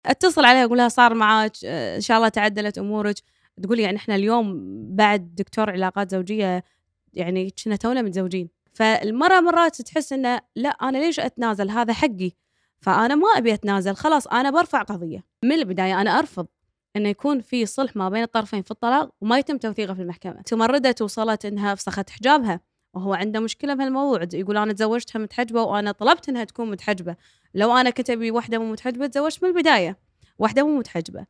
اتصل عليها اقول لها صار معاك ان شاء الله تعدلت امورك. تقول يعني احنا اليوم بعد دكتور علاقات زوجيه يعني كنا تونا متزوجين. فالمرأة مرات تحس انه لا انا ليش اتنازل، هذا حقي، فانا ما ابي اتنازل، خلاص انا برفع قضيه من البدايه. انا ارفض انه يكون في صلح ما بين الطرفين في الطلاق وما يتم توثيقه في المحكمه. تمردت وصلت انها فسخت حجابها وهو عنده مشكله بهالموضوع، يقول انا تزوجتها متحجبه وانا طلبت انها تكون متحجبه، لو انا كنت ابي واحده مو متحجبه تزوجت من البدايه واحده مو متحجبه.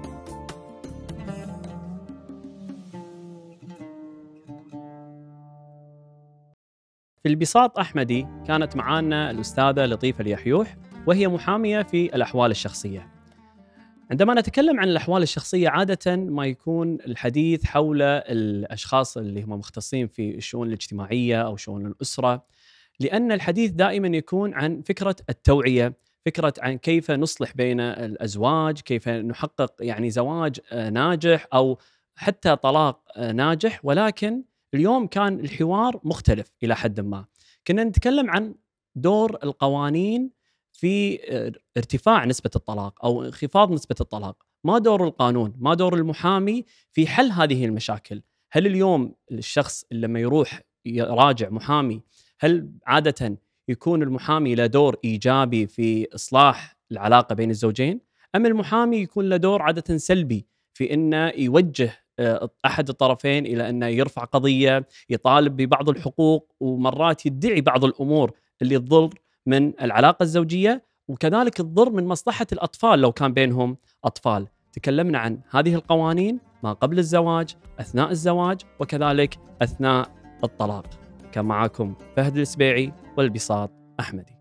في البساط أحمدي كانت معانا الأستاذة لطيفة اليحيوح، وهي محامية في الأحوال الشخصية. عندما نتكلم عن الأحوال الشخصية عادة ما يكون الحديث حول الأشخاص اللي هم مختصين في الشؤون الاجتماعية أو شؤون الأسرة، لأن الحديث دائما يكون عن فكرة التوعية، فكرة عن كيف نصلح بين الأزواج، كيف نحقق يعني زواج ناجح أو حتى طلاق ناجح. ولكن اليوم كان الحوار مختلف إلى حد ما. كنا نتكلم عن دور القوانين في ارتفاع نسبة الطلاق أو انخفاض نسبة الطلاق. ما دور القانون، ما دور المحامي في حل هذه المشاكل؟ هل اليوم الشخص لما يروح يراجع محامي، هل عادة يكون المحامي له دور إيجابي في إصلاح العلاقة بين الزوجين، أم المحامي يكون له دور عادة سلبي في أنه يوجه أحد الطرفين إلى أنه يرفع قضية، يطالب ببعض الحقوق، ومرات يدعي بعض الأمور اللي تضر من العلاقة الزوجية، وكذلك تضر من مصلحة الأطفال لو كان بينهم أطفال؟ تكلمنا عن هذه القوانين ما قبل الزواج، أثناء الزواج، وكذلك أثناء الطلاق. كان معاكم فهد السبيعي والبساط أحمدي.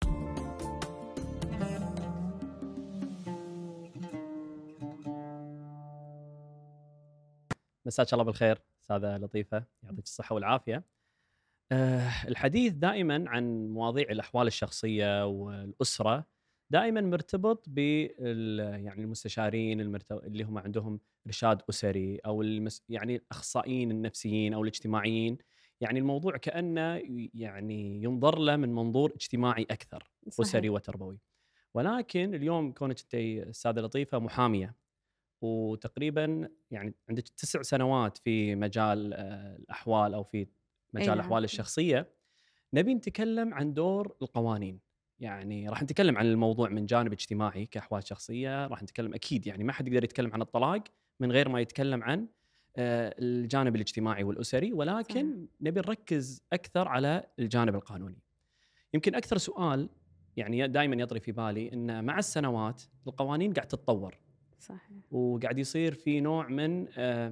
مساك الله بالخير أستاذة لطيفة، يعطيك الصحة والعافية. الحديث دائما عن مواضيع الأحوال الشخصية والأسرة دائما مرتبط يعني المستشارين اللي هم عندهم إرشاد أسري، أو يعني الأخصائيين النفسيين أو الاجتماعيين. يعني الموضوع كأنه يعني ينظر له من منظور اجتماعي أكثر، صحيح. أسري وتربوي. ولكن اليوم كونك أنت أستاذة لطيفة محامية، وتقريبا يعني عندك 9 سنوات في مجال الأحوال أو في مجال الأحوال الشخصية، نبي نتكلم عن دور القوانين. يعني راح نتكلم عن الموضوع من جانب اجتماعي كأحوال شخصية، راح نتكلم أكيد يعني ما حد يقدر يتكلم عن الطلاق من غير ما يتكلم عن الجانب الاجتماعي والأسري، ولكن صحيح. نبي نركز أكثر على الجانب القانوني. يمكن أكثر سؤال يعني دائما يطري في بالي أن مع السنوات القوانين قاعد تتطور. صحيح. وقاعد يصير في نوع من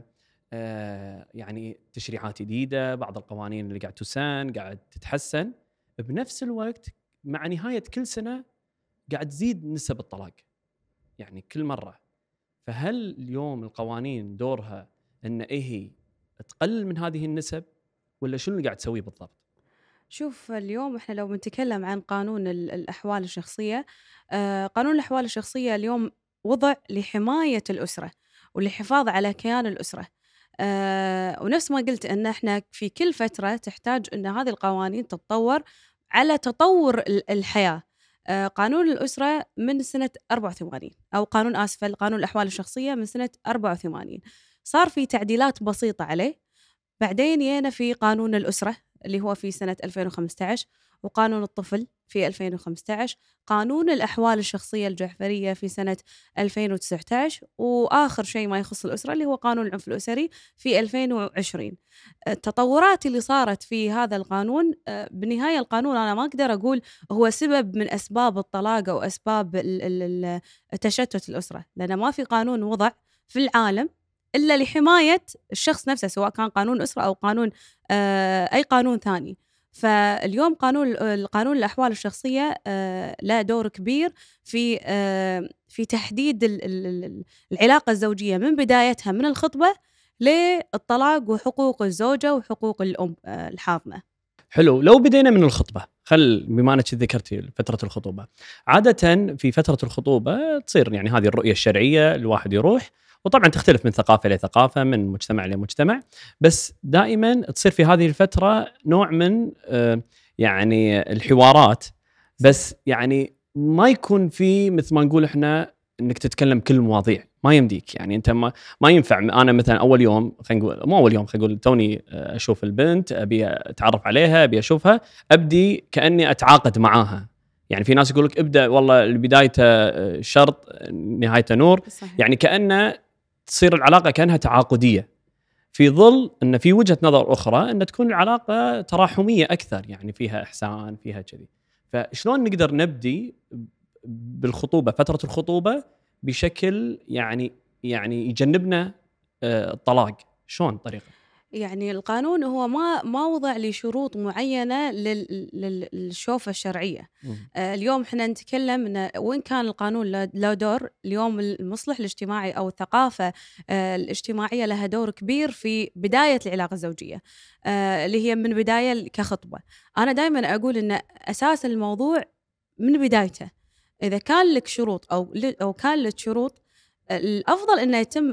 يعني تشريعات جديدة، بعض القوانين اللي قاعد تسن قاعد تتحسن. بنفس الوقت مع نهاية كل سنة قاعد تزيد نسب الطلاق يعني كل مرة. فهل اليوم القوانين دورها أن هي تقلل من هذه النسب، ولا شنو اللي قاعد تسويه بالضبط؟ شوف اليوم احنا لو بنتكلم عن قانون الأحوال الشخصية، قانون الأحوال الشخصية اليوم وضع لحماية الأسرة والحفاظ على كيان الأسرة. ونفس ما قلت أن احنا في كل فترة تحتاج أن هذه القوانين تتطور على تطور الحياة. قانون الأسرة من سنة 84 أو قانون الأحوال الشخصية من سنة 84 صار في تعديلات بسيطة عليه. بعدين جينا في قانون الأسرة اللي هو في سنة 2015، وقانون الطفل في 2015، قانون الأحوال الشخصية الجعفرية في سنة 2019، وآخر شيء ما يخص الأسرة اللي هو قانون العنف الأسري في 2020. التطورات اللي صارت في هذا القانون، بالنهاية القانون أنا ما أقدر أقول هو سبب من أسباب الطلاق أو أسباب تشتت الأسرة، لأن ما في قانون وضع في العالم إلا لحماية الشخص نفسه، سواء كان قانون أسرة أو قانون أي قانون ثاني. فاليوم قانون الأحوال الشخصية له دور كبير في تحديد العلاقة الزوجية من بدايتها من الخطبة للطلاق وحقوق الزوجة وحقوق الأم الحاضنة. حلو، لو بدينا من الخطبة، بما أنك ذكرتي فترة الخطوبة. عادة في فترة الخطوبة تصير يعني هذه الرؤية الشرعية، الواحد يروح، وطبعا تختلف من ثقافة لثقافة، من مجتمع لمجتمع، بس دائما تصير في هذه الفترة نوع من يعني الحوارات، بس يعني ما يكون في مثل ما نقول احنا انك تتكلم كل المواضيع، ما يمديك. يعني انت ما ينفع انا مثلا اول يوم، خلينا نقول مو اول يوم، خلينا نقول توني اشوف البنت، ابي اتعرف عليها، ابي اشوفها، ابدي كاني اتعاقد معاها. يعني في ناس يقول لك ابدا والله بدايته شرط نهايته نور. صحيح. يعني كانه تصير العلاقه كانها تعاقديه، في ظل ان في وجهه نظر اخرى ان تكون العلاقه تراحميه اكثر، يعني فيها احسان، فيها كذي. فشلون نقدر نبدي بالخطوبه، فتره الخطوبه، بشكل يعني يجنبنا الطلاق؟ شلون طريقه؟ يعني القانون هو ما وضع لي شروط معينة للشوفة الشرعية. اليوم احنا نتكلم إن وين كان القانون له دور، اليوم المصلح الاجتماعي أو الثقافة الاجتماعية لها دور كبير في بداية العلاقة الزوجية، اللي هي من بداية كخطبة. أنا دائما أقول إن أساس الموضوع من بدايته، إذا كان لك شروط أو كان لك شروط، الأفضل إنه يتم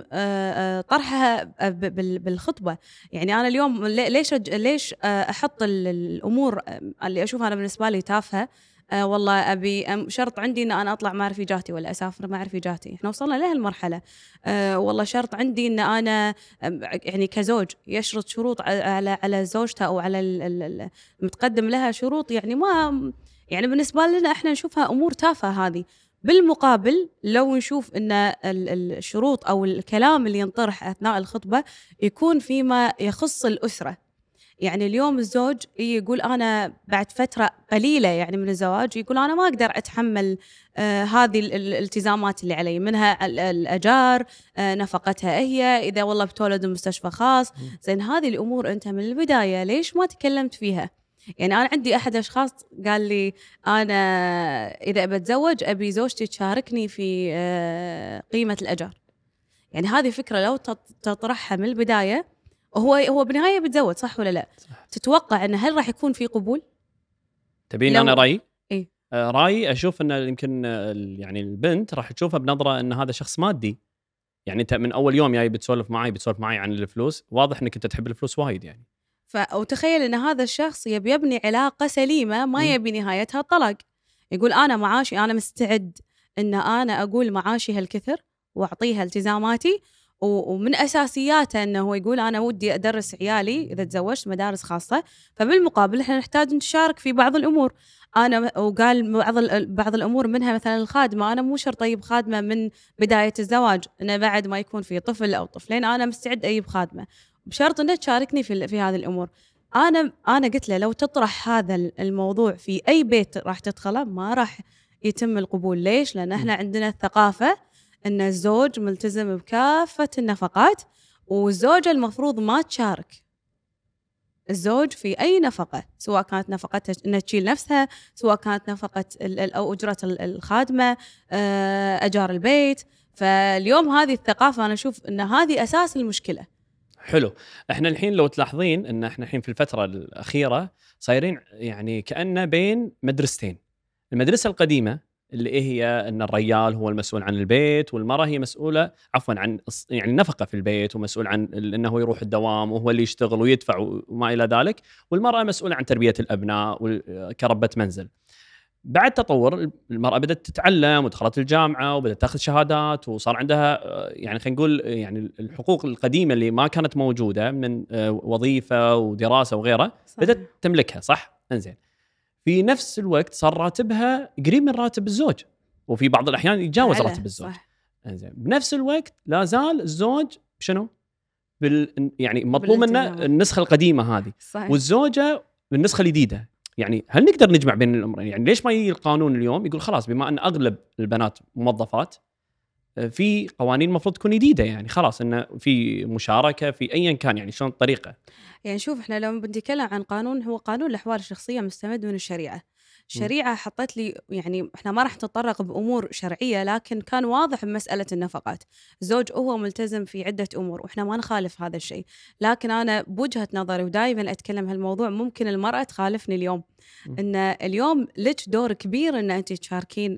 طرحها بالخطبة. يعني أنا اليوم ليش أحط الأمور اللي أشوفها أنا بالنسبة لي تافهة. والله أبي شرط عندي إن أنا أطلع مع رفيجاتي ولا أسافر مع رفيجاتي، إحنا وصلنا لهالمرحلة. والله شرط عندي إن أنا يعني كزوج يشرط شروط على زوجته أو على المتقدم لها شروط، يعني ما يعني بالنسبة لنا إحنا نشوفها أمور تافهة هذه. بالمقابل لو نشوف إن الشروط أو الكلام اللي ينطرح أثناء الخطبة يكون فيما يخص الأسرة. يعني اليوم الزوج يقول أنا بعد فترة قليلة يعني من الزواج، يقول أنا ما أقدر أتحمل هذه الالتزامات اللي علي، منها الأجار، نفقتها هي، إذا والله بتولد مستشفى خاص. زين هذه الأمور أنت من البداية ليش ما تكلمت فيها؟ يعني أنا عندي أحد أشخاص قال لي أنا إذا بتزوج أبي زوجتي تشاركني في قيمة الأجار. يعني هذه فكرة لو تطرحها من البداية، هو بالنهاية بيتزوج صح ولا لا؟ صح. تتوقع أنه هل راح يكون في قبول؟ تبين أنا رأيي؟ إيه؟ رأيي أشوف أن يمكن يعني البنت راح تشوفها بنظرة أن هذا شخص مادي. يعني أنت من أول يوم جاي بتسولف معي عن الفلوس، واضح أنك أنت تحب الفلوس وايد يعني. وتخيل أن هذا الشخص يبني علاقة سليمة، ما يبي نهايتها الطلاق. يقول أنا معاشي، أنا مستعد أن أنا أقول معاشي هالكثر وأعطيها التزاماتي، ومن أساسياته أنه هو يقول أنا ودي أدرس عيالي إذا تزوجت مدارس خاصة، فبالمقابل إحنا نحتاج نتشارك في بعض الأمور. وقال بعض الأمور منها مثلا الخادمة، أنا مو شرط أجيب خادمة من بداية الزواج، أنا بعد ما يكون في طفل أو طفلين أنا مستعد أجيب خادمة بشرط أنها تشاركني في هذه الأمور. أنا قلت له لو تطرح هذا الموضوع في أي بيت راح تدخله ما راح يتم القبول. ليش؟ لأن إحنا عندنا الثقافة أن الزوج ملتزم بكافة النفقات، والزوجة المفروض ما تشارك الزوج في أي نفقة، سواء كانت نفقتها أنها تشيل نفسها، سواء كانت نفقة أو أجرة الخادمة، أجار البيت. فاليوم هذه الثقافة أنا أشوف أن هذه أساس المشكلة. حلو. احنا الحين لو تلاحظين ان احنا الحين في الفتره الاخيره صايرين يعني كأنه بين مدرستين. المدرسه القديمه اللي هي ان الرجال هو المسؤول عن البيت، والمراه هي مسؤوله عن يعني النفقه في البيت، ومسؤول عن انه يروح الدوام وهو اللي يشتغل ويدفع وما الى ذلك، والمراه مسؤوله عن تربيه الابناء كربة منزل. بعد تطور المرأة بدأت تتعلم ودخلت الجامعة وبدأت تاخذ شهادات وصار عندها يعني خلينا نقول يعني الحقوق القديمة اللي ما كانت موجودة من وظيفة ودراسة وغيرها، بدأت تملكها. صح؟ انزين. في نفس الوقت صار راتبها قريب من راتب الزوج، وفي بعض الأحيان يتجاوز راتب الزوج. انزين. بنفس الوقت لا زال الزوج شنو؟ يعني مطلوب منه النسخة القديمة هذه، صحيح. والزوجة بالنسخة الجديدة. يعني هل نقدر نجمع بين الأمرين؟ يعني ليش ما يجي القانون اليوم يقول خلاص بما أن أغلب البنات موظفات، في قوانين المفروض تكون جديدة، يعني خلاص إنه في مشاركة في أيا كان، يعني شلون الطريقة؟ يعني شوف إحنا لما بنتكلم عن قانون، هو قانون الأحوال الشخصية مستمد من الشريعة. الشريعة حطت لي يعني إحنا ما راح نتطرق بأمور شرعية، لكن كان واضح بمسألة النفقات. الزوج هو ملتزم في عدة أمور وإحنا ما نخالف هذا الشيء، لكن أنا بوجهة نظري ودائما أتكلم هالموضوع، ممكن المرأة تخالفني اليوم، إن اليوم لك دور كبير إن أنت تشاركين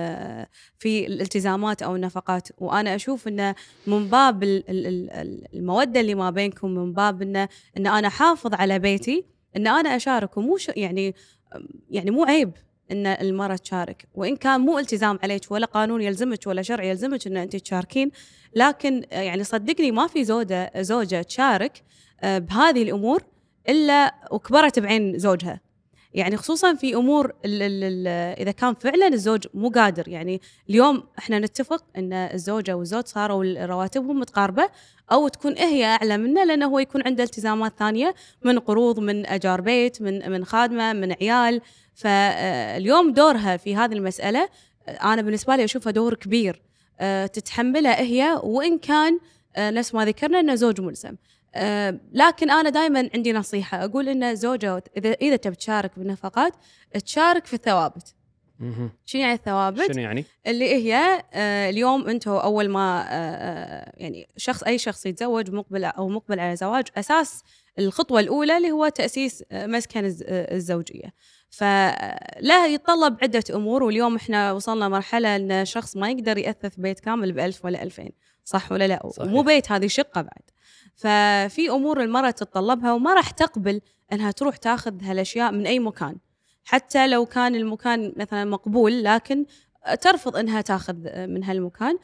في الالتزامات أو النفقات. وأنا أشوف إنه من باب المودة اللي ما بينكم، من باب إن أنا حافظ على بيتي، إن أنا أشارك، ومو يعني مو عيب ان المرأة تشارك، وان كان مو التزام عليك ولا قانون يلزمك ولا شرع يلزمك ان انت تشاركين، لكن يعني صدقني ما في زوجة تشارك بهذه الامور الا وكبرت بعين زوجها. يعني خصوصا في امور ال اذا كان فعلا الزوج مو قادر. يعني اليوم احنا نتفق ان الزوجه والزوج صاروا رواتبهم متقاربه، او تكون هي اعلى منه لانه هو يكون عنده التزامات ثانيه من قروض، من اجار بيت، من خادمه، من عيال. فاليوم دورها في هذه المساله انا بالنسبه لي اشوفها دور كبير تتحملها هي، وان كان نفس ما ذكرنا انه زوج ملزم. لكن أنا دائما عندي نصيحة أقول إن الزوجة إذا تبي تشارك بالنفقات تشارك في الثوابت. شنو يعني الثوابت؟ شنو يعني؟ اللي هي اليوم أنتم أول ما يعني أي شخص يتزوج مقبل على زواج، أساس الخطوة الأولى اللي هو تأسيس مسكن الزوجية. فلا يتطلب عدة أمور، واليوم إحنا وصلنا مرحلة أن شخص ما يقدر يأثث بيت كامل ب1000 ولا 2000، صح ولا لا؟ صحيح. ومو بيت، هذه شقة بعد. ففي أمور المرأة تتطلبها وما راح تقبل أنها تروح تاخذ هالأشياء من أي مكان، حتى لو كان المكان مثلا مقبول، لكن ترفض أنها تاخذ من هالمكان.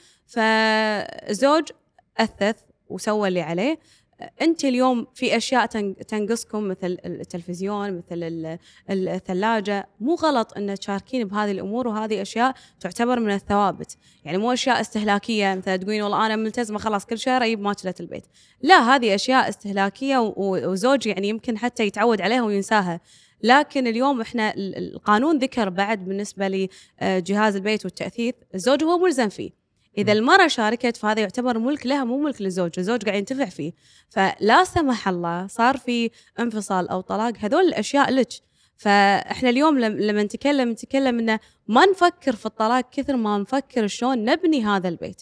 فزوج أثث وسوى اللي عليه. أنت اليوم في أشياء تنقصكم مثل التلفزيون، مثل الثلاجة، مو غلط أن تشاركين بهذه الأمور، وهذه أشياء تعتبر من الثوابت. يعني مو أشياء استهلاكية مثلا تقولين والله أنا ملتزمة خلاص كل شهر أجيب ماكلة البيت، لا، هذه أشياء استهلاكية وزوج يعني يمكن حتى يتعود عليها وينساها. لكن اليوم احنا القانون ذكر بعد بالنسبة لجهاز البيت والتأثيث الزوج هو ملزم فيه. إذا المرأة شاركت فهذا يعتبر ملك لها مو ملك للزوج، الزوج قاعد ينتفع فيه. فلا سمح الله صار في انفصال أو طلاق، هذول الأشياء لك. فإحنا اليوم لما نتكلم إنه ما نفكر في الطلاق كثر ما نفكر شلون نبني هذا البيت.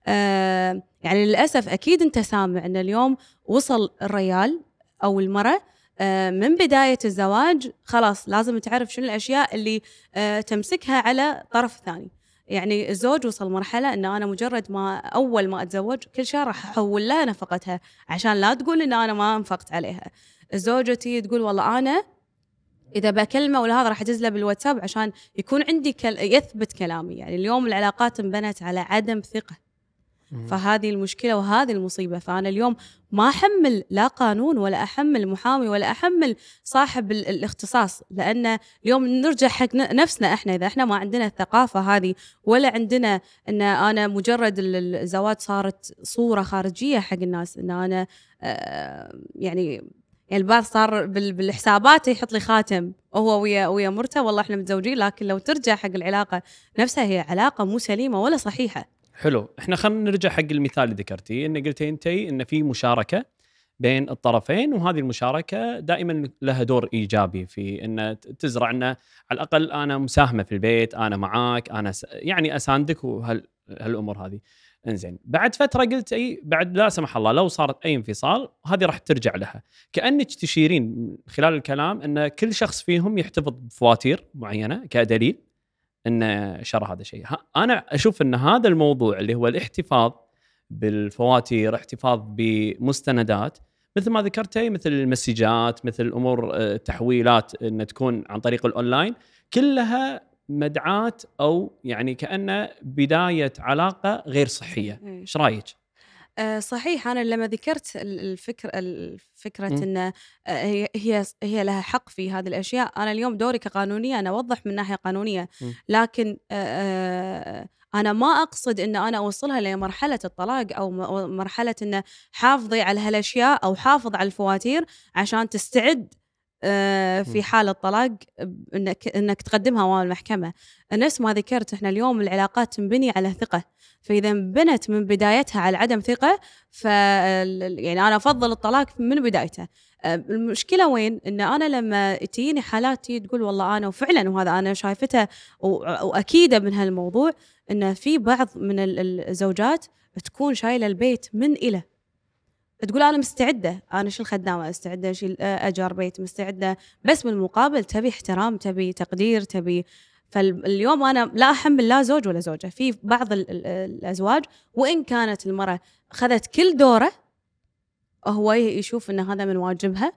يعني للأسف أكيد أنت سامع أن اليوم وصل الرجال أو المرأة من بداية الزواج خلاص لازم تعرف شنو الأشياء اللي تمسكها على طرف ثاني. يعني الزوج وصل مرحلة أن أنا مجرد ما أول ما أتزوج كل شهر راح أحول لها نفقتها، عشان لا تقول إن أنا ما أنفقت عليها. الزوجة تيجي تقول والله أنا إذا بكلمه ولا هذا راح أجزله بالواتساب عشان يكون عندي يثبت كلامي. يعني اليوم العلاقات انبنت على عدم ثقة، فهذه المشكلة وهذه المصيبة. فأنا اليوم ما أحمل لا قانون ولا أحمل محامي ولا أحمل صاحب الاختصاص، لأن اليوم نرجع حق نفسنا. إحنا إذا إحنا ما عندنا الثقافة هذه ولا عندنا أن أنا مجرد الزواج صارت صورة خارجية حق الناس، أن أنا يعني البعض صار بالحسابات يحط لي خاتم وهو ويا مرته والله إحنا متزوجين، لكن لو ترجع حق العلاقة نفسها هي علاقة مو سليمة ولا صحيحة. حلو، احنا خلينا نرجع حق المثال اللي ذكرتيه، ان قلتي انتي ان في مشاركه بين الطرفين، وهذه المشاركه دائما لها دور ايجابي في ان تزرع ان على الاقل انا مساهمه في البيت، انا معاك، انا يعني اساندك وهالامور هذه. انزين، بعد فتره قلت اي بعد لا سمح الله لو صارت اي انفصال هذه راح ترجع لها، كانك تشيرين خلال الكلام ان كل شخص فيهم يحتفظ بفواتير معينه كدليل ان شرى هذا الشيء. انا اشوف ان هذا الموضوع اللي هو الاحتفاظ بالفواتير، احتفاظ بمستندات مثل ما ذكرتي، مثل المسجات، مثل امور التحويلات ان تكون عن طريق الاونلاين، كلها مدعاة او يعني كأنه بداية علاقة غير صحية. ايش رايك؟ صحيح. أنا لما ذكرت الفكرة أن هي لها حق في هذه الأشياء، أنا اليوم دوري كقانونية أنا أوضح من ناحية قانونية، لكن أنا ما أقصد أن أنا أوصلها لمرحلة الطلاق أو مرحلة أن حافظي على هالأشياء أو حافظ على الفواتير عشان تستعد في حال الطلاق انك تقدمها امام المحكمه. نفس ما ذكرت احنا اليوم العلاقات تنبني على ثقه، فاذا بنت من بدايتها على عدم ثقه يعني انا افضل الطلاق من بدايته. المشكله وين؟ ان انا لما تجيني حالات تقول والله انا وفعلا وهذا انا شايفتها واكيده من هالموضوع، ان في بعض من الزوجات تكون شايله البيت من الى، تقول أنا مستعدة، أنا شيل خدامة، مستعدة أشيل أجار بيت، مستعدة، بس بالمقابل تبي احترام، تبي تقدير، تبي. فاليوم أنا لا أحمل لا زوج ولا زوجة. في بعض الأزواج وإن كانت المرأة خذت كل دوره هو يشوف أن هذا من واجبها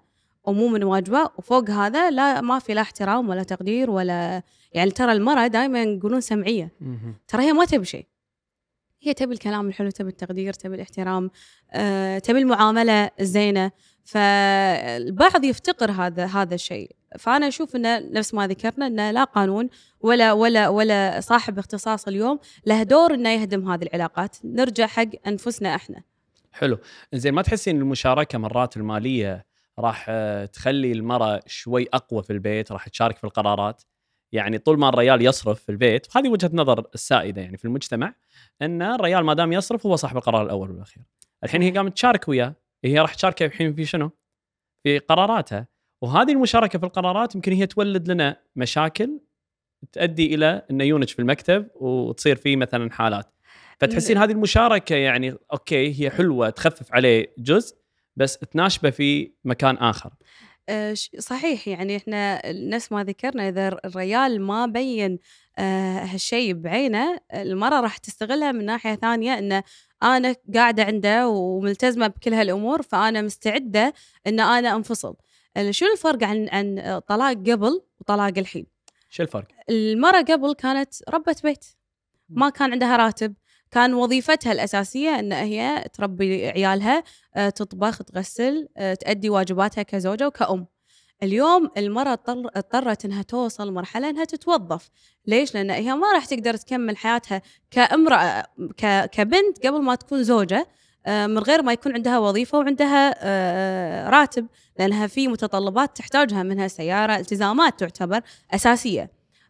ومو من واجبه، وفوق هذا لا ما في لا احترام ولا تقدير ولا يعني ترى المرأة دائما يقولون سمعية، ترى هي ما تبي شيء، هي تبي الكلام الحلو، تبي التقدير، تبي الاحترام، تبي المعاملة الزينة. فالبعض يفتقر هذا الشيء. فأنا أشوف إنه نفس ما ذكرنا إنه لا قانون ولا صاحب اختصاص اليوم له دور إنه يهدم هذه العلاقات، نرجع حق أنفسنا إحنا. حلو. زين، ما تحسين المشاركة مرات المالية راح تخلي المرأة شوي أقوى في البيت، راح تشارك في القرارات؟ يعني طول ما الرجال يصرف في البيت، وهذه وجهة نظر السائدة يعني في المجتمع، أن الرجال ما دام يصرف هو صاحب القرار الأول والأخير. الحين هي قامت تشارك وياه، هي راح تشاركه الحين في شنو؟ في قراراتها. وهذه المشاركة في القرارات يمكن هي تولد لنا مشاكل تؤدي إلى أن يونج في المكتب وتصير فيه مثلا حالات. فتحسين هذه المشاركة يعني أوكي هي حلوة تخفف عليه جزء، بس تناشبه في مكان آخر. صحيح، يعني إحنا نفس ما ذكرنا إذا الرجال ما بين هالشيء بعينه، المرأة راح تستغلها من ناحية ثانية، إنه أنا قاعدة عنده وملتزمة بكل هالأمور، فأنا مستعدة إن أنا أنفصل. شو الفرق عن طلاق قبل وطلاق الحين؟ شو الفرق؟ المرأة قبل كانت ربة بيت، ما كان عندها راتب، كان وظيفتها الأساسية إن هي تربي عيالها، تطبخ، تغسل، تأدي واجباتها كزوجة وكأم. اليوم المرأة اضطرت إنها توصل مرحلة إنها تتوظف. ليش؟ لأن هي ما راح تقدر تكمل حياتها كامرأة كبنت قبل ما تكون زوجة من غير ما يكون عندها وظيفة وعندها راتب، لأنها في متطلبات تحتاجها، منها سيارة، التزامات تعتبر أساسية.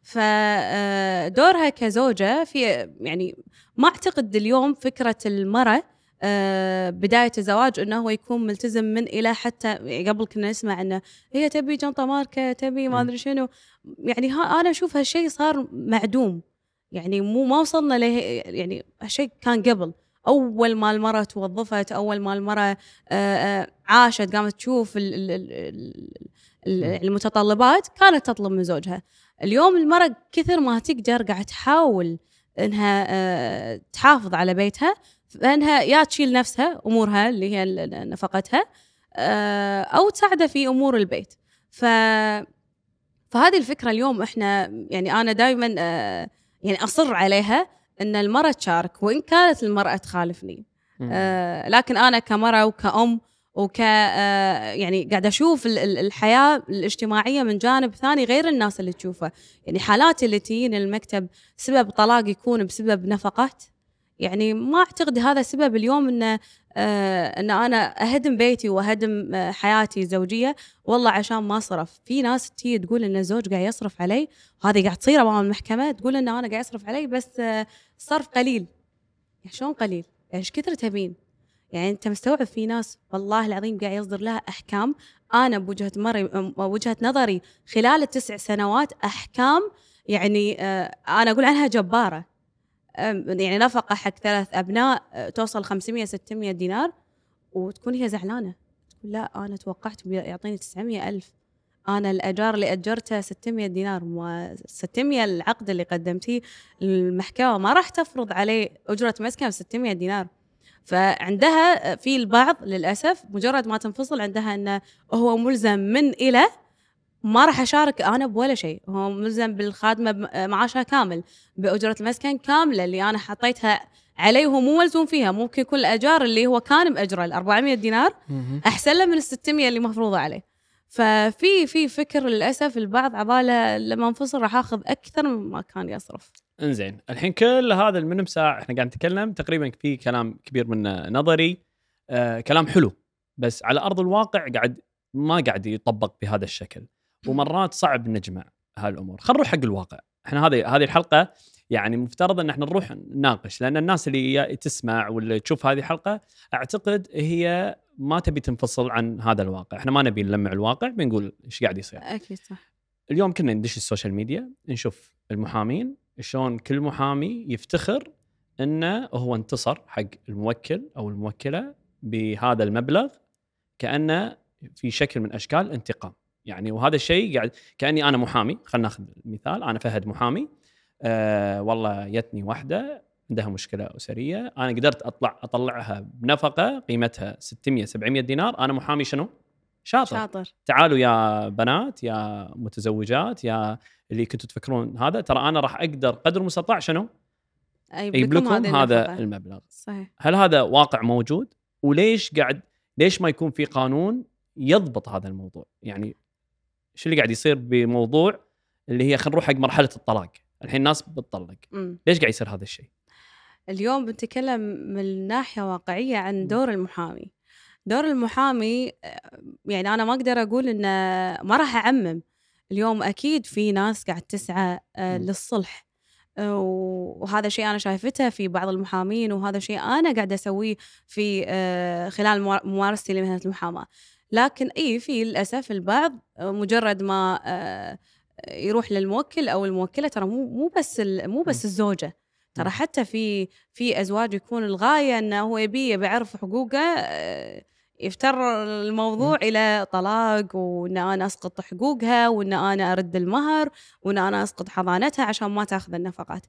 فدورها كزوجة في يعني ما أعتقد اليوم فكرة المرأة بداية الزواج إنه هو يكون ملتزم من إلى، حتى قبل كنا نسمع إنه هي تبي جنطة ماركة، تبي ما أدري شنو. يعني أنا أشوف هالشيء صار معدوم، يعني ما وصلنا له. يعني هالشيء كان قبل، أول ما المرأة توظفت، أول ما المرأة عاشت، قامت تشوف المتطلبات، كانت تطلب من زوجها. اليوم المرأة كثر ما تقدر قاعد تحاول إنها تحافظ على بيتها، فإنها يا تشيل نفسها أمورها اللي هي نفقتها، أو تساعده في أمور البيت. فهذه الفكرة اليوم إحنا يعني أنا دائما يعني أصر عليها إن المرأة تشارك، وإن كانت المرأة تخالفني، لكن أنا كمرأة وكأم يعني قاعدة أشوف الحياة الاجتماعية من جانب ثاني غير الناس اللي تشوفه. يعني حالات اللي تجين المكتب سبب طلاق يكون بسبب نفقات، يعني ما أعتقد هذا سبب اليوم إن أنا أهدم بيتي وأهدم حياتي الزوجية والله عشان ما صرف. في ناس تيجي تقول إن الزوج قاعد يصرف علي، وهذه قاعد تصير أمام المحكمة، تقول إن أنا قاعد يصرف علي بس صرف قليل. يعني شلون قليل؟ يعني إيش كثر تبين؟ يعني أنت مستوعب في ناس والله العظيم قاعد يصدر لها أحكام، أنا بوجهة نظري خلال ال9 سنوات أحكام يعني أنا أقول عنها جبارة. يعني نفقة حق 3 أبناء توصل 500-600 دينار، وتكون هي زعلانة، تقول لا أنا توقعت يعطيني 900,000، أنا الأجار اللي أجرته 600 دينار، و600 العقد اللي قدمتيه المحكمة ما راح تفرض عليه أجرة مسكن 600 دينار. فعندها في البعض للأسف مجرد ما تنفصل عندها أنه هو ملزم من إلى، ما راح أشارك أنا بولا شيء، هو ملزم بالخادمة معاشها كامل، بأجرة المسكن كاملة اللي أنا حطيتها عليه وهو مو ملزوم فيها. ممكن يكون الأجار اللي هو كان مأجره 400 دينار أحسن له من 600 اللي مفروضة عليه. ففي فكر للأسف البعض عباله لما انفصل راح أخذ أكثر مما كان يصرف. انزين، الحين كل هذا المنم ساعة احنا قاعد نتكلم تقريبا في كلام كبير منه نظري، كلام حلو، بس على أرض الواقع ما قاعد يطبق بهذا الشكل، ومرات صعب نجمع هالأمور. خلينا نروح حق الواقع. احنا هذه الحلقة يعني مفترض ان احنا نروح نناقش، لأن الناس اللي تسمع واللي تشوف هذه الحلقة اعتقد هي ما تبي تنفصل عن هذا الواقع. احنا ما نبي نلمع الواقع، بنقول ايش قاعد يصير. أكيد صح. اليوم كنا ندش السوشيال ميديا نشوف المحامين شلون كل محامي يفتخر انه هو انتصر حق الموكل او الموكله بهذا المبلغ، كانه في شكل من اشكال انتقام. يعني وهذا الشيء قاعد كاني انا محامي، خلينا ناخذ مثال، انا فهد محامي، والله جتني واحده عندها مشكله اسريه، انا قدرت اطلعها بنفقه قيمتها 600-700 دينار. انا محامي شنو؟ شاطر. تعالوا يا بنات يا متزوجات يا اللي كنتوا تفكرون هذا، ترى انا راح اقدر قدر المستطاع شنو أجيب اجيب لكم لكم هذه هذا النفقة. المبلغ. صحيح. هل هذا واقع موجود؟ وليش ليش ما يكون في قانون يضبط هذا الموضوع؟ يعني شو اللي قاعد يصير بموضوع اللي هي خلينا نروح حق مرحله الطلاق، الحين الناس بتطلق، ليش قاعد يصير هذا الشيء؟ اليوم بنتكلم من ناحية واقعية عن دور المحامي. دور المحامي يعني أنا ما أقدر أقول إنه ما راح أعمم. اليوم أكيد في ناس قاعد تسعى للصلح، وهذا شيء أنا شايفته في بعض المحامين، وهذا شيء أنا قاعدة أسويه في خلال ممارستي لمهنة المحاماة. لكن في للأسف البعض مجرد ما يروح للموكل أو الموكلة، ترى مو بس الزوجة، ترى حتى في أزواج يكون الغاية أنه هو يبي يعرف حقوقه، يفتر الموضوع إلى طلاق، وأن أنا أسقط حقوقها، وأن أنا أرد المهر، وأن أنا أسقط حضانتها عشان ما تأخذ النفقات.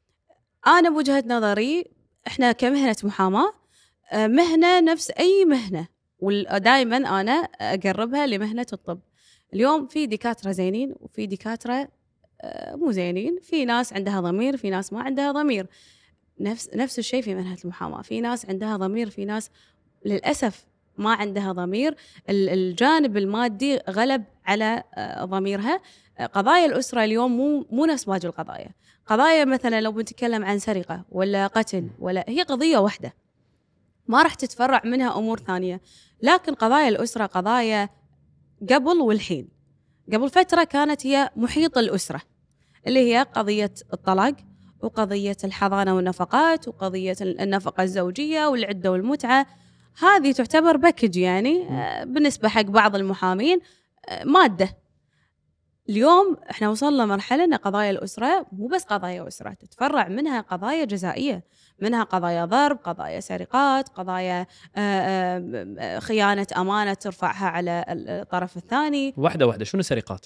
أنا بوجهة نظري إحنا كمهنة محاماة مهنة نفس أي مهنة، ودائما أنا أقربها لمهنة الطب. اليوم في دكاترة زينين وفي دكاترة مو زينين، في ناس عندها ضمير، في ناس ما عندها ضمير. نفس الشيء في مهنة المحاماة، في ناس عندها ضمير، في ناس للأسف ما عندها ضمير. الجانب المادي غلب على ضميرها. قضايا الأسرة اليوم مو نفس باقي القضايا. قضايا مثلا لو بنتكلم عن سرقة ولا قتل، ولا هي قضية واحدة ما راح تتفرع منها أمور ثانية. لكن قضايا الأسرة قضايا قبل والحين. قبل فترة كانت هي محيط الأسرة، اللي هي قضية الطلاق، وقضية الحضانة والنفقات، وقضية النفقة الزوجية والعدة والمتعة. هذه تعتبر باكج يعني بالنسبة حق بعض المحامين مادة. اليوم احنا وصلنا مرحلة ان قضايا الأسرة مو بس قضايا أسرة، تتفرع منها قضايا جزائية، منها قضايا ضرب، قضايا سرقات، قضايا خيانة أمانة ترفعها على الطرف الثاني. واحدة شنو سرقات؟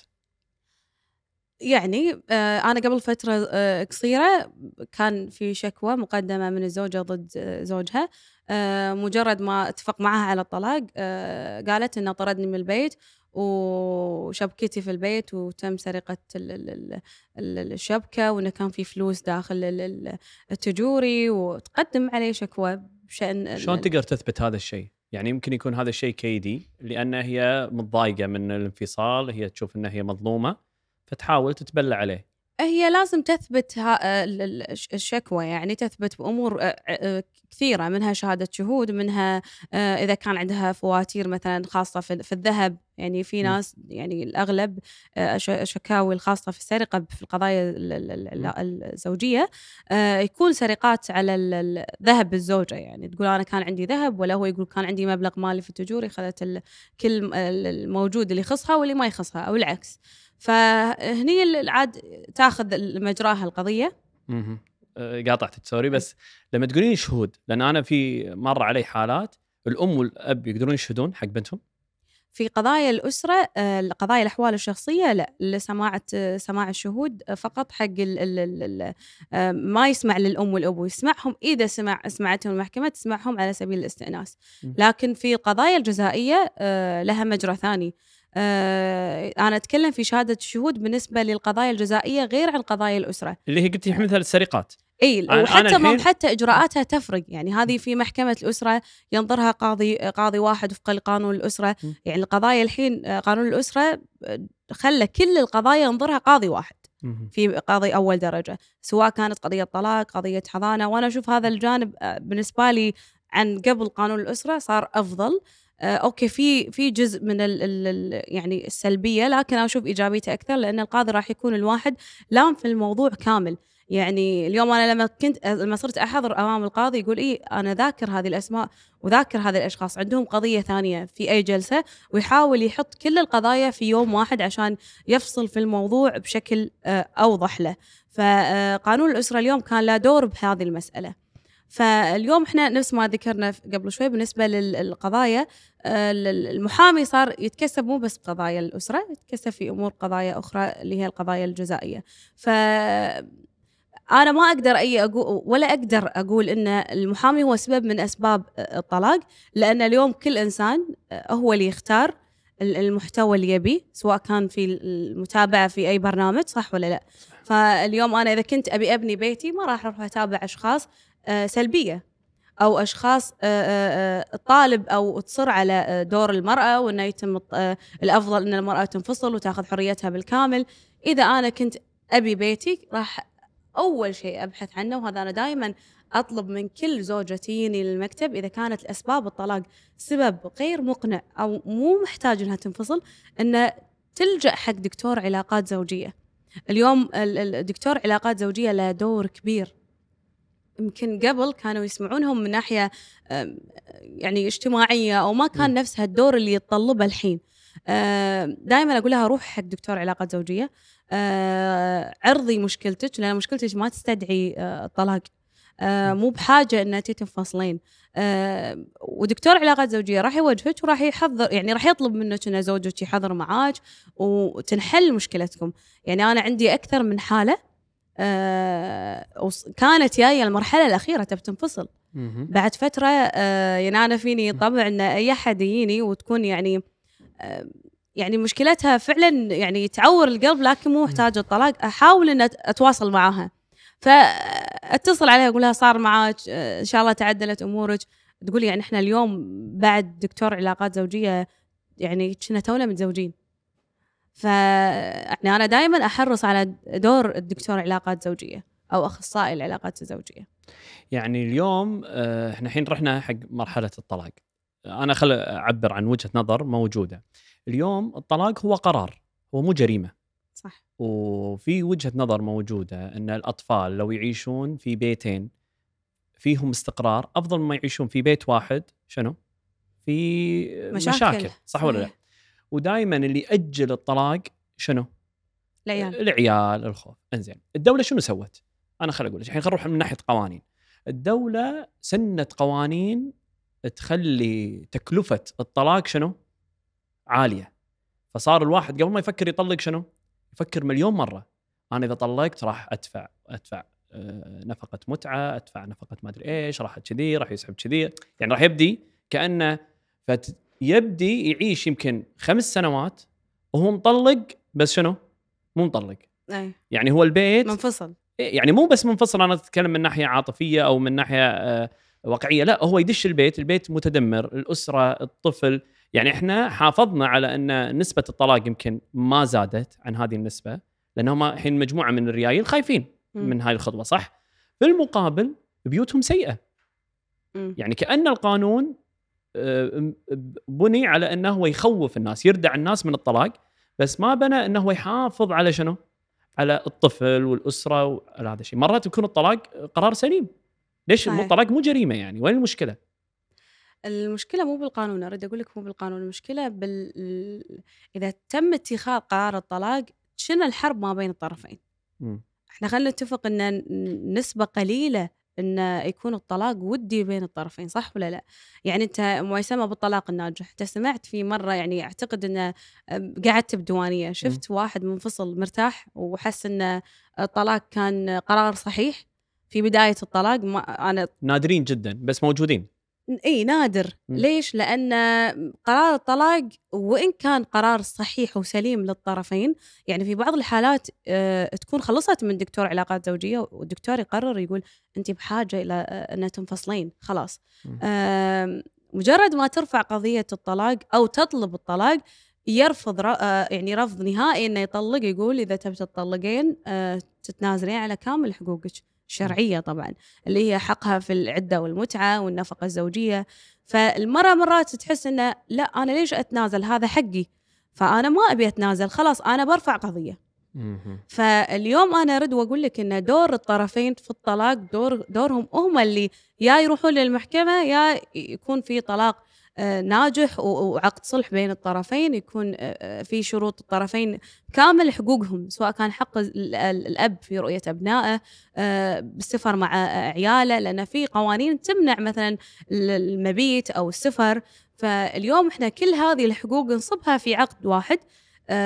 يعني أنا قبل فترة قصيرة كان في شكوى مقدمة من الزوجة ضد زوجها. مجرد ما اتفق معها على الطلاق قالت إنه طردني من البيت وشبكتي في البيت، وتم سرقة الشبكة، وإنه كان في فلوس داخل التجوري، وتقدم عليه شكوى بشأن شلون تقدر تثبت هذا الشيء؟ يعني يمكن يكون هذا الشيء كيدي لأنها هي متضايقة من الانفصال، هي تشوف أنها هي مظلومة فتحاول تتبلى عليه. هي لازم تثبت الشكوى، يعني تثبت بأمور كثيرة، منها شهادة شهود، منها إذا كان عندها فواتير مثلا خاصة في الذهب. يعني في ناس يعني الأغلب شكاوي الخاصة في السرقة في القضايا الزوجية يكون سرقات على الذهب الزوجة. يعني تقول أنا كان عندي ذهب، ولا هو يقول كان عندي مبلغ مالي في التجوري، خذت كل الموجود اللي يخصها واللي ما يخصها، أو العكس. فهني العاد تاخذ مجراها القضيه. قاطعتك سوري، بس لما تقولين شهود، لان انا في مر علي حالات الام والاب يقدرون يشهدون حق بنتهم في قضايا الاسره. قضايا الاحوال الشخصيه لا، سماع الشهود فقط حق ما يسمع للام والابو، يسمعهم اذا سمعتهم المحكمه تسمعهم على سبيل الاستئناس. لكن في القضايا الجزائيه لها مجرى ثاني. أنا أتكلم في شهادة الشهود بالنسبة للقضايا الجزائية غير عن قضايا الأسرة. اللي هي قلتي مثل السرقات. وحتى حتى إجراءاتها تفرق. يعني هذه في محكمة الأسرة ينظرها قاضي واحد وفق قانون الأسرة. يعني القضايا الحين قانون الأسرة خلى كل القضايا ينظرها قاضي واحد في قاضي أول درجة، سواء كانت قضية طلاق، قضية حضانة. وأنا أشوف هذا الجانب بالنسبة لي عن قبل قانون الأسرة صار أفضل. اوكي في جزء من يعني السلبيه، لكن انا اشوف ايجابيته اكثر، لان القاضي راح يكون الواحد لام في الموضوع كامل. يعني اليوم انا لما صرت احضر امام القاضي يقول انا ذاكر هذه الاسماء وذاكر هذه الاشخاص عندهم قضيه ثانيه في اي جلسه، ويحاول يحط كل القضايا في يوم واحد عشان يفصل في الموضوع بشكل اوضح له. فقانون الاسره اليوم كان له دور بهذه المساله. فاليوم احنا نفس ما ذكرنا قبل شوي بالنسبه للقضايا، المحامي صار يتكسب مو بس بقضايا الاسره، يتكسب في امور قضايا اخرى اللي هي القضايا الجزائيه. انا ما اقدر اقول ولا اقدر اقول ان المحامي هو سبب من اسباب الطلاق، لان اليوم كل انسان هو اللي يختار المحتوى اللي يبي، سواء كان في المتابعة في أي برنامج، صح ولا لا؟ فاليوم أنا إذا كنت أبي أبني بيتي ما راح أروح أتابع أشخاص سلبية، أو أشخاص تطالب أو تصر على دور المرأة، وإنه يتم الأفضل إن المرأة تنفصل وتأخذ حريتها بالكامل. إذا أنا كنت أبي بيتي راح أول شيء أبحث عنه، وهذا أنا دائما أطلب من كل زوجة تجيني للمكتب، إذا كانت الأسباب الطلاق سبب غير مقنع أو مو محتاج إنها تنفصل، إن تلجأ حق دكتور علاقات زوجية. اليوم الدكتور علاقات زوجية له دور كبير. يمكن قبل كانوا يسمعونهم من ناحية يعني اجتماعية، أو ما كان نفس هالدور اللي يتطلبه الحين. دائما أقول لها روح حق دكتور علاقات زوجية، عرضي مشكلتك، لأن مشكلتك ما تستدعي الطلاق، مو بحاجة أن تنفصلين. ودكتور علاقات زوجية راح يوجهك وراح يحضر، يعني راح يطلب منك أن زوجك يحضر معاك وتنحل مشكلتكم. يعني أنا عندي أكثر من حالة كانت جاية المرحلة الأخيرة تبي تنفصل بعد فترة. يعني أنا فيني طبع أن أي أحد يجيني وتكون يعني مشكلتها فعلا يعني تعور القلب، لكن مو محتاجة الطلاق، أحاول أن أتواصل معها، فأتصل عليها أقول لها صار معاك إن شاء الله تعدلت أمورك. تقول يعني إحنا اليوم بعد دكتور علاقات زوجية يعني كنا تونا متزوجين. يعني أنا دائما أحرص على دور الدكتور علاقات زوجية أو أخصائي العلاقات الزوجية. يعني اليوم احنا الحين رحنا حق مرحلة الطلاق. أنا خل أعبر عن وجهة نظر موجودة. اليوم الطلاق هو قرار، هو مو جريمة. صح. وفي وجهة نظر موجودة أن الأطفال لو يعيشون في بيتين فيهم استقرار أفضل ما يعيشون في بيت واحد شنو؟ في مشاكل. صح ولا لا؟ ودائما اللي يأجل الطلاق شنو؟ العيال، الخوف. انزين، الدولة شنو سوت؟ أنا خل أقول لك الحين، خل نروح من ناحية قوانين. الدولة سنت قوانين تخلي تكلفة الطلاق شنو؟ عالية. فصار الواحد قبل ما يفكر يطلق شنو؟ يفكر مليون مرة. أنا إذا طلقت راح أدفع نفقة متعة، أدفع نفقة ما أدري إيش، راح كذي، راح يسحب كذي، يعني راح يبدي كأنه يبدي يعيش يمكن 5 سنوات وهو مطلق، بس شنو؟ مو مطلق. يعني هو البيت منفصل. يعني مو بس منفصل، أنا أتكلم من ناحية عاطفية أو من ناحية واقعية، لا هو يدش البيت متدمر، الأسرة، الطفل. يعني إحنا حافظنا على أن نسبة الطلاق يمكن ما زادت عن هذه النسبة، لأنهم الحين مجموعة من الريايل خايفين من هاي الخطوة. صح؟ في المقابل بيوتهم سيئة. يعني كأن القانون بني على أنه هو يخوف الناس، يردع الناس من الطلاق، بس ما بنى أنه هو يحافظ على شنو؟ على الطفل والأسرة وعلى هذا الشيء. مرات يكون الطلاق قرار سليم. ليش الطلاق مو جريمة؟ يعني وين المشكلة؟ المشكلة مو بالقانون، أريد أقول لك مو بالقانون، المشكلة إذا تم اتخاذ قرار الطلاق شنو الحرب ما بين الطرفين. احنا خلينا نتفق ان نسبة قليلة ان يكون الطلاق ودي بين الطرفين، صح ولا لا؟ يعني انت ما يسمى بالطلاق الناجح. انت سمعت في مرة، يعني اعتقد ان قعدت بديوانية شفت واحد منفصل مرتاح وحس ان الطلاق كان قرار صحيح في بداية الطلاق؟ أنا نادرين جدا بس موجودين. اي نادر. ليش؟ لأن قرار الطلاق وإن كان قرار صحيح وسليم للطرفين، يعني في بعض الحالات تكون خلصت من دكتور علاقات زوجية والدكتور يقرر يقول أنت بحاجة إلى أن تنفصلين خلاص. مجرد ما ترفع قضية الطلاق أو تطلب الطلاق يرفض يعني رفض نهائي إنه يطلق، يقول إذا تبي تطلقين تتنازلين على كامل حقوقك الشرعية طبعا، اللي هي حقها في العدة والمتعة والنفقة الزوجية. فالمرأة مرات تحس إنه لا، أنا ليش أتنازل؟ هذا حقي، فأنا ما أبي أتنازل، خلاص أنا برفع قضية. فاليوم أنا أرد وأقول لك إن دور الطرفين في الطلاق دورهم هم اللي يا يروحون للمحكمة يا يكون في طلاق ناجح وعقد صلح بين الطرفين، يكون في شروط الطرفين كامل حقوقهم، سواء كان حق الأب في رؤية أبنائه، بالسفر مع عياله، لأن في قوانين تمنع مثلا المبيت أو السفر. فاليوم إحنا كل هذه الحقوق نصبها في عقد واحد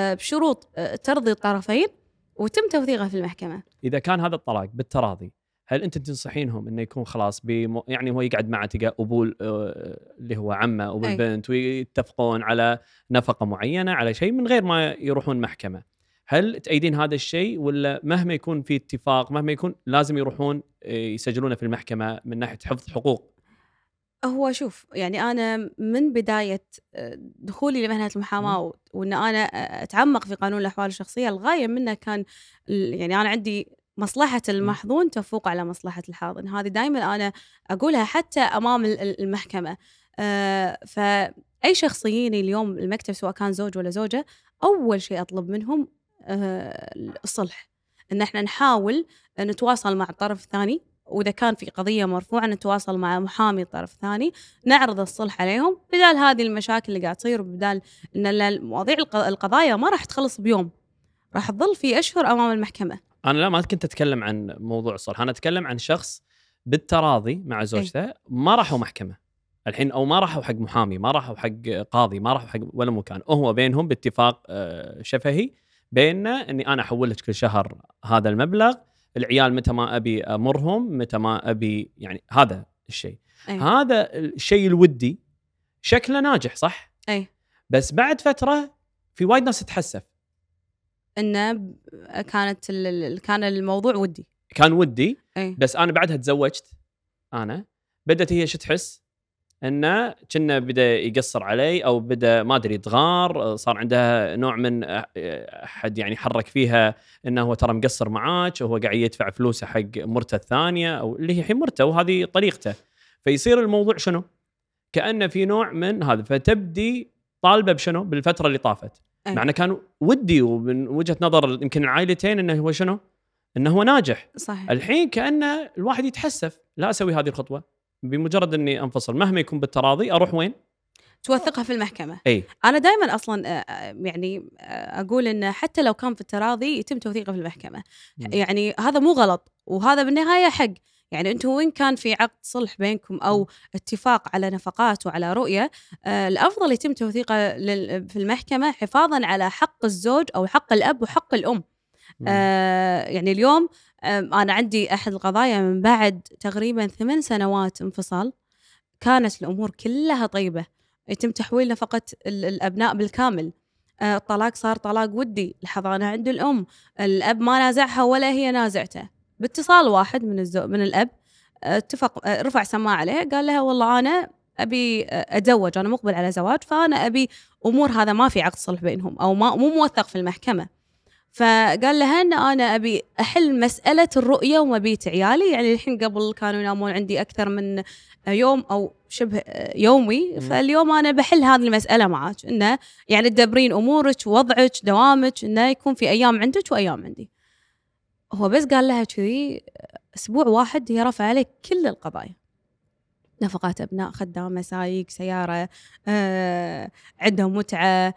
بشروط ترضي الطرفين وتم توثيقها في المحكمة. إذا كان هذا الطلاق بالتراضي، هل انت تنصحينهم انه يكون خلاص يعني هو يقعد مع ابوه اللي هو عمه ابو أي. البنت ويتفقون على نفقه معينه على شيء من غير ما يروحون محكمه؟ هل تأيدين هذا الشيء ولا مهما يكون في اتفاق مهما يكون لازم يروحون يسجلونه في المحكمه من ناحيه حفظ حقوق؟ هو شوف، يعني أنا من بداية دخولي لمهنة المحاماة وإن أنا أتعمق في قانون الأحوال الشخصية، الغاية منه كان يعني أنا عندي مصلحة المحظون تفوق على مصلحة الحاضن. هذه دائما أنا أقولها حتى أمام المحكمة. فأي شخصيين اليوم المكتب سواء كان زوج ولا زوجة، أول شيء أطلب منهم الصلح، إن احنا نحاول نتواصل مع الطرف الثاني، وإذا كان في قضية مرفوعة نتواصل مع محامي طرف ثاني، نعرض الصلح عليهم بدال هذه المشاكل اللي قاعد تصير، وبدال إن المواضيع القضايا ما راح تخلص بيوم، راح تظل في أشهر أمام المحكمة. انا لا ما كنت اتكلم عن موضوع الصلح، انا اتكلم عن شخص بالتراضي مع زوجته ما راحوا محكمه الحين، او ما راحوا حق محامي، ما راحوا حق قاضي، ما راحوا حق ولا مكان، هو بينهم باتفاق شفهي بيننا اني انا احول لك كل شهر هذا المبلغ، العيال متى ما ابي امرهم، متى ما ابي، يعني هذا الشيء. هذا الشيء الودي شكله ناجح صح؟ أي. بس بعد فتره في وايد ناس تتحسف إنه كان الموضوع ودي، كان ودي. أي. بس انا بعدها تزوجت، انا بدت هي شو تحس انه كنا بدا يقصر علي، او بدا ما ادري يتغار، صار عندها نوع من احد يعني حرك فيها انه هو ترى مقصر معاك، وهو قاعد يدفع فلوسه حق مرته الثانيه او اللي هي الحين مرته وهذه طريقته، فيصير الموضوع شنو؟ كانه في نوع من هذا، فتبدي طالبه بشنو بالفتره اللي طافت، مع انه كان ودي ومن وجهه نظر يمكن العائلتين انه هو شنو؟ انه هو ناجح. صحيح. الحين كانه الواحد يتحسف، لا اسوي هذه الخطوه، بمجرد اني انفصل مهما يكون بالتراضي اروح وين؟ توثقها في المحكمة. اي أنا دائما أصلا يعني أقول إن حتى لو كان في التراضي يتم توثيقه في المحكمة. يعني هذا مو غلط، وهذا بالنهاية حق. يعني أنتم وين كان في عقد صلح بينكم أو اتفاق على نفقات وعلى رؤية، الأفضل يتم توثيقه في المحكمة حفاظا على حق الزوج أو حق الأب وحق الأم. يعني اليوم أنا عندي أحد القضايا من بعد تقريبا 8 سنوات انفصال، كانت الأمور كلها طيبة، يتم تحويل نفقة الأبناء بالكامل، الطلاق صار طلاق ودي، الحضانة عند الأم، الأب ما نازعها ولا هي نازعته، باتصال واحد من الأب اتفق، رفع سماعة عليها قال لها والله أنا أبي أتزوج، أنا مقبل على زواج، فأنا أبي أمور هذا ما في عقد صلح بينهم أو مو موثق في المحكمة. فقال لها أن أنا أبي أحل مسألة الرؤية ومبيت عيالي، يعني الحين قبل كانوا ينامون عندي أكثر من يوم أو شبه يومي، فاليوم أنا بحل هذه المسألة معك، إنه يعني تدبرين أمورك ووضعك دوامك، إنه يكون في أيام عندك وأيام عندي. هو بس قال لها كذي، أسبوع واحد هي رفع عليه كل القضايا، نفقات أبناء، خدامة، سايق سيارة، عندهم متعة،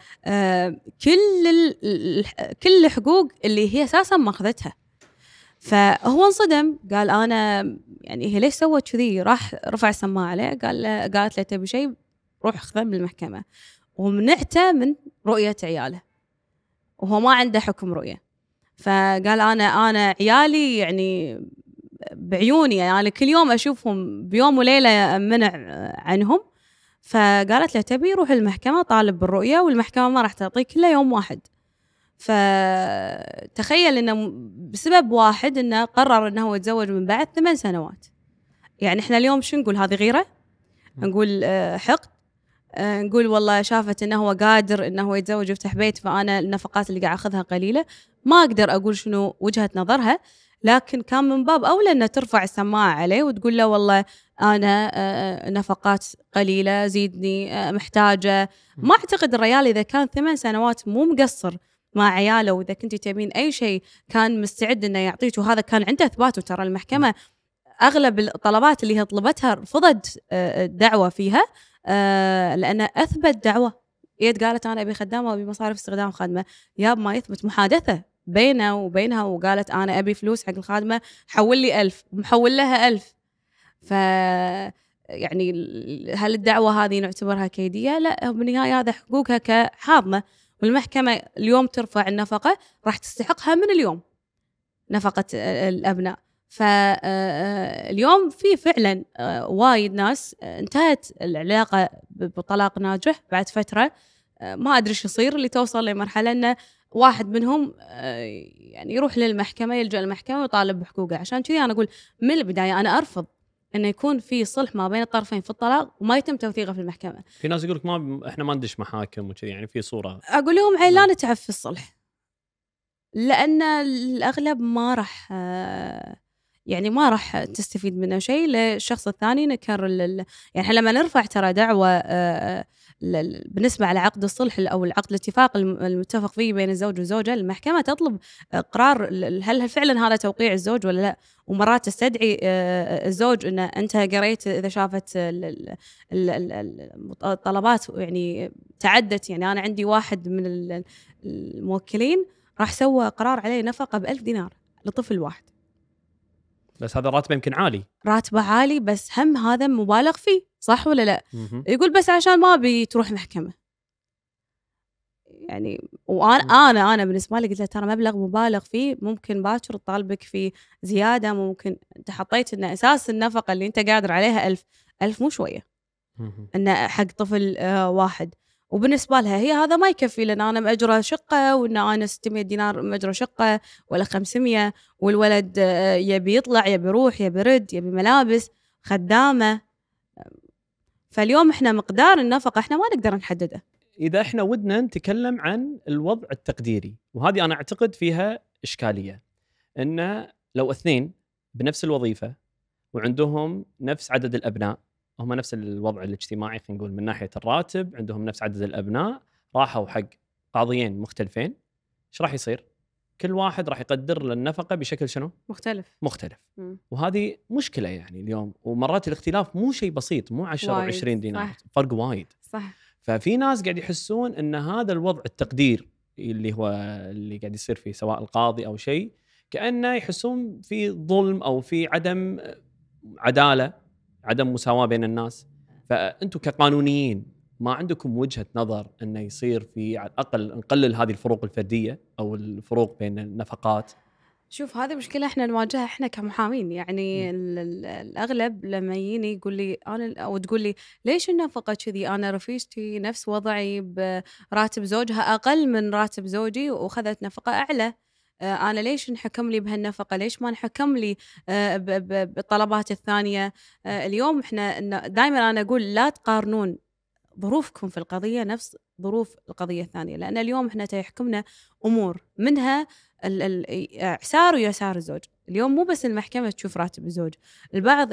كل الحقوق اللي هي أساساً ما أخذتها. فهو انصدم، قال أنا يعني هي ليش سوت كذي؟ راح رفع السماعة عليه، قالت له تبي شيء روح خذه من المحكمة، ومنعته من رؤية عياله وهو ما عنده حكم رؤية. فقال أنا عيالي يعني بعيوني، يعني كل يوم أشوفهم بيوم وليلة منع عنهم. فقالت له تبي روح المحكمة طالب بالرؤية، والمحكمة ما راح تعطيك إلا يوم واحد. فتخيل إنه بسبب واحد إنه قرر إنه هو يتزوج من بعد 8 سنوات. يعني إحنا اليوم شو نقول؟ هذه غيرة؟ نقول حقد؟ نقول والله شافت إنه هو قادر إنه هو يتزوج ويفتح بيت، فأنا النفقات اللي قاعد أخذها قليلة. ما أقدر أقول شنو وجهة نظرها، لكن كان من باب أولى أن ترفع السماعة عليه وتقول له والله أنا نفقات قليلة، زيدني، محتاجة. ما أعتقد الرجال إذا كان 8 سنوات مو مقصر مع عياله، وإذا كنتي تبين أي شيء كان مستعد إنه يعطيك، وهذا كان عنده إثبات. وترى المحكمة أغلب الطلبات اللي هي طلبتها رفضت الدعوة فيها، لأن أثبت دعوة. قالت أنا أبي خدامة وأبي مصاريف استخدام خدمة، ياب ما يثبت محادثة بينه وبينها، وقالت أنا أبي فلوس حق الخادمة، حول لي 1000 ومحول لها 1000. يعني هل الدعوة هذه نعتبرها كيدية؟ لا، بالنهاية هذا حقوقها كحاضنة، والمحكمة اليوم ترفع النفقة راح تستحقها من اليوم، نفقة الأبناء. فاليوم في فعلا وايد ناس انتهت العلاقة بطلاق ناجح بعد فترة، ما أدري شو يصير، اللي توصل لمرحلة أنه واحد منهم يعني يروح للمحكمة، يلجأ للمحكمة ويطالب بحقوقه. عشان كذي أنا أقول من البداية أنا أرفض أنه يكون في صلح ما بين الطرفين في الطلاق وما يتم توثيقه في المحكمة. في ناس يقولك احنا ما ندش محاكم وكذي، يعني في صورة. أقول لهم عيل لا نتعب في الصلح، لأن الأغلب ما راح يعني ما راح تستفيد منه شيء. للشخص الثاني نكرر يعني لما نرفع ترى دعوة بالنسبة على عقد الصلح أو العقد الاتفاق المتفق فيه بين الزوج والزوجة، المحكمة تطلب قرار هل فعلا هذا توقيع الزوج ولا لا. ومرات تستدعي الزوج أنه أنت قريت إذا شافت الطلبات يعني تعدت. يعني أنا عندي واحد من الموكلين راح سوى قرار عليه نفقة ب1000 دينار لطفل واحد. بس هذا راتبه يمكن عالي، راتبه عالي، بس هم هذا مبالغ فيه، صح ولا لا؟ يقول بس عشان ما بي تروح محكمة. يعني وانا بالنسبة لي قلت له ترى مبلغ مبالغ فيه، ممكن باكر تطالبك فيه زيادة، ممكن انت حطيت ان اساس النفقة اللي انت قادر عليها 1000 مو شوية انه حق طفل واحد. وبالنسبة لها هي هذا ما يكفي، لأن أنا مأجرة شقة، وإن أنا 600 دينار مأجرة شقة ولا 500، والولد يبي يطلع يبي يروح يبي يرد يبي ملابس خدامة. فاليوم إحنا مقدار النفقة إحنا ما نقدر نحدده. إذا إحنا ودنا نتكلم عن الوضع التقديري، وهذه أنا أعتقد فيها إشكالية، إن لو اثنين بنفس الوظيفة وعندهم نفس عدد الأبناء، هم نفس الوضع الاجتماعي، خلينا نقول من ناحية الراتب، عندهم نفس عدد الأبناء، راحوا حق قاضيين مختلفين، إيش راح يصير؟ كل واحد راح يقدر للنفقة بشكل شنو؟ مختلف. وهذه مشكلة يعني اليوم. ومرات الاختلاف مو شيء بسيط، مو 10 20 دينار، فرق وايد. صح. ففي ناس قاعد يحسون ان هذا الوضع التقدير اللي قاعد يصير فيه سواء القاضي او شيء، كأنه يحسون في ظلم او في عدم عدالة، عدم مساواة بين الناس. فأنتم كقانونيين ما عندكم وجهة نظر انه يصير في على الاقل نقلل هذه الفروق الفردية او الفروق بين النفقات؟ شوف هذه مشكلة احنا نواجهها احنا كمحامين. يعني الأغلب لما يجيني يقول لي أنا أو تقول لي ليش النفقة كذي، أنا رفيجتي نفس وضعي براتب زوجها أقل من راتب زوجي وأخذت نفقة أعلى، أنا ليش انحكم لي بهالنفقة، ليش ما انحكم لي بالطلبات الثانية. اليوم احنا دائما أنا أقول لا تقارنون ظروفكم في القضية نفس ظروف القضية الثانية، لأن اليوم احنا تيحكمنا أمور منها إعسار ويسار الزوج. اليوم مو بس المحكمة تشوف راتب الزوج، البعض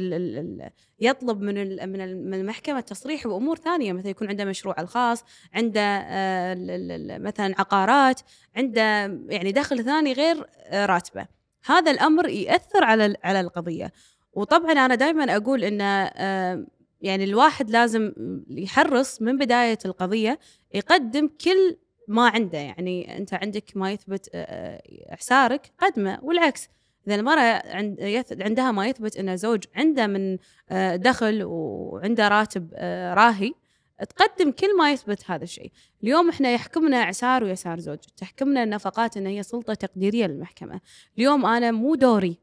يطلب من المحكمة تصريح بأمور ثانية، مثلا يكون عنده مشروع الخاص، عنده مثلا عقارات، عنده يعني دخل ثاني غير راتبه. هذا الأمر يأثر على القضية. وطبعا أنا دائما أقول إن يعني الواحد لازم يحرص من بداية القضية يقدم كل ما عنده. يعني أنت عندك ما يثبت إعسارك قدمه، والعكس إذا المرأة عندها ما يثبت أن زوج عنده من دخل وعنده راتب راهي، تقدم كل ما يثبت هذا الشيء. اليوم إحنا يحكمنا إعسار ويسار زوج، تحكمنا النفقات أن هي سلطة تقديرية للمحكمة. اليوم أنا مو دوري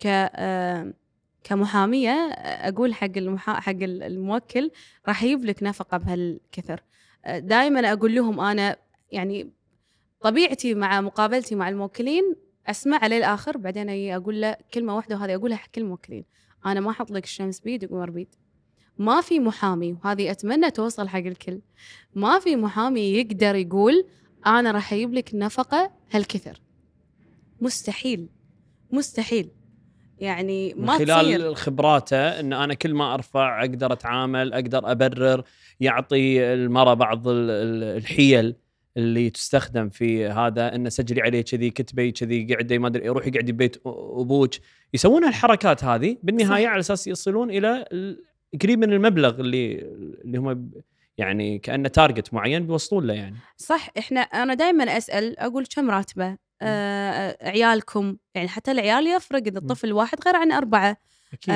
كمحامية أقول حق الموكل راح يجيب لك نفقة بهالكثر. دائما أقول لهم أنا يعني طبيعتي مع مقابلتي مع الموكلين أسمع عليه الآخر، بعدين أقول له كلمة واحدة وهذه أقولها حق كل الموكلين، أنا ما أحط لك الشمس بيد وقمر بيد. ما في محامي، وهذه أتمنى توصل حق الكل، ما في محامي يقدر يقول أنا راح أجيب لك نفقة هالكثر. مستحيل مستحيل. يعني ما من خلال تصير. خبراته ان انا كل ما ارفع اقدر اتعامل، اقدر ابرر، يعطي المرأة بعض الحيل اللي تستخدم في هذا، انه سجلي عليه كذي، كتبي كذي، قعدي ما ادري، روحي قعدي ببيت ابوك. يسوون الحركات هذه بالنهايه صح. على اساس يصلون الى قريب من المبلغ اللي هم يعني كأنه تارجت معين بيوصلون له. يعني صح. انا دائما اسال اقول كم راتبه عيالكم، يعني حتى العيال يفرق، اذا الطفل واحد غير عن 4. أكيد.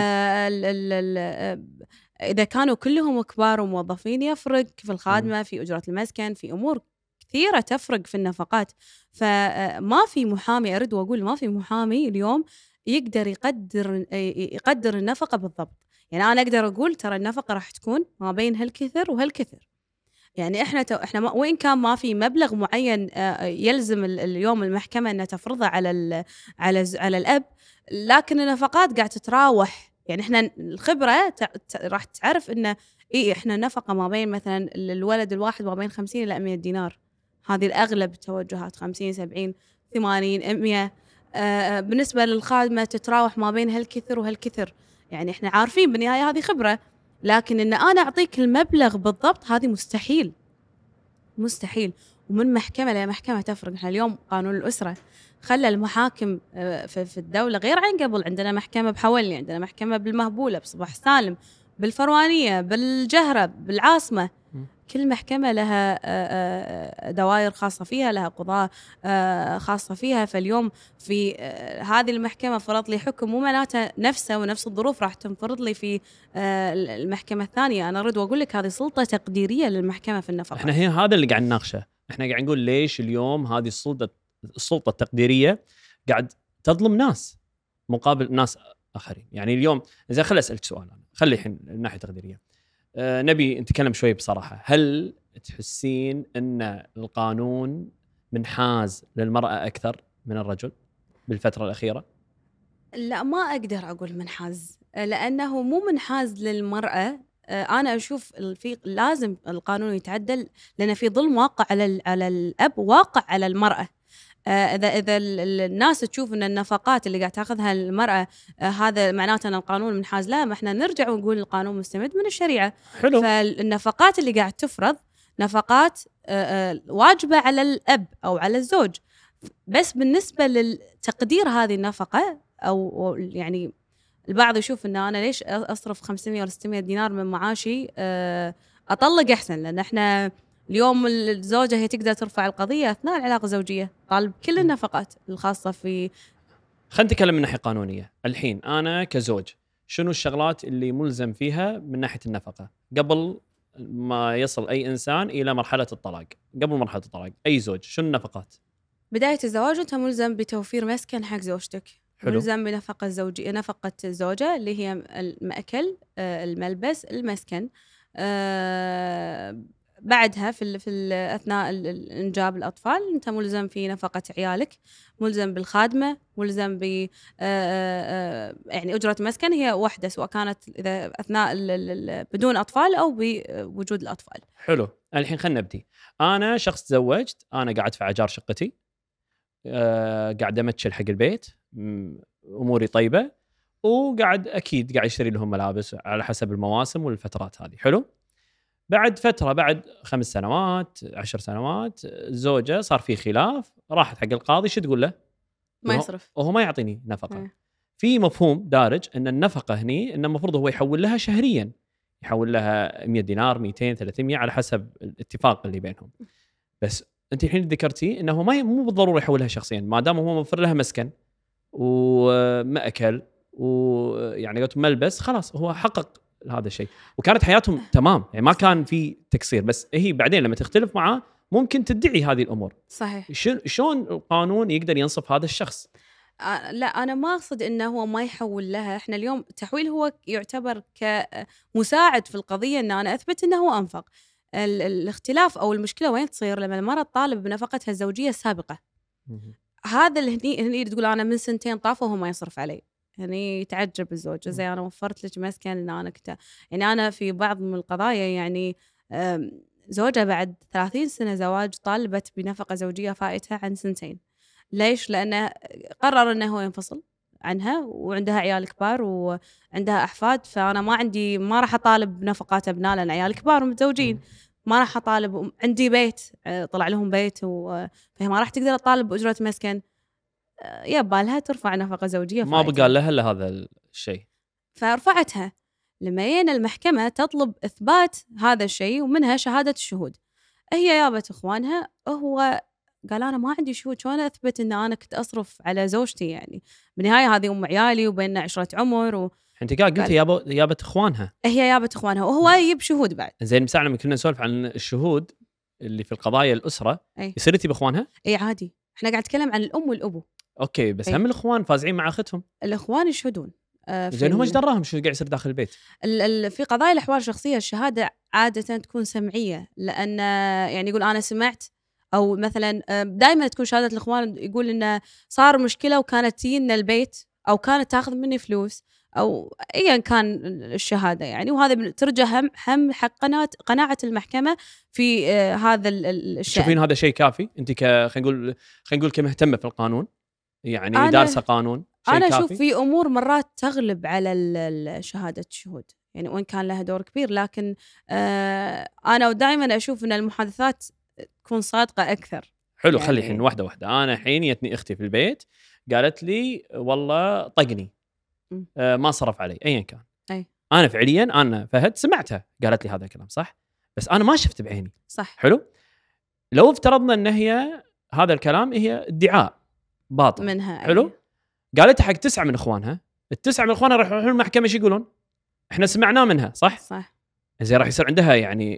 اذا كانوا كلهم كبار وموظفين يفرق في الخادمه، في اجره المسكن، في امور كثيره تفرق في النفقات. فما في محامي، ارد واقول ما في محامي اليوم يقدر يقدر النفقة بالضبط. يعني أنا أقدر أقول ترى النفقة راح تكون ما بين هالكثر وهالكثر. يعني إحنا وإن كان ما في مبلغ معين يلزم اليوم المحكمة إنها تفرضه على الأب، لكن النفقات قاعد تتراوح. يعني إحنا الخبرة راح تعرف إنه إحنا النفقة ما بين مثلًا الولد الواحد ما بين 50 إلى 100 دينار، هذه الأغلب التوجهات 50 70 80 100. بالنسبة للخادمة تتراوح ما بين هالكثر وهالكثر. يعني إحنا عارفين بالنهاية هذه خبرة، لكن إن أنا أعطيك المبلغ بالضبط هذه مستحيل، مستحيل. ومن محكمة لمحكمة تفرق. إحنا اليوم قانون الأسرة خلى المحاكم في الدولة غير عن قبل. عندنا محكمة بحولي، عندنا محكمة بالمهبولة، بصباح سالم، بالفروانية، بالجهرة، بالعاصمة. كل محكمة لها دوائر خاصة فيها، لها قضاة خاصة فيها. فاليوم في هذه المحكمة فرض لي حكم، مو معناته نفسه ونفس الظروف راح تنفرض لي في المحكمة الثانية. أنا أريد وأقول لك هذه سلطة تقديرية للمحكمة في النفقة. احنا هذا اللي قاعد نناقشه. احنا قاعد نقول ليش اليوم هذه السلطة التقديرية قاعد تظلم ناس مقابل ناس آخرين. يعني اليوم إذا خلي أسألك سؤال، أنا خلي الحين الناحية التقديرية. نبي نتكلم شوي بصراحة. هل تحسين أن القانون منحاز للمرأة أكثر من الرجل بالفترة الأخيرة؟ لا، ما أقدر أقول منحاز، لأنه مو منحاز للمرأة. أنا أشوف في لازم القانون يتعدل، لأن في ظلم واقع على الأب، واقع على المرأة. إذا الناس تشوف أن النفقات اللي قاعد تاخذها المرأة هذا معناته أن القانون منحاز لها، ما إحنا نرجع ونقول القانون مستمد من الشريعة. حلو. فالنفقات اللي قاعد تفرض نفقات واجبة على الأب أو على الزوج. بس بالنسبة للتقدير هذه النفقة، أو يعني البعض يشوف أن أنا ليش أصرف 500 ولا 600 دينار من معاشي أطلق أحسن، لأن إحنا اليوم الزوجة هي تقدر ترفع القضية أثناء العلاقة الزوجية، طالب كل النفقات الخاصة في. خلينا نتكلم من ناحية قانونية. الحين أنا كزوج شنو الشغلات اللي ملزم فيها من ناحية النفقة قبل ما يصل أي إنسان إلى مرحلة الطلاق؟ قبل مرحلة الطلاق أي زوج شنو النفقات؟ بداية الزواج أنت ملزم بتوفير مسكن حق زوجتك. حلو. ملزم بنفقة زوجية، نفقة الزوجة اللي هي المأكل، الملبس، المسكن. بعدها في أثناء إنجاب الأطفال أنت ملزم في نفقة عيالك، ملزم بالخادمة، ملزم ب يعني أجرة مسكن هي واحدة، سواء كانت إذا أثناء بدون أطفال أو بوجود الأطفال. حلو. الحين خلنا نبدي. أنا شخص تزوجت، أنا قاعد أدفع أجار شقتي، قاعد أمتشل حق البيت، أموري طيبة، وقاعد أكيد قاعد أشتري لهم ملابس على حسب المواسم والفترات هذه. حلو. بعد فترة، بعد 5 سنوات 10 سنوات، الزوجة صار في خلاف، راحت حق القاضي، شو تقول له؟ ما يصرف، وهو ما يعطيني نفقة. في مفهوم دارج أن النفقة هني أن المفروض هو يحول لها شهريا، يحول لها 100 دينار 200 300 على حسب الاتفاق اللي بينهم. بس أنت الحين ذكرتي أنه مو بالضرورة يحولها شخصيا، ما دام هو موفر لها مسكن ومأكل ويعني قلت ملبس، خلاص هو حقق هذا الشيء وكانت حياتهم تمام. يعني ما كان في تقصير. بس هي بعدين لما تختلف معاه ممكن تدعي هذه الأمور. صحيح. شلون القانون يقدر ينصف هذا الشخص؟ لا، أنا ما أقصد إنه هو ما يحول لها. إحنا اليوم التحويل هو يعتبر كمساعد في القضية، إن أنا أثبت إنه هو أنفق. الاختلاف أو المشكلة وين تصير؟ لما المرأة تطالب بنفقتها الزوجية السابقة. هذا اللي هني تقول أنا من 2 طافوا وهو ما يصرف علي. يعني يتعجب الزوج، زي أنا وفرت لك مسكن، إن أنا يعني أنا في بعض من القضايا يعني زوجة بعد 30 سنة زواج طالبت بنفقة زوجية فائتة عن 2. ليش؟ لأنه قرر أنه هو ينفصل عنها وعندها عيال كبار وعندها أحفاد، فأنا ما راح أطالب بنفقات أبناء لأن عيال كبار ومتزوجين. ما راح أطالب، عندي بيت طلع لهم بيت فهي ما راح تقدر تطالب بأجرة مسكن. يبالها ترفع نفقة زوجية ما فائتة. بقى لها إلا هذا الشيء، فرفعتها. لما جينا المحكمة تطلب إثبات هذا الشيء ومنها شهادة الشهود، هي جابت إخوانها، هو قال أنا ما عندي شهود، شلون أثبت إن أنا كنت أصرف على زوجتي؟ يعني بالنهاية هذه أم عيالي وبيننا 10 عمر أنت قلت جابت إخوانها. هي جابت إخوانها وهو يجيب شهود بعد. زين، مساعنا لما كنا نسولف عن الشهود اللي في القضايا الأسرة، يصير تجيب إخوانها؟ أي عادي، إحنا قاعد نتكلم عن الأم والأبو. اوكي بس إيه. هم الاخوان فازعين مع اختهم. الاخوان يشهدون زين هم ايش دراهم شو قاعد يصير داخل البيت؟ في قضايا الاحوال الشخصيه الشهاده عاده تكون سمعيه، لان يعني يقول انا سمعت، او مثلا دائما تكون شهاده الاخوان يقول انه صار مشكله وكانت تجينا البيت او كانت تاخذ مني فلوس او ايا كان الشهاده يعني، وهذا ترجع هم حق قناعه المحكمه في هذا الشأن. تشوفين هذا شيء كافي انت خلينا نقول كمهتمه في القانون يعني دارسه قانون شيء أنا كافي؟ أشوف في أمور مرات تغلب على شهادة الشهود يعني، وإن كان لها دور كبير، لكن أنا دائما أشوف أن المحادثات تكون صادقة أكثر. حلو يعني خلي الحين واحدة. أنا الحين جتني أختي في البيت قالت لي والله طقني ما صرف علي أيا كان. أي. أنا فعليا أنا فهد سمعتها قالت لي هذا الكلام صح، بس أنا ما شفت بعيني. صح. حلو. لو افترضنا أن هي هذا الكلام هي ادعاء باطل منها. حلو. قالتها حق 9 من إخوانها، ال9 من إخوانها راح يروحون المحكمة ايش يقولون؟ إحنا سمعناه منها صح؟ صح. زين راح يصير عندها يعني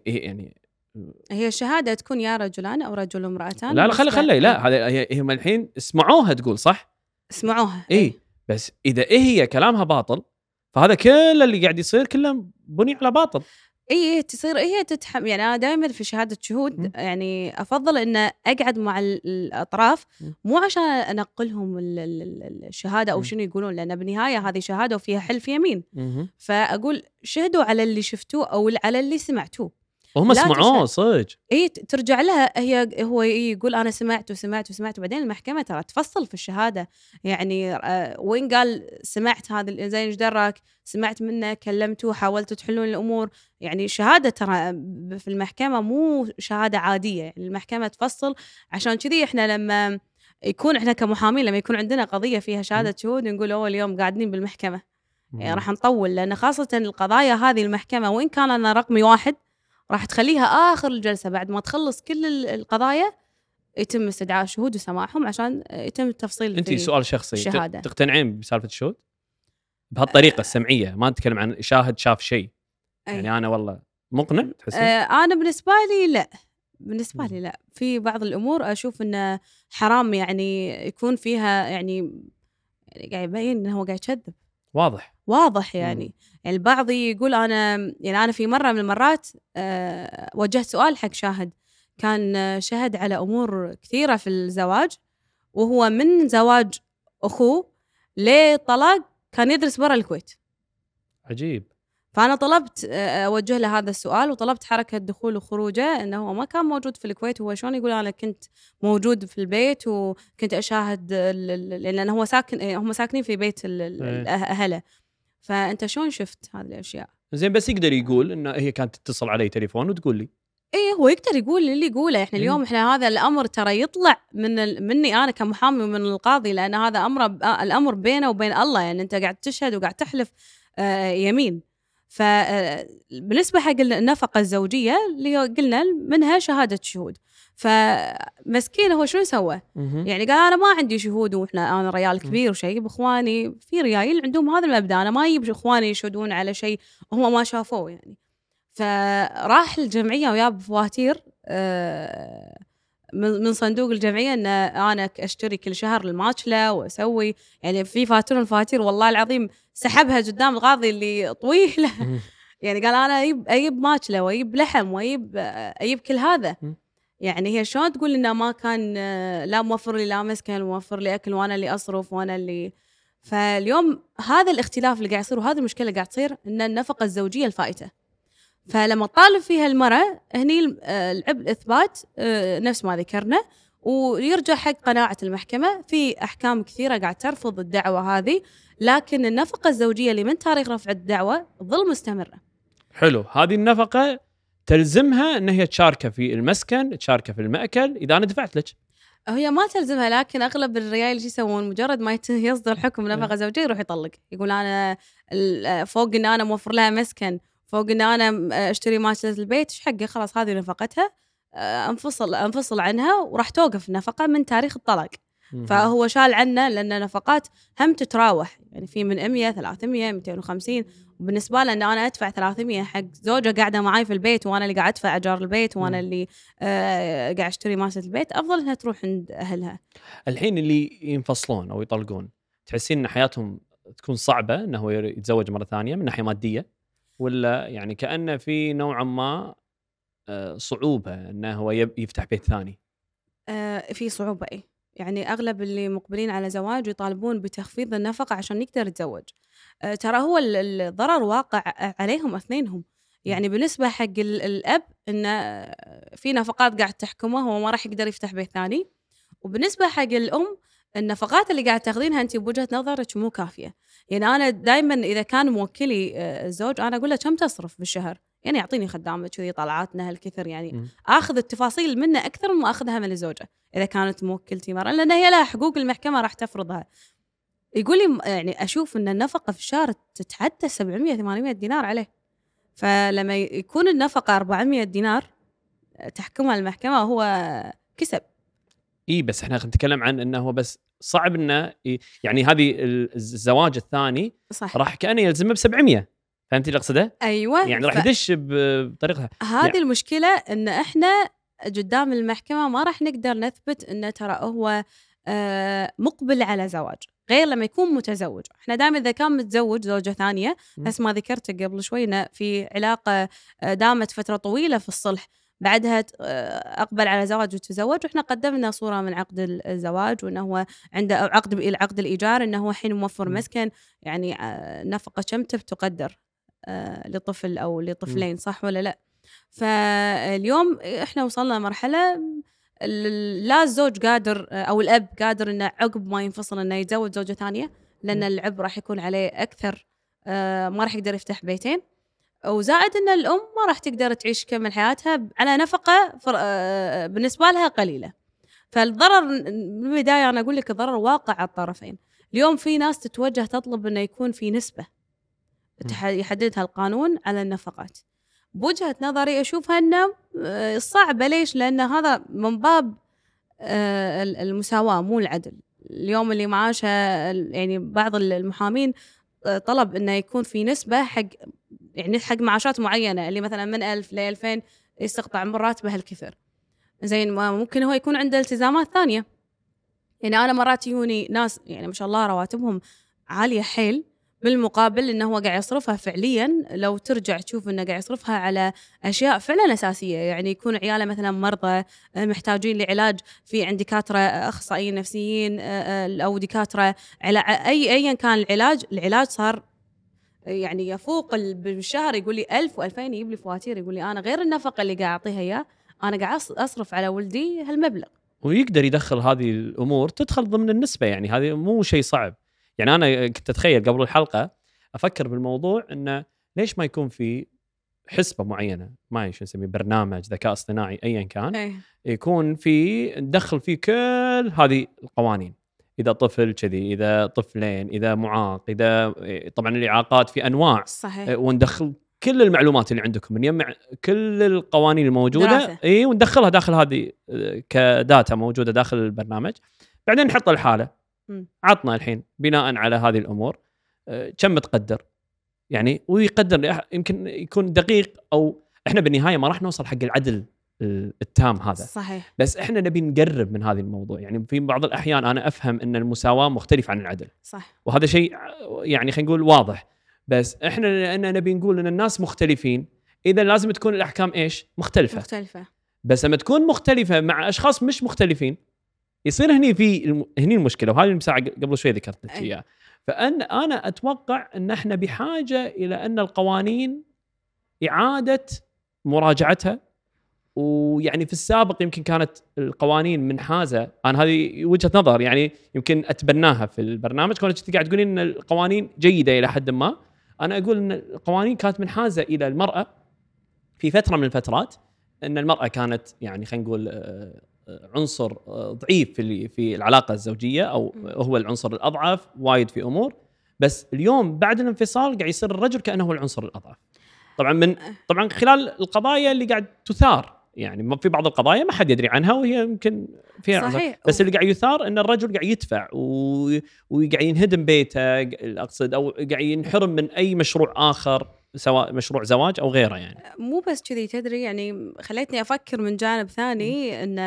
هي الشهادة تكون يا رجلان أو رجل وامرأتان. لا خلي لا هذا هي هم الحين اسمعوها تقول صح؟ اسمعوها. اي بس اذا هي كلامها باطل فهذا كل اللي قاعد يصير كله بني على باطل. اي تصير هي تتحمل. يعني انا دائما في شهاده شهود يعني افضل ان اقعد مع الاطراف مو عشان انقلهم الشهاده او شنو يقولون، لان بالنهايه هذه شهاده وفيها حلف يمين. فاقول شهدوا على اللي شفتوه او على اللي سمعتوه وهم سمعوه صدق. اي ترجع لها هو يقول انا سمعت وبعدين المحكمه ترى تفصل في الشهاده يعني. وين قال سمعت هذا زين ايش دراك، سمعت منه كلمتوه حاولتوا تحلون الامور. يعني شهاده ترى في المحكمه مو شهاده عاديه، يعني المحكمه تفصل. عشان كذي احنا لما يكون احنا كمحامين لما يكون عندنا قضيه فيها شهاده شهود نقول اول يوم قاعدين بالمحكمه يعني راح نطول، لان خاصه القضايا هذه المحكمه وين كان انا رقمي 1 راح تخليها آخر الجلسة بعد ما تخلص كل القضايا يتم استدعاء الشهود وسماعهم عشان يتم التفصيل. أنتي سؤال شخصي الشهادة. تقتنعين بسالفة الشهود بهالطريقة السمعية؟ ما نتكلم عن شاهد شاف شيء يعني أنا والله مقنع تحسين؟ أنا بالنسبة لي لا في بعض الأمور أشوف إنه حرام يعني يكون فيها يعني قاعد يبين إنه هو قاعد يكذب واضح يعني. يعني البعض يقول أنا في مرة من المرات وجهت سؤال حق شاهد كان شهد على أمور كثيرة في الزواج، وهو من زواج أخوه لطلاق كان يدرس برا الكويت. عجيب. فأنا طلبت أوجه له هذا السؤال وطلبت حركة دخول وخروجه إنه هو ما كان موجود في الكويت. هو شلون يقول أنا كنت موجود في البيت وكنت أشاهد لأن هو هم ساكنين في بيت أهله. فأنت شلون شفت هذه الأشياء؟ زين بس يقدر يقول إنه هي كانت تتصل علي تليفون وتقول لي. إيه هو يقدر يقول اللي يقوله. إحنا اليوم إحنا هذا الأمر ترى يطلع مني أنا كمحامي ومن القاضي، لأن هذا الأمر بينه وبين الله. يعني أنت قاعد تشهد وقاعد تحلف يمين. فبالنسبة حق النفقة الزوجية اللي قلنا منها شهادة شهود، فمسكين هو شو سوى؟ يعني قال أنا ما عندي شهود أنا ريال كبير وشيء بإخواني في ريايل عندهم هذا المبدأ، أنا ما يجيب إخواني يشهدون على شيء هم ما شافوه يعني. فراح الجمعية وياب فواتير من صندوق الجمعية أن أنا أشتري كل شهر الماتشلة وأسوي يعني في فاتورة الفواتير والله العظيم سحبها قدام القاضي اللي طويلة. يعني قال أنا أجيب ماتشلة وأجيب لحم وأجيب كل هذا. يعني هي شلون تقول إنه ما كان لا موفر لي لا مسكن موفر لي أكل وأنا اللي أصرف وأنا اللي. فاليوم هذا الاختلاف اللي قاعد يصير وهذه المشكلة اللي قاعد تصير إن النفقة الزوجية الفائتة. فلما طالب فيها المرأة هني العبء إثبات نفس ما ذكرنا، ويرجع حق قناعة المحكمة. في أحكام كثيرة قاعد ترفض الدعوة هذه، لكن النفقة الزوجية اللي من تاريخ رفع الدعوة تظل مستمرة. حلو. هذه النفقة تلزمها أن هي تشاركة في المسكن، تشاركة في المأكل إذا أنا دفعت لك. هي ما تلزمها، لكن أغلب الرجال شو يسوون مجرد ما يصدر حكم نفقة زوجية يروح يطلق، يقول أنا فوق إن أنا موفر لها مسكن، فوق إن أنا أشتري ماشية البيت، إيش حقي خلاص هذه نفقتها، أنفصل عنها وراح توقف النفقة من تاريخ الطلاق. فهو شال عنه، لأن نفقات هم تتراوح يعني في من 100 300 250 وبالنسبه له ان انا ادفع 300 حق زوجه قاعده معاي في البيت، وانا اللي قاعد ادفع ايجار البيت، وانا اللي قاعد اشتري ماسه البيت، افضل انها تروح عند اهلها. الحين اللي ينفصلون او يطلقون، تحسين ان حياتهم تكون صعبه انه هو يتزوج مره ثانيه من ناحيه ماديه، ولا يعني كانه في نوعا ما صعوبه انه هو يفتح بيت ثاني؟ في صعوبة يعني أغلب اللي مقبلين على زواج يطالبون بتخفيض النفقة عشان يقدر يتزوج. ترى هو الضرر واقع عليهم اثنينهم. يعني بالنسبة حق الأب إنه في نفقات قاعد تحكمه، هو ما راح يقدر يفتح بيت ثاني. وبالنسبة حق الأم، النفقات اللي قاعد تاخذينها أنت بوجهة نظرك مو كافية. يعني أنا دائما إذا كان موكلي الزوج، أنا أقول له كم تصرف بالشهر؟ يعني يعطيني خدامة كذي طلعاتنا هالكثر، يعني اخذ التفاصيل منه اكثر مما اخذها من الزوجه اذا كانت موكلتي مره، لان هي لها حقوق المحكمه راح تفرضها. يقول لي يعني اشوف ان النفقه في الشهر تتعدى 700 800 دينار عليه. فلما يكون النفقه 400 دينار تحكمها المحكمه، هو كسب. بس احنا نتكلم عن انه هو بس صعب انه يعني هذه الزواج الثاني صح، راح كانه يلزمه ب 700. فهمتي اللي اقصده؟ ايوه، يعني راح يدش بطريقها. هذه يعني المشكله، ان احنا قدام المحكمه ما راح نقدر نثبت انه ترى هو مقبل على زواج، غير لما يكون متزوج. احنا دائما اذا كان متزوج زوجه ثانيه، نفس ما ذكرت قبل شوي، انه في علاقه دامت فتره طويله في الصلح، بعدها اقبل على زواج وتزوج، واحنا قدمنا صوره من عقد الزواج، وانه هو عنده عقد الايجار، انه هو حين موفر مسكن، يعني نفقه شمته تقدر لطفل او لطفلين، صح ولا لا؟ فاليوم احنا وصلنا لمرحله لا الزوج قادر او الاب قادر انه عقب ما ينفصل انه يتزوج زوجه ثانيه، لان العبء راح يكون عليه اكثر، ما راح يقدر يفتح بيتين. وزائد ان الام ما راح تقدر تعيش كمل حياتها على نفقه بالنسبه لها قليله. فالضرر من البدايه انا اقول لك الضرر واقع على الطرفين. اليوم في ناس تتوجه تطلب انه يكون في نسبه يحددها القانون على النفقات. بوجهة نظري أشوفها أنه صعبة. ليش؟ لأن هذا من باب المساواة مو العدل. اليوم اللي معاشه يعني بعض المحامين طلب أنه يكون في نسبة حق، يعني حق معاشات معينة، اللي مثلا من 1000 ل 2000 يستقطع من راتبه هالكثر. زين، ممكن هو يكون عنده التزامات ثانية. يعني أنا مرات يوني ناس يعني ما شاء الله رواتبهم عالية حيل، بالمقابل انه هو قاعد يصرفها فعليا، لو ترجع تشوف انه قاعد يصرفها على اشياء فعلا اساسيه. يعني يكون عياله مثلا مرضى محتاجين لعلاج في عند دكاتره اخصائيين نفسيين، او دكاتره ايا كان العلاج صار يعني يفوق بالشهر. يقول لي 1000 و2000 يجيب لي فواتير، يقول لي انا غير النفقه اللي قاعد اعطيها اياه، انا قاعد اصرف على ولدي هالمبلغ. ويقدر يدخل هذه الامور تدخل ضمن النسبه، يعني هذه مو شيء صعب. يعني انا كنت اتخيل قبل الحلقه افكر بالموضوع انه ليش ما يكون في حسبه معينه، ما شو نسميه، برنامج ذكاء اصطناعي ايا كان، يكون في ندخل فيه كل هذه القوانين. اذا طفل كذي، اذا طفلين، اذا معاق، اذا طبعا الاعاقات في انواع، صحيح. وندخل كل المعلومات اللي عندكم، نجمع كل القوانين الموجوده وندخلها داخل هذه كداتا موجوده داخل البرنامج. بعدين نحط الحاله، عطنا الحين بناء على هذه الامور كم تقدر، يعني ويقدر يمكن يكون دقيق، او احنا بالنهايه ما راح نوصل حق العدل التام هذا. صحيح. بس احنا نبي نقرب من هذا الموضوع. يعني في بعض الاحيان انا افهم ان المساواه مختلف عن العدل، صح، وهذا شيء يعني خلينا نقول واضح. بس احنا لان نبي نقول ان الناس مختلفين، اذا لازم تكون الاحكام ايش؟ مختلفه. بس لما تكون مختلفه مع اشخاص مش مختلفين، يصير هني المشكله، وهذه المساعه قبل شوي ذكرت لك اياها. فانا اتوقع ان احنا بحاجه الى ان القوانين اعاده مراجعتها. ويعني في السابق يمكن كانت القوانين منحازه، انا هذه وجهه نظر يعني يمكن اتبناها في البرنامج. كنت قاعد تقولين ان القوانين جيده الى حد ما، انا اقول ان القوانين كانت منحازه الى المراه في فتره من الفترات، ان المراه كانت يعني خلينا نقول عنصر ضعيف في العلاقه الزوجيه، او هو العنصر الاضعف وايد في امور. بس اليوم بعد الانفصال قاعد يصير الرجل كانه هو العنصر الاضعف، طبعا خلال القضايا اللي قاعد تثار يعني ما في بعض القضايا ما حد يدري عنها وهي يمكن فيها عذر. صحيح. بس اللي قاعد يثار ان الرجل قاعد يدفع وقاعد ينهدم بيته، اقصد، او قاعد ينحرم من اي مشروع اخر سواء مشروع زواج او غيره. يعني مو بس كذي، تدري يعني خليتني افكر من جانب ثاني ان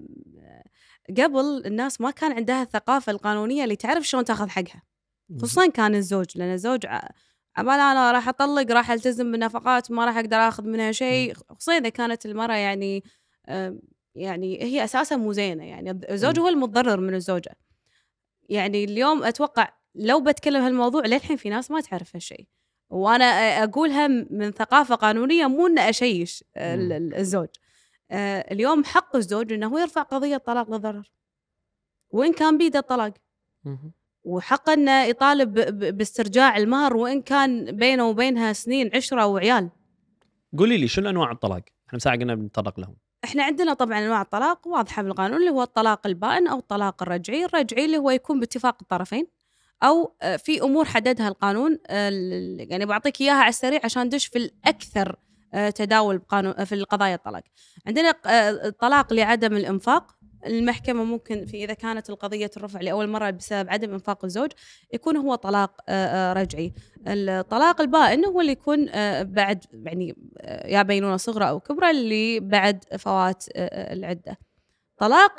قبل الناس ما كان عندها الثقافة القانونية اللي تعرف شلون تاخذ حقها، خصوصا كان الزوج، لأن الزوج عبال أنا راح أطلق راح ألتزم بالنفقات ما راح أقدر أخذ منها شيء، خصوصا إذا كانت المرأة يعني يعني هي أساسا مو زينة، يعني الزوج هو المتضرر من الزوجة. يعني اليوم أتوقع لو بتكلم هالموضوع للحين في ناس ما تعرف هالشيء، وأنا أقولها من ثقافة قانونية، مو إن أشيش الزوج. اليوم حق الزوج إنه هو يرفع قضية طلاق للضرر وإن كان بيده الطلاق، وحق إنه يطالب باسترجاع المهر وإن كان بينه وبينها سنين عشرة وعيال. قولي لي شنو انواع الطلاق؟ احنا مساء قلنا بنتطرق لهم. احنا عندنا طبعا انواع الطلاق واضحه بالقانون، اللي هو الطلاق البائن او الطلاق الرجعي. الرجعي اللي هو يكون باتفاق الطرفين، او في امور حددها القانون، يعني بعطيك اياها على السريع عشان ندش في الاكثر تداول بقانون في القضايا الطلاق. عندنا الطلاق لعدم الانفاق. المحكمة ممكن في إذا كانت القضية ترفع لأول مرة بسبب عدم إنفاق الزوج يكون هو طلاق رجعي. الطلاق البائن هو اللي يكون بعد يعني يا بينونة صغرى أو كبرى، اللي بعد فوات العدة. طلاق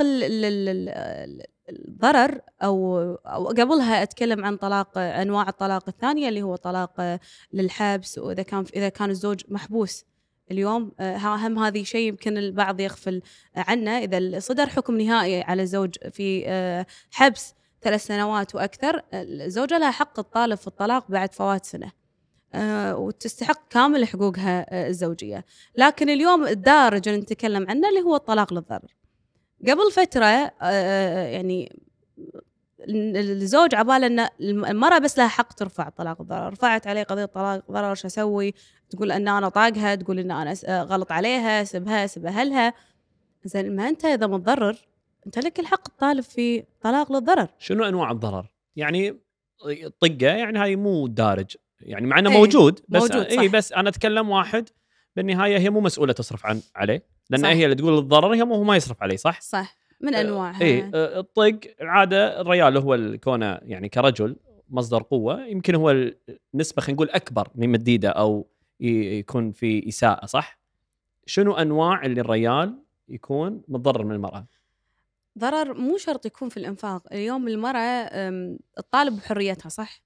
الضرر أو قبلها أتكلم عن طلاق أنواع الطلاق الثانية اللي هو طلاق للحبس، وإذا كان الزوج محبوس. اليوم هم هذه شيء يمكن البعض يغفل عنه. إذا صدر حكم نهائي على الزوج في حبس 3 سنوات وأكثر، الزوجة لها حق تطالب في الطلاق بعد فوات سنة، وتستحق كامل حقوقها الزوجية. لكن اليوم الدارج اللي نتكلم عنه اللي هو الطلاق للضرر. قبل فترة يعني الزوج عبال أن المرأة بس لها حق ترفع طلاق الضرر، رفعت عليه قضية طلاق ضرر، شو أسوي؟ تقول أن أنا طاقها، تقول أن أنا غلط عليها، سب أهلها. زين، ما أنت إذا متضرر أنت لك الحق تطالب في طلاق للضرر. شنو أنواع الضرر؟ يعني طقة، يعني هاي مو دارج، يعني مع أنه موجود بس بس أنا أتكلم واحد بالنهاية هي مو مسؤولة تصرف عليه، لأن هي اللي تقول الضرر، هي هو ما يصرف عليه. صح من أنواعها. الطق العادة الرجال هو الكونه يعني كرجل مصدر قوة، يمكن هو النسبة خلينا نقول أكبر من مديدة أو يكون في إساءة. صح؟ شنو أنواع اللي الرجال يكون متضرر من المرأة؟ ضرر مو شرط يكون في الإنفاق. اليوم المرأة تطالب بحريتها، صح؟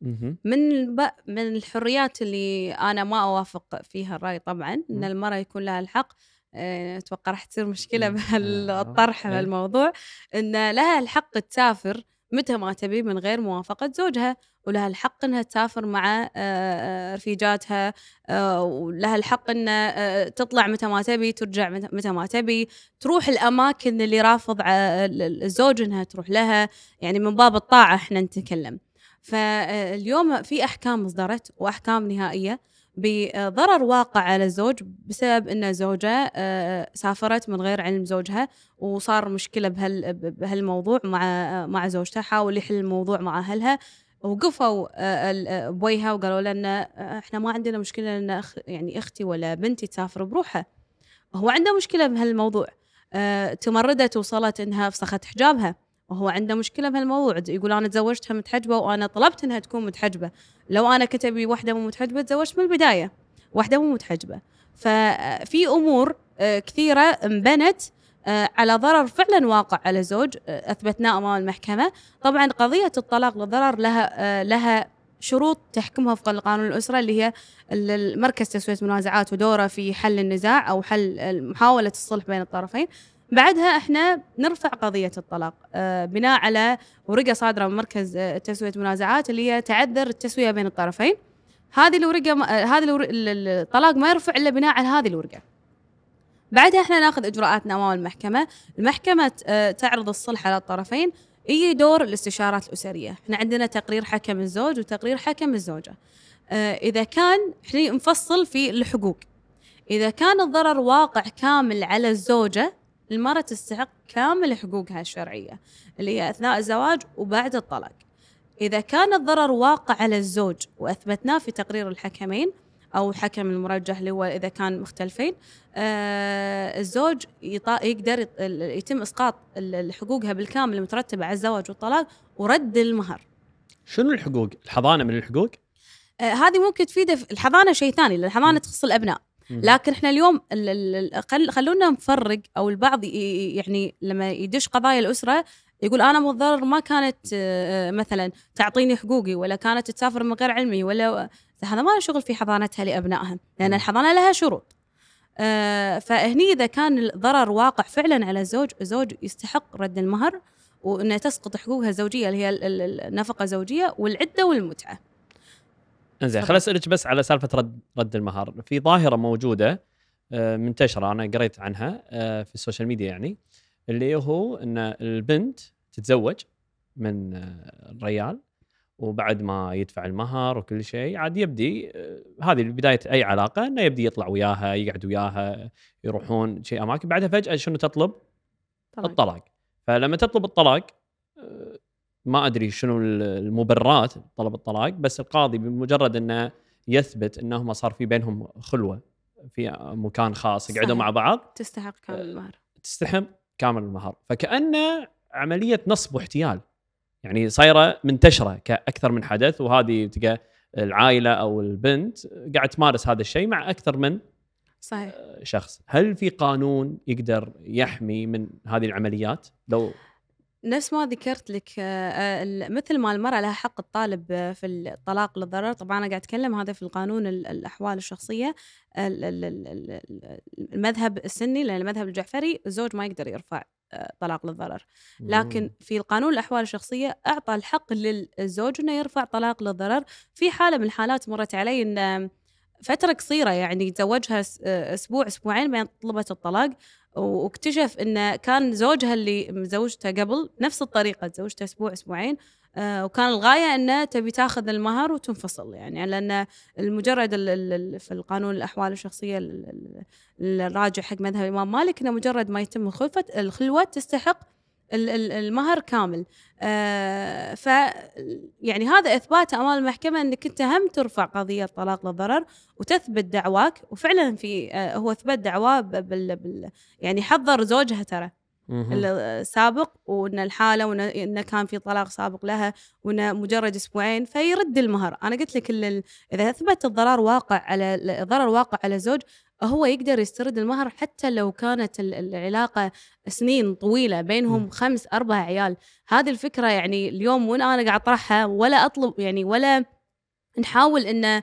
من الحريات اللي أنا ما أوافق فيها الرأي طبعا إن المرأة يكون لها الحق، أتوقع راح تصير مشكلة بهالطرح بهالموضوع، إن لها الحق تسافر متى ما تبي من غير موافقة زوجها، ولها الحق إنها تسافر مع رفيجاتها، ولها الحق إن تطلع متى ما تبي، ترجع متى ما تبي، تروح الأماكن اللي رافض الزوج إنها تروح لها، يعني من باب الطاعة إحنا نتكلم. فاليوم في أحكام أصدرت وأحكام نهائية بضرر واقع على الزوج بسبب أن زوجة سافرت من غير علم زوجها، وصار مشكلة بهالموضوع مع زوجته. حاول يحل الموضوع مع أهلها، وقفوا أبويها وقالوا لنا إحنا ما عندنا مشكلة أن يعني أختي ولا بنتي تسافر بروحها. هو عنده مشكلة بهالموضوع، تمردت وصلت إنها فسخت حجابها، وهو عنده مشكلة بهالموضوع. يقول أنا تزوجتها متحجبة وأنا طلبت إنها تكون متحجبة. لو أنا كتبي واحدة مو متحجبة تزوجت من البداية واحدة مو متحجبة. ففي أمور كثيرة انبنت على ضرر فعلا واقع على الزوج، أثبتناه أمام المحكمة. طبعا قضية الطلاق للضرر لها شروط تحكمها وفق القانون الأسرة، اللي هي المركز تسوية منازعات ودوره في حل النزاع أو حل محاولة الصلح بين الطرفين. بعدها احنا نرفع قضية الطلاق بناء على ورقة صادرة من مركز تسوية منازعات اللي هي تعذر التسوية بين الطرفين. هذه الورقة الطلاق ما يرفع إلا بناء على هذه الورقة. بعدها احنا ناخذ إجراءاتنا أمام المحكمة. المحكمة تعرض الصلح على الطرفين. يجي دور الاستشارات الأسرية. احنا عندنا تقرير حكم الزوج وتقرير حكم الزوجة. إذا كان احنا نفصل في الحقوق، إذا كان الضرر واقع كامل على الزوجة، المرأة تستحق كامل حقوقها الشرعية اللي هي أثناء الزواج وبعد الطلاق. إذا كان الضرر واقع على الزوج وأثبتناه في تقرير الحكمين، أو حكم المرجح اللي هو إذا كان مختلفين، الزوج يقدر يتم إسقاط حقوقها بالكامل المترتبة على الزواج والطلاق ورد المهر. شنو الحقوق؟ الحضانة من الحقوق؟ هذه ممكن تفيده في الحضانة شيء ثاني، لأن الحضانة تخص الأبناء. لكن احنا اليوم خلونا نفرق، او البعض يعني لما يدش قضايا الاسره يقول انا متضرر، ما كانت مثلا تعطيني حقوقي، ولا كانت تسافر من غير علمي، ولا هذا ما له شغل في حضانتها لابنائها، لان الحضانه لها شروط. فهني اذا كان الضرر واقع فعلا على الزوج يستحق رد المهر، وانها تسقط حقوقها الزوجيه اللي هي النفقه الزوجيه والعده والمتعه. انزين، خليني اسالك بس على سالفه رد المهر. في ظاهره موجوده منتشره، انا قريت عنها في السوشيال ميديا، يعني اللي هو ان البنت تتزوج من الرجال، وبعد ما يدفع المهر وكل شيء عاد يبدي هذه بدايه اي علاقه، انه يبدي يطلع وياها، يقعد وياها، يروحون شيء اماكن، بعدها فجاه شنو تطلب؟ الطلاق. فلما تطلب الطلاق ما ادري شنو المبررات طلب الطلاق، بس القاضي بمجرد انه يثبت انهم صار في بينهم خلوه في مكان خاص، يقعدوا مع بعض، تستحق كامل المهر. تستحق كامل المهر. فكأنه عمليه نصب واحتيال، يعني صايره منتشره كاكثر من حدث، وهذه تلقى العائله او البنت قاعد تمارس هذا الشيء مع اكثر من صحيح شخص. هل في قانون يقدر يحمي من هذه العمليات؟ لو نفس ما ذكرت لك، مثل ما المرأة لها حق الطالب في الطلاق للضرر، طبعا أنا قاعد أتكلم هذا في القانون الأحوال الشخصية. المذهب السني، لأن المذهب الجعفري الزوج ما يقدر يرفع طلاق للضرر، لكن في القانون الأحوال الشخصية أعطى الحق للزوج أنه يرفع طلاق للضرر في حالة من الحالات مرت علي أن فترة قصيرة، يعني تزوجها أسبوع أسبوعين بين طلبت الطلاق، واكتشف إنه كان زوجها اللي مزوجته قبل نفس الطريقة، تزوجته أسبوع أسبوعين، وكان الغاية إنه تبي تاخذ المهر وتنفصل، يعني لأن المجرد في القانون الأحوال الشخصية الراجع حق مذهب الإمام مالك إنه مجرد ما يتم الخلوة تستحق المهر كامل. ف يعني هذا إثبات أمام المحكمة أنك أنت هم ترفع قضية طلاق للضرر وتثبت دعواك، وفعلا في هو أثبت دعواه يعني حضر زوجها ترى السابق، وأن الحالة، وأن كان في طلاق سابق لها، وأن مجرد أسبوعين فيرد المهر. أنا قلت لك إذا أثبت الضرر واقع على الزوج، هو يقدر يسترد المهر حتى لو كانت العلاقة سنين طويلة بينهم 5-4 عيال. هذه الفكرة يعني اليوم وأنا قاعد أطرحها، ولا أطلب يعني ولا نحاول إن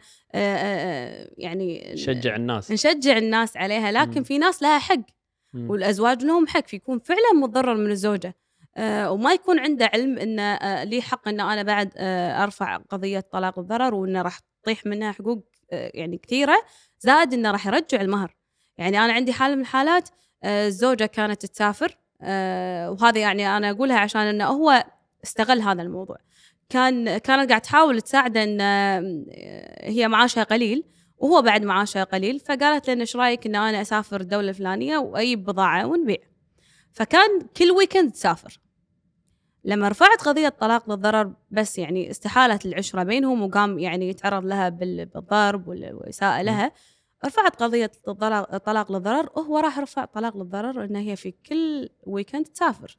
يعني نشجع الناس عليها، لكن في ناس لها حق، والأزواج لهم حق في يكون فعلا متضرر من الزوجة، وما يكون عنده علم إن لي حق إن أنا بعد أرفع قضية طلاق الضرر، وإنه راح تطيح منها حقوق يعني كثيرة، زائد إنه راح يرجع المهر. يعني أنا عندي حالة من الحالات، الزوجة كانت تسافر، وهذا يعني أنا أقولها عشان إنه هو استغل هذا الموضوع. كانت قاعد تحاول تساعده إن هي معاشها قليل وهو بعد معاشها قليل، فقالت لنا إيش رأيك إن أنا أسافر الدولة الفلانية وأجيب بضاعة ونبيع. فكان كل ويكند تسافر. لما رفعت قضية طلاق للضرر، بس يعني استحالت العشرة بينهم، وقام يعني يتعرض لها بالضرب والإساءة لها، رفعت قضية طلاق للضرر، وهو راح رفع طلاق للضرر إن هي في كل ويكند تسافر.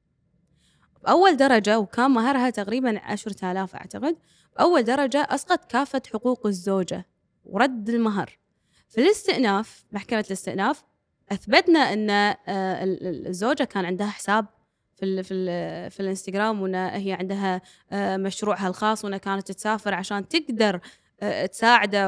بأول درجة، وكان مهرها تقريبا 10,000 أعتقد، بأول درجة أسقط كافة حقوق الزوجة ورد المهر. في الاستئناف، محكمة الاستئناف، أثبتنا أن الزوجة كان عندها حساب في الانستغرام، وأن هي عندها مشروعها الخاص، وأنها كانت تسافر عشان تقدر تساعده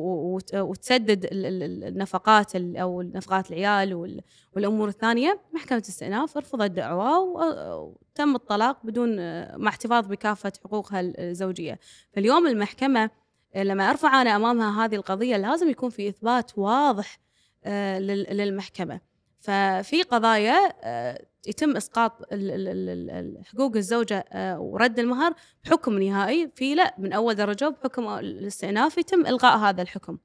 وتسدد النفقات أو نفقات العيال والأمور الثانية. محكمة الاستئناف رفضت الدعوى وتم الطلاق بدون مع احتفاظ بكافة حقوقها الزوجية. فاليوم المحكمة لما أرفع أنا أمامها هذه القضية لازم يكون في إثبات واضح للمحكمة. ففي قضايا يتم إسقاط حقوق الزوجة ورد المهر بحكم نهائي، في لا من أول درجة بحكم الاستئناف يتم إلغاء هذا الحكم.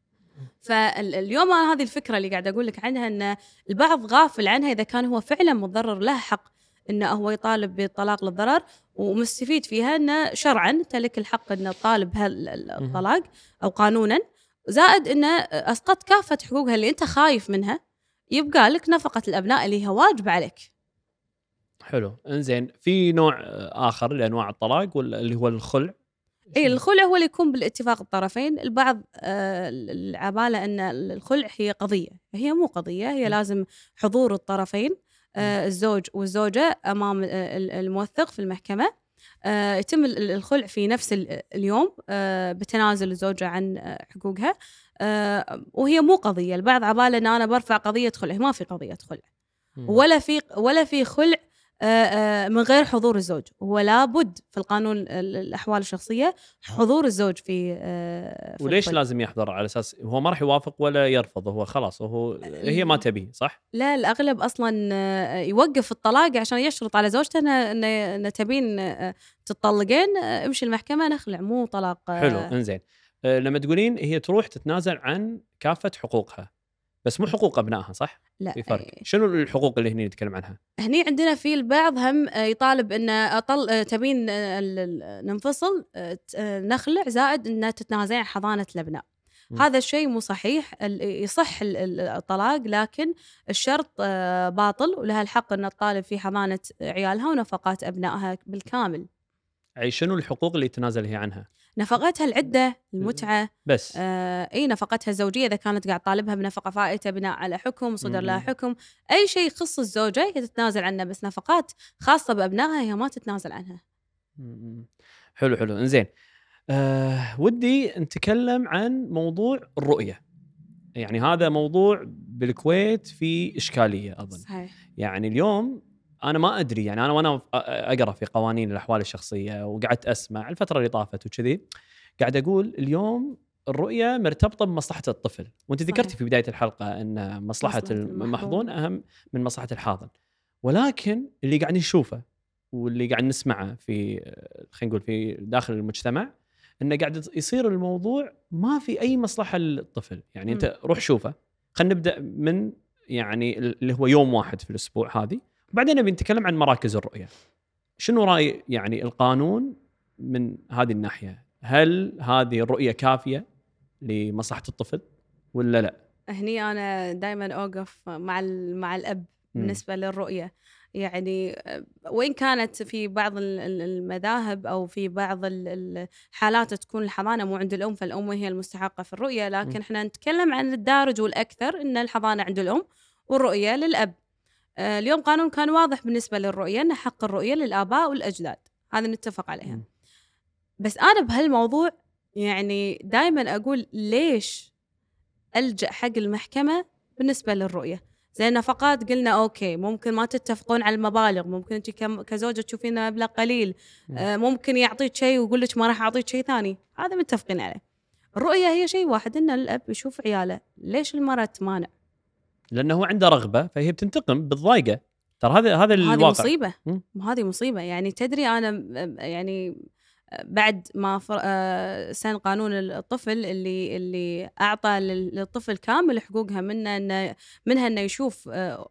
فاليوم أنا هذه الفكرة اللي قاعدة أقول لك عنها، أن البعض غافل عنها. إذا كان هو فعلا متضرر له حق أنه هو يطالب بالطلاق للضرر، ومستفيد فيها أنه شرعا تلك الحق أنه طالب هالطلاق أو قانونا، زائد إنه أسقط كافة حقوقها اللي أنت خايف منها، يبقى لك نفقة الأبناء اللي هي واجب عليك. حلو، انزين في نوع اخر لانواع الطلاق اللي هو الخلع. إيه، الخلع هو اللي يكون بالاتفاق الطرفين. البعض العبالة أن الخلع هي قضية، هي مو قضية، هي لازم حضور الطرفين، الزوج والزوجة أمام الموثق في المحكمة. يتم الخلع في نفس اليوم بتنازل الزوجة عن حقوقها. وهي مو قضية. البعض عبالة أن أنا برفع قضية خلع، ما في قضية خلع ولا في خلع من غير حضور الزوج. هو لابد في القانون الأحوال الشخصية حضور الزوج في وليش الخلع. لازم يحضر؟ على اساس هو ما راح يوافق ولا يرفض، هو خلاص هي ما تبيه، صح؟ لا، الأغلب أصلا يوقف الطلاق عشان يشرط على زوجته أن تبين تطلقين، امشي المحكمة نخلع، مو طلاق. حلو، انزين. لما تقولين هي تروح تتنازل عن كافة حقوقها بس مو حقوق ابنائها، صح؟ لا، في فرق. شنو الحقوق اللي هني نتكلم عنها؟ هني عندنا في البعض هم يطالب ان تبين ننفصل، نخلع، زائد ان تتنازل عن حضانة الابناء. هذا الشيء مو صحيح. يصح الطلاق، لكن الشرط باطل، ولها الحق ان تطالب في حضانة عيالها ونفقات ابنائها بالكامل. اي شنو الحقوق اللي تنازل هي عنها؟ نفقتها العدة، المتعة، بس اي نفقتها الزوجية اذا كانت قاعد طالبها بنفقة فائتة بناء على حكم صدر لها حكم. اي شيء يخص الزوجة هي تتنازل عنه، بس نفقات خاصة بابنائها هي ما تتنازل عنها. حلو حلو، انزين. ودي نتكلم عن موضوع الرؤية. يعني هذا موضوع بالكويت في إشكالية أظن. صحيح. يعني اليوم أنا ما أدري، يعني أنا وأنا أقرأ في قوانين الأحوال الشخصية وقعدت أسمع الفترة اللي طافت وكذي، قاعد أقول اليوم الرؤية مرتبطة بمصلحة الطفل، وأنت ذكرتي في بداية الحلقة أن مصلحة المحظون أهم من مصلحة الحاضن. ولكن اللي قاعد نشوفه واللي قاعد نسمعه في، خلينا نقول، في داخل المجتمع، انه قاعد يصير الموضوع ما في اي مصلحه للطفل. يعني انت روح شوفه. خلينا نبدا من يعني اللي هو يوم واحد في الاسبوع هذه، وبعدين نبي نتكلم عن مراكز الرؤيه. شنو راي يعني القانون من هذه الناحيه؟ هل هذه الرؤيه كافيه لمصلحه الطفل ولا لا؟ هني انا دائما اوقف مع الاب بالنسبه للرؤيه. يعني وين كانت في بعض المذاهب او في بعض الحالات تكون الحضانه مو عند الام، فالام هي المستحقه في الرؤيه، لكن احنا نتكلم عن الدارج والاكثر ان الحضانه عند الام والرؤيه للاب. اليوم قانون كان واضح بالنسبه للرؤيه ان حق الرؤيه للاباء والاجداد، هذا نتفق عليها. بس انا بهالموضوع يعني دائما اقول ليش ألجأ حق المحكمة بالنسبة للرؤية؟ زي النفقات قلنا أوكي، ممكن ما تتفقون على المبالغ، ممكن أنت كزوجة تشوفين مبلغ قليل، ممكن يعطيك شيء ويقول لك ما راح أعطيك شيء ثاني، هذا متفقين عليه. الرؤية هي شيء واحد، إن الأب يشوف عياله. ليش المرأة تمانع؟ لأنه هو عنده رغبة فهي بتنتقم بالضايقة. ترى هذا الواقع. هذه مصيبة. هذه مصيبة. يعني تدري أنا يعني بعد ما سن قانون الطفل اللي أعطى للطفل كامل حقوقها، منها إنه يشوف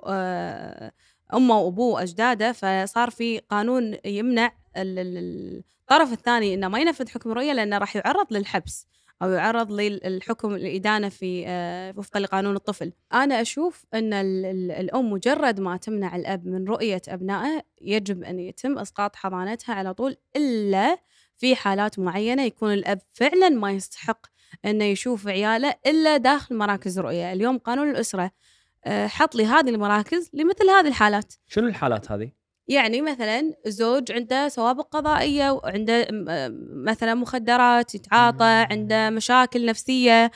أمه وأبوه وأجداده، فصار في قانون يمنع الطرف الثاني إنه ما ينفذ حكم الرؤية، لأنه راح يعرض للحبس أو يعرض للحكم الإدانة في وفقا لقانون الطفل. أنا أشوف أن الأم مجرد ما تمنع الأب من رؤية أبنائه يجب أن يتم إسقاط حضانتها على طول، إلا في حالات معينة يكون الأب فعلا ما يستحق أنه يشوف عياله إلا داخل مراكز رؤية. اليوم قانون الأسرة حط لي هذه المراكز لمثل هذه الحالات. شنو الحالات هذه؟ يعني مثلا الزوج عنده سوابق قضائية، وعنده مثلا مخدرات يتعاطى، عنده مشاكل نفسية،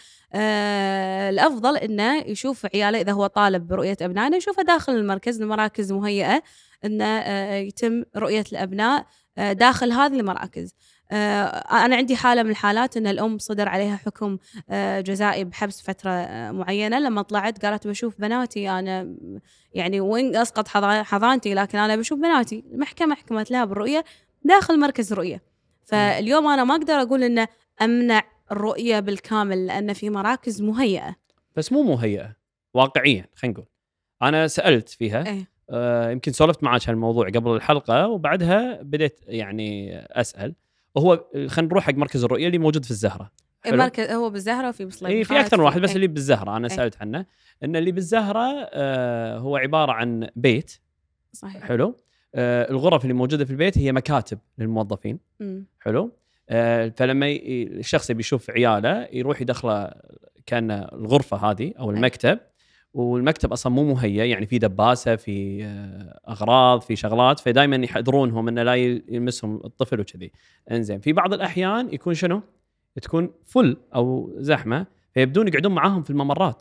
الأفضل إنه يشوف عياله إذا هو طالب برؤية أبنائه يشوفه داخل المراكز مهيئة إنه يتم رؤية الأبناء داخل هذه المراكز. أنا عندي حالة من الحالات إن الأم صدر عليها حكم جزائي بحبس فترة معينة. لما طلعت قالت بشوف بناتي، أنا يعني وين أسقط حضانتي، لكن أنا بشوف بناتي. المحكمة حكمت لها بالرؤية داخل مركز رؤية. فاليوم أنا ما أقدر أقول إنه أمنع الرؤية بالكامل، لأن في مراكز مهيئة. بس مو مهيئة واقعيا. خلينا نقول أنا سألت فيها يمكن سولفت معاك هالموضوع قبل الحلقة، وبعدها بديت يعني أسأل. وهو خلينا نروح حق مركز الرؤية اللي موجود في الزهرة. حلو. المركز هو بالزهرة وفي بصليبي اي في خالد اكثر من واحد، بس إيه. اللي بالزهره انا إيه. سالت عنه، ان اللي بالزهره هو عباره عن بيت. صحيح. حلو. الغرف اللي موجوده في البيت هي مكاتب للموظفين. حلو. فلما الشخص يبي يشوف عياله يروح يدخله كان الغرفه هذه او المكتب، والمكتب اصلا مو مهيأ، يعني في دباسه، في اغراض، في شغلات، فدائما يحذرونهم انه لا يلمسهم الطفل وكذي. انزين في بعض الاحيان يكون شنو؟ تكون فل او زحمه، فيبدون يقعدون معاهم في الممرات.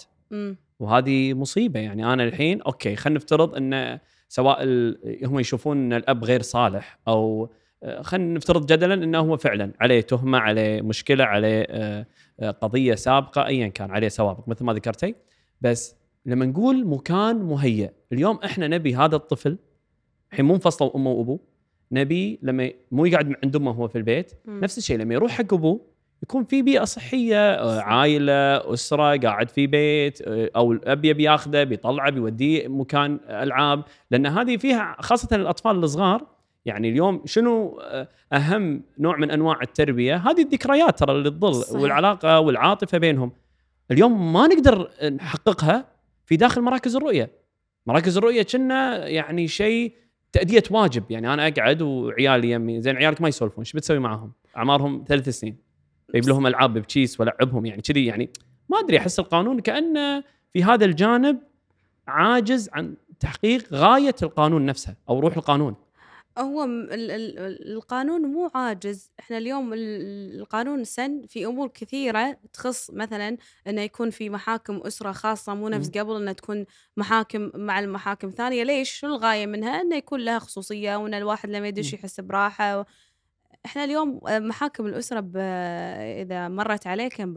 وهذه مصيبه. يعني انا الحين اوكي خلينا نفترض ان سواء هم يشوفون ان الاب غير صالح، او خلينا نفترض جدلا انه هو فعلا عليه تهمه، عليه مشكله، عليه قضيه سابقه، ايا كان عليه سوابق مثل ما ذكرتي. بس لما نقول مكان مهيأ، اليوم احنا نبي هذا الطفل الحين مو مفصل امه وابوه، نبي لما مو يقعد عند امه هو في البيت، نفس الشيء لما يروح حق ابوه يكون في بيئه صحيه، عائله، اسره، قاعد في بيت، او الاب يبي ياخذه بيطلعه بيوديه مكان العاب، لان هذه فيها خاصه الاطفال الصغار. يعني اليوم شنو اهم نوع من انواع التربيه؟ هذه الذكريات ترى اللي تظل، والعلاقه والعاطفه بينهم. اليوم ما نقدر نحققها في داخل مراكز الرؤيه. مراكز الرؤيه كنا يعني شيء تأدية واجب. يعني انا اقعد وعيالي يمي، زين عيالك ما يسولفون، ايش بتسوي معاهم؟ اعمارهم 3 سنين، يجيب لهم العاب بكيس والعبهم، يعني كذي. يعني ما ادري، احس القانون كانه في هذا الجانب عاجز عن تحقيق غايه القانون نفسها او روح القانون. هو القانون مو عاجز. احنا اليوم القانون سن في امور كثيره تخص مثلا انه يكون في محاكم اسره خاصه، مو نفس قبل انها تكون محاكم مع المحاكم ثانيه. ليش؟ شو الغايه منها؟ انه يكون لها خصوصيه، وان الواحد لما يدش يحس براحه. احنا اليوم محاكم الاسره اذا مرت عليكم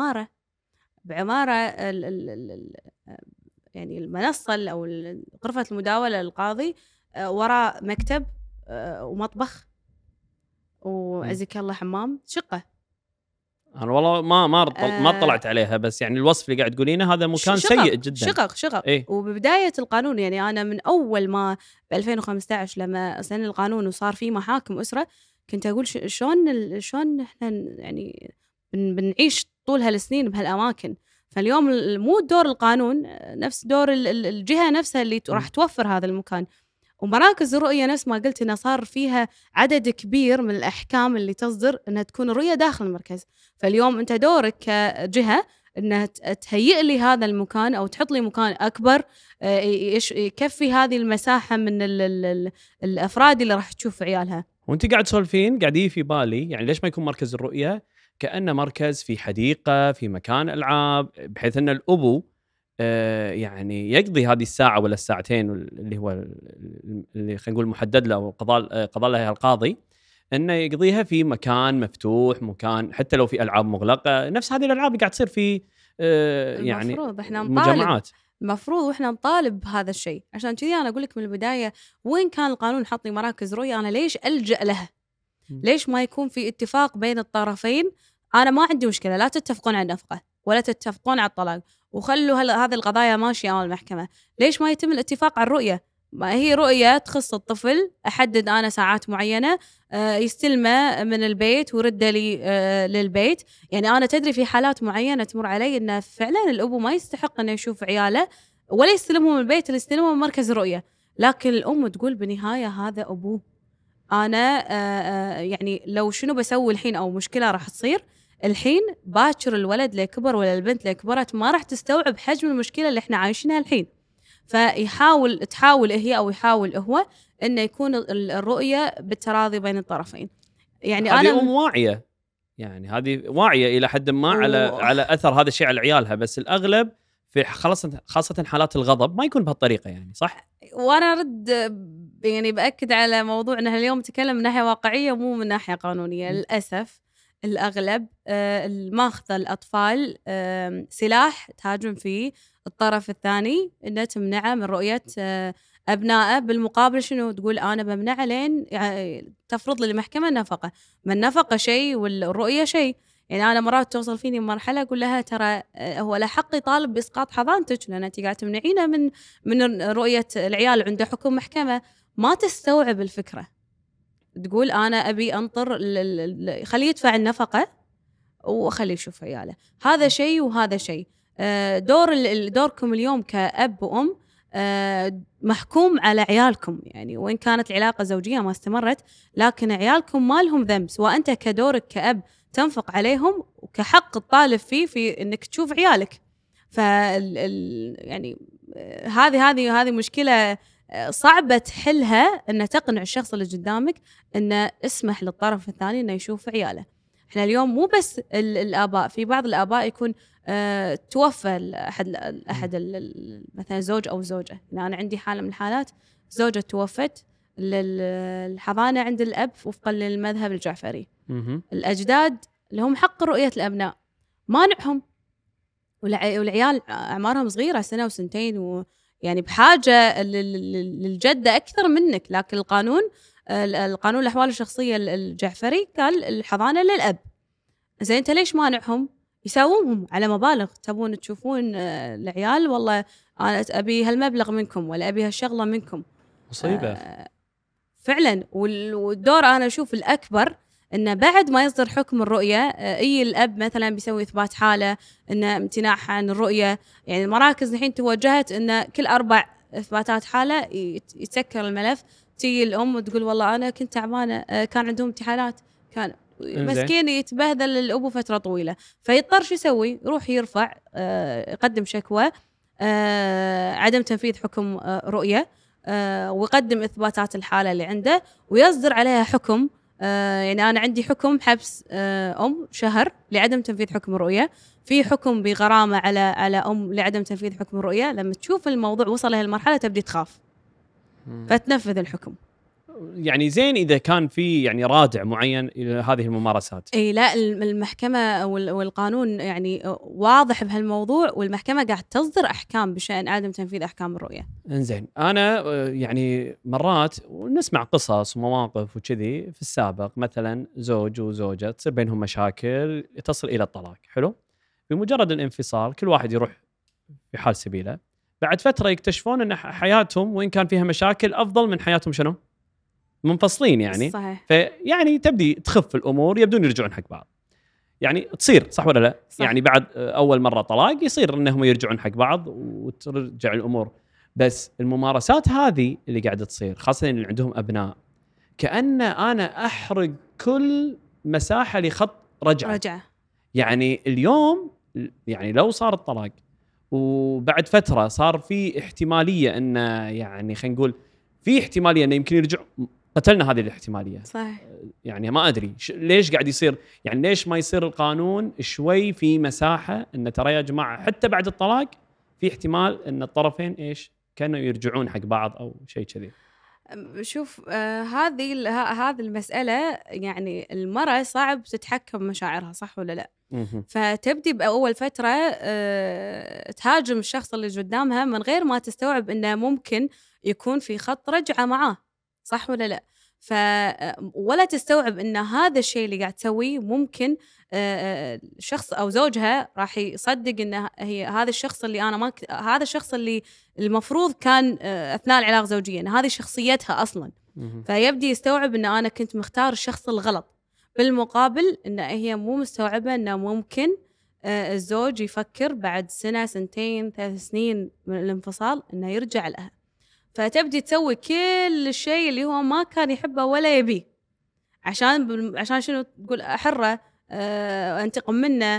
بعماره يعني المنصه او غرفه المداوله للقاضي وراء مكتب ومطبخ وعزك الله حمام شقة. انا والله ما اطلعت عليها، بس يعني الوصف اللي قاعد تقولينه هذا مكان سيء جدا. شقق إيه؟ وببداية القانون، يعني انا من اول ما ب 2015 لما سن القانون وصار في محاكم اسرة، كنت اقول شلون احنا يعني بنعيش طول هالسنين بهالاماكن. فاليوم مو دور القانون نفس دور الجهة نفسها اللي راح توفر هذا المكان. ومراكز الرؤية نفس ما قلت إنه صار فيها عدد كبير من الأحكام اللي تصدر إنها تكون الرؤية داخل المركز. فاليوم أنت دورك كجهة إنها تهيئ لي هذا المكان أو تحط لي مكان أكبر يكفي هذه المساحة من الأفراد اللي راح تشوف عيالها. وأنت قاعد تسولفين قاعد يجي في بالي يعني ليش ما يكون مركز الرؤية كأنه مركز في حديقة، في مكان ألعاب، بحيث أن الأبو يعني يقضي هذه الساعة ولا الساعتين اللي هو اللي خلينا نقول محدد له قضى لها القاضي، انه يقضيها في مكان مفتوح، مكان حتى لو في العاب مغلقة، نفس هذه الالعاب اللي قاعد تصير في يعني المفروض احنا مجمعات. المفروض واحنا نطالب بهذا الشيء. عشان كذي انا اقول لك من البداية، وين كان القانون حط لي مراكز رؤية انا ليش ألجأ لها؟ ليش ما يكون في اتفاق بين الطرفين؟ انا ما عندي مشكلة لا تتفقون على النفقة ولا تتفقون على الطلاق وخلوا هذه القضايا ماشية أمام المحكمة. ليش ما يتم الاتفاق على الرؤية؟ ما هي رؤية تخص الطفل، أحدد أنا ساعات معينة يستلمه من البيت ورده لي للبيت. يعني أنا تدري في حالات معينة تمر علي إن فعلا الأبو ما يستحق إنه يشوف عياله ولا يستلمه من البيت، اللي يستلمه من مركز الرؤية. لكن الأم تقول بالنهاية هذا أبوه. أنا يعني لو شنو بسوي الحين أو مشكلة راح تصير الحين، باكر الولد لكبر ولا البنت لكبرت ما راح تستوعب حجم المشكلة اللي احنا عايشينها الحين. تحاول هي أو يحاول هو إنه يكون الرؤية بالتراضي بين الطرفين. يعني هذه أم واعية، يعني هذه واعية إلى حد ما على أثر هذا الشيء على عيالها، بس الأغلب في خاصة حالات الغضب ما يكون بهالطريقة، يعني صح؟ وأنا أرد يعني بأكد على موضوع أنها اليوم نتكلم من ناحية واقعية مو من ناحية قانونية. للأسف الأغلب ماخذ الأطفال سلاح تهاجم فيه الطرف الثاني، إنه تمنعه من رؤية أبنائه. بالمقابل شنو تقول؟ أنا بمنعه لين تفرض لي المحكمة النفقة. ما النفقة شيء والرؤية شيء. يعني أنا مرات توصل فيني مرحلة أقول لها ترى هو له حق يطالب بإسقاط حضانتك، لأن أنت قاعدة تمنعينه من رؤية العيال عنده حكم محكمة. ما تستوعب الفكرة، تقول أنا أبي أنطر خليه يدفع النفقة وأخليه يشوف عياله. هذا شيء وهذا شيء. دوركم اليوم كأب وأم محكوم على عيالكم، يعني وإن كانت العلاقة زوجية ما استمرت، لكن عيالكم ما لهم ذنب، سواء أنت كدورك كأب تنفق عليهم وكحق الطالب في إنك تشوف عيالك. يعني هذه مشكلة صعبة تحلها، إن تقنع الشخص اللي قدامك إنه اسمح للطرف الثاني إنه يشوف عياله. إحنا اليوم مو بس الآباء، في بعض الآباء يكون توفى أحد مثلا زوج أو زوجة. يعني أنا عندي حالة من الحالات زوجة توفت، الحضانة عند الأب وفقا للمذهب الجعفري. الأجداد لهم حق رؤية الأبناء، مانعهم، والعيال أعمارهم صغيرة 1 و2 ويعني بحاجة للجدة أكثر منك. لكن القانون الأحوال الشخصية الجعفري قال الحضانة للأب. زين أنت ليش مانعهم؟ يساومهم على مبالغ. تبون تشوفون العيال، والله أنا أبي هالمبلغ منكم ولا أبي هالشغلة منكم. مصيبة فعلا. والدور أنا أشوف الأكبر إنه بعد ما يصدر حكم الرؤية، أي الأب مثلا بيسوي إثبات حالة إنه امتناع عن الرؤية. يعني المراكز الحين توجهت إنه كل 4 إثباتات حالة يتسكر الملف، تيجي الأم وتقول والله أنا كنت تعبانة، كان عندهم امتحانات، كان مسكين يتبهدل الأبو فترة طويلة، فيضطر شو يسوي؟ يروح يرفع يقدم شكوى عدم تنفيذ حكم رؤية، ويقدم إثباتات الحالة اللي عنده ويصدر عليها حكم. يعني أنا عندي حكم حبس شهر لعدم تنفيذ حكم الرؤية، في حكم بغرامة على لعدم تنفيذ حكم الرؤية. لما تشوف الموضوع وصل لهالمرحلة تبدي تخاف فتنفذ الحكم. يعني زين إذا كان في يعني رادع معين إلى هذه الممارسات. اي لا، المحكمة والقانون يعني واضح بهالموضوع، والمحكمة قاعد تصدر أحكام بشأن عدم تنفيذ أحكام الرؤية. إنزين، أنا يعني مرات نسمع قصص ومواقف وكذي في السابق، مثلا زوج وزوجة تصير بينهم مشاكل تصل إلى الطلاق. حلو، بمجرد الانفصال كل واحد يروح في حال سبيله، بعد فترة يكتشفون أن حياتهم وإن كان فيها مشاكل أفضل من حياتهم شنو؟ منفصلين يعني. صحيح. فيعني تبدي تخف الأمور، يبدون يرجعون حق بعض. يعني تصير صح ولا لا؟ صح. يعني بعد أول مرة طلاق يصير أنهم يرجعون حق بعض وترجع الأمور. بس الممارسات هذه اللي قاعدة تصير، خاصة اللي عندهم أبناء، كأن أنا أحرق كل مساحة لخط رجعة. يعني اليوم يعني لو صار الطلاق وبعد فترة صار في احتمالية أن يعني خلينا نقول في احتمالية أنه يمكن يرجع، قتلنا هذه الاحتمالية. صح. يعني ما أدري ليش قاعد يصير، يعني ليش ما يصير القانون شوي في مساحة أن ترى يا جماعة حتى بعد الطلاق في احتمال أن الطرفين إيش كانوا يرجعون حق بعض أو شيء كذي. شوف، هذه المسألة يعني المرأة صعب تتحكم بمشاعرها، صح ولا لا؟ فتبدي بأول فترة تهاجم الشخص اللي قدامها من غير ما تستوعب إنه ممكن يكون في خط رجعة معاه، صح ولا لا؟ ولا تستوعب إن هذا الشيء اللي قاعد تسويه ممكن شخص أو زوجها راح يصدق إنه هذا الشخص اللي أنا هذا الشخص اللي المفروض كان أثناء العلاقة الزوجية إن هذه شخصيتها أصلاً. فيبدي يستوعب إن أنا كنت مختار الشخص الغلط. بالمقابل إن هي مو مستوعبة إنه ممكن الزوج يفكر بعد 1 2 3 سنين من الانفصال إنه يرجع لها، فتبدي تسوي كل الشيء اللي هو ما كان يحبه ولا يبيه عشان شنو؟ تقول أحره، أنتقم منه.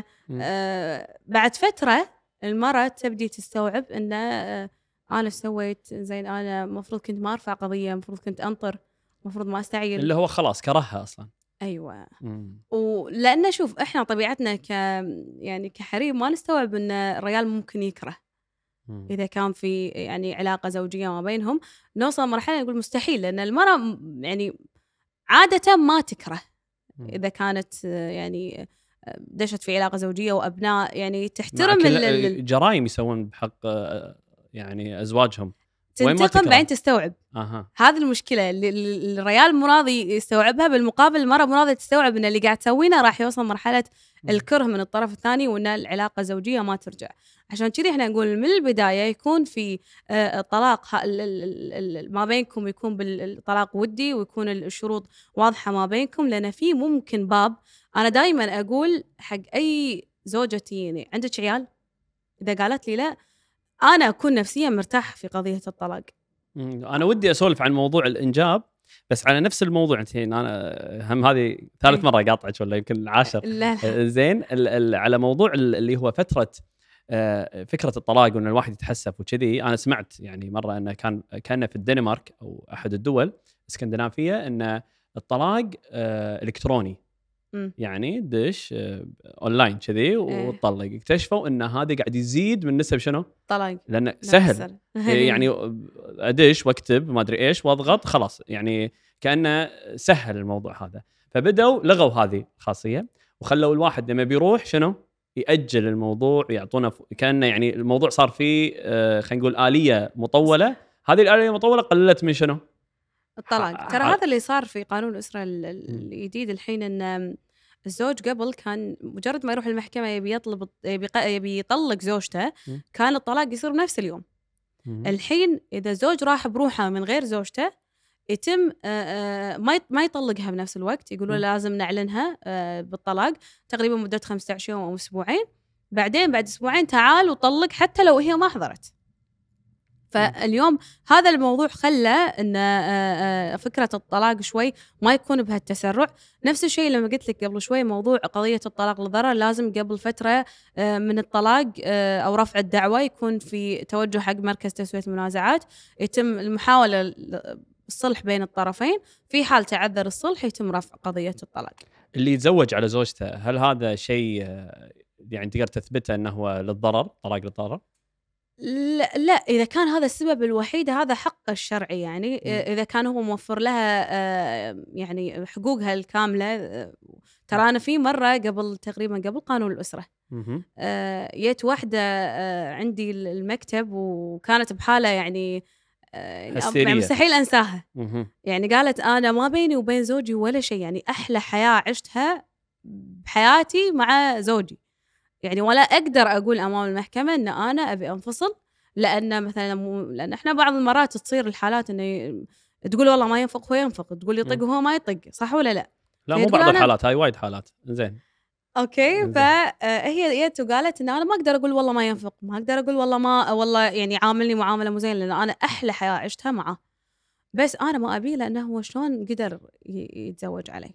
بعد فترة المرأة تبدي تستوعب إن أنا سويت زين، أنا مفروض كنت ما أرفع قضية، مفروض كنت أنطر، مفروض ما أستعجل، اللي هو خلاص كرهها أصلا. أيوة. ولأن شوف إحنا طبيعتنا يعني كحريم ما نستوعب إن الرجال ممكن يكره. إذا كان في يعني علاقة زوجية ما بينهم نوصل مرحلة نقول مستحيل، لأن المرأة يعني عادة ما تكره إذا كانت يعني دشت في علاقة زوجية وأبناء، يعني تحترم جرائم يسوون بحق يعني أزواجهم. وين ما تنتقم بعدين تكره. تستوعب. اها هذه المشكلة اللي الرجال مو راضي يستوعبها، بالمقابل المرأة مو راضية تستوعب إن اللي قاعد تسوينه راح يوصل مرحلة الكره من الطرف الثاني، وإن العلاقة الزوجية ما ترجع. عشان كذي إحنا نقول من البداية يكون في طلاق ما بينكم، يكون بالطلاق ودي، ويكون الشروط واضحة ما بينكم. لأن في ممكن باب، أنا دايما أقول حق أي زوجة تجيني عندك عيال، إذا قالت لي لا، أنا أكون نفسيا مرتاح في قضية الطلاق. انا ودي اسولف عن موضوع الانجاب، بس على نفس الموضوع انت. انا هم هذه ثالث مره قاطعك ولا يمكن العاشر. لا زين على موضوع اللي هو فكره الطلاق وان الواحد يتحسف وكذي. انا سمعت يعني مره انه كان في الدنمارك او احد الدول الاسكندنافيه ان الطلاق الكتروني. يعني دش اونلاين كذي وتطلق. اكتشفوا ان هذا قاعد يزيد من نسب شنو؟ طلاق. لانه سهل يعني ادش واكتب ما ادري ايش واضغط خلاص، يعني كانه سهل الموضوع هذا. فبدأوا لغوا هذه الخاصيه وخلوا الواحد لما بيروح شنو يأجل الموضوع ويعطونا كانه يعني الموضوع صار فيه خلينا نقول آلية مطولة. هذه الآلية المطولة قللت من شنو؟ الطلاق. ترى هذا اللي صار في قانون الأسرة الجديد الحين، ان الزوج قبل كان مجرد ما يروح المحكمة يبي يطلق زوجته، كان الطلاق يصير بنفس اليوم. الحين إذا زوج راح بروحه من غير زوجته يتم ما يطلقها بنفس الوقت، يقولوا لازم نعلنها بالطلاق تقريبا مدة 15 يوم أو أسبوعين، بعدين بعد أسبوعين تعال وطلق حتى لو هي ما حضرت. فاليوم هذا الموضوع خلى ان فكره الطلاق شوي ما يكون بهالتسرع. نفس الشيء لما قلت لك قبل شوي موضوع قضيه الطلاق للضرر، لازم قبل فتره من الطلاق او رفع الدعوه يكون في توجه حق مركز تسويه المنازعات، يتم المحاوله الصلح بين الطرفين. في حال تعذر الصلح يتم رفع قضيه الطلاق. اللي يتزوج على زوجته، هل هذا شيء يعني تقدر تثبته انه هو للضرر، طلاق للضرر؟ لا إذا كان هذا السبب الوحيد، هذا حق الشرعي يعني. إذا كان هو موفر لها يعني حقوقها الكاملة. ترى أنا في مرة قبل قانون الأسرة جيت واحدة عندي المكتب وكانت بحالة يعني مستحيل أنساها. يعني قالت أنا ما بيني وبين زوجي ولا شيء، يعني أحلى حياة عشتها بحياتي مع زوجي، يعني ولا أقدر أقول أمام المحكمة إن أنا أبي أنفصل. لأن مثلا لأن إحنا بعض المرات تصير الحالات إنه تقول والله ما ينفق هو ينفق، تقول يطق وهو ما يطق، صح ولا لا؟ لا مو بعض الحالات، هاي وايد حالات. زين أوكي. فهي جت وقالت إن أنا ما أقدر أقول والله ما ينفق، ما أقدر أقول والله يعني عاملني معاملة مو زين، لأن أنا أحلى حياة عشتها معه، بس أنا ما أبيه لأنه هو شلون قدر يتزوج علي.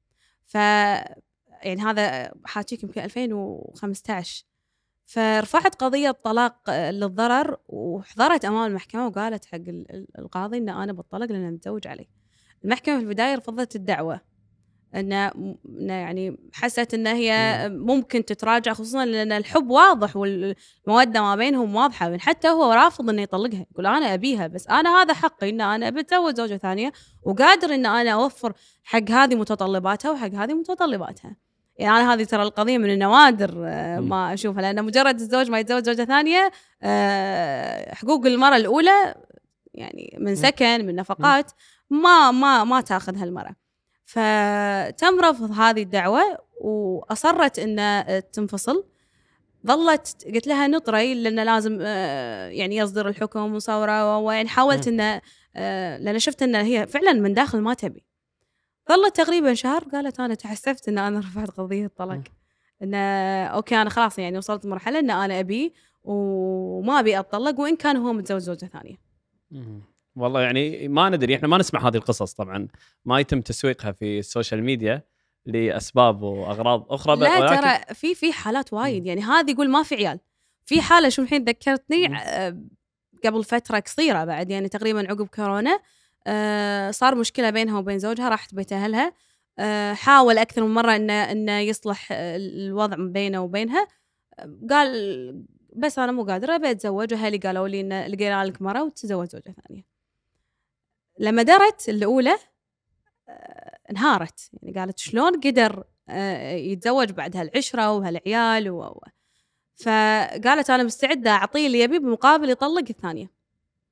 يعني هذا حاجيك يمكن 2015. فرفعت قضية طلاق للضرر وحضرت أمام المحكمة وقالت حق القاضي إن أنا بطلق لأن متزوج علي. المحكمة في البداية رفضت الدعوة، إن يعني حست إن هي ممكن تتراجع، خصوصا لأن الحب واضح والمودة ما بينهم واضحة. حتى هو رافض إنه يطلقها، يقول أنا أبيها بس أنا هذا حقي إن أنا بتزوج زوجة ثانية، وقادر إن أنا أوفر حق هذه متطلباتها وحق هذه متطلباتها. يعني أنا هذه ترى القضية من النوادر ما أشوفها، لأن مجرد الزوج ما يتزوج زوجة ثانية حقوق المرأة الأولى يعني من سكن من نفقات ما تأخذها المرأة. فتم رفض هذه الدعوة وأصرت إن تنفصل. ظلت قلت لها نطري لأن لازم يعني يصدر الحكم مصورة، ويعني حاولت إن لأن شفت إن هي فعلا من داخل ما تبي. ظلت تقريبا شهر، قالت أنا تحسفت إن أنا رفعت قضية الطلاق، إن أوكي أنا خلاص يعني وصلت مرحلة إن أنا أبي وما أبي أطلق وإن كان هو متزوج زوجة ثانية. والله يعني ما ندري، إحنا ما نسمع هذه القصص طبعا، ما يتم تسويقها في السوشيال ميديا لأسباب وأغراض أخرى. لا ولكن ترى في حالات وايد، يعني هذه يقول ما في عيال. في حالة شو الحين ذكرتني قبل فترة قصيرة بعد يعني تقريبا عقب كورونا، صار مشكلة بينها وبين زوجها، راحت بيت أهلها، حاول أكثر من مرة إنه يصلح الوضع بينه وبينها، قال بس أنا مو قادرة أبي أتزوج، وأهلي قالوا لي إن لقينا لك مرة وتتزوج زوجة ثانية. لما درت الأولى انهارت، يعني قالت شلون قدر يتزوج بعد هالعشرة وهالعيال فقالت أنا مستعدة أعطيه اللي يبيه بمقابل يطلق الثانية.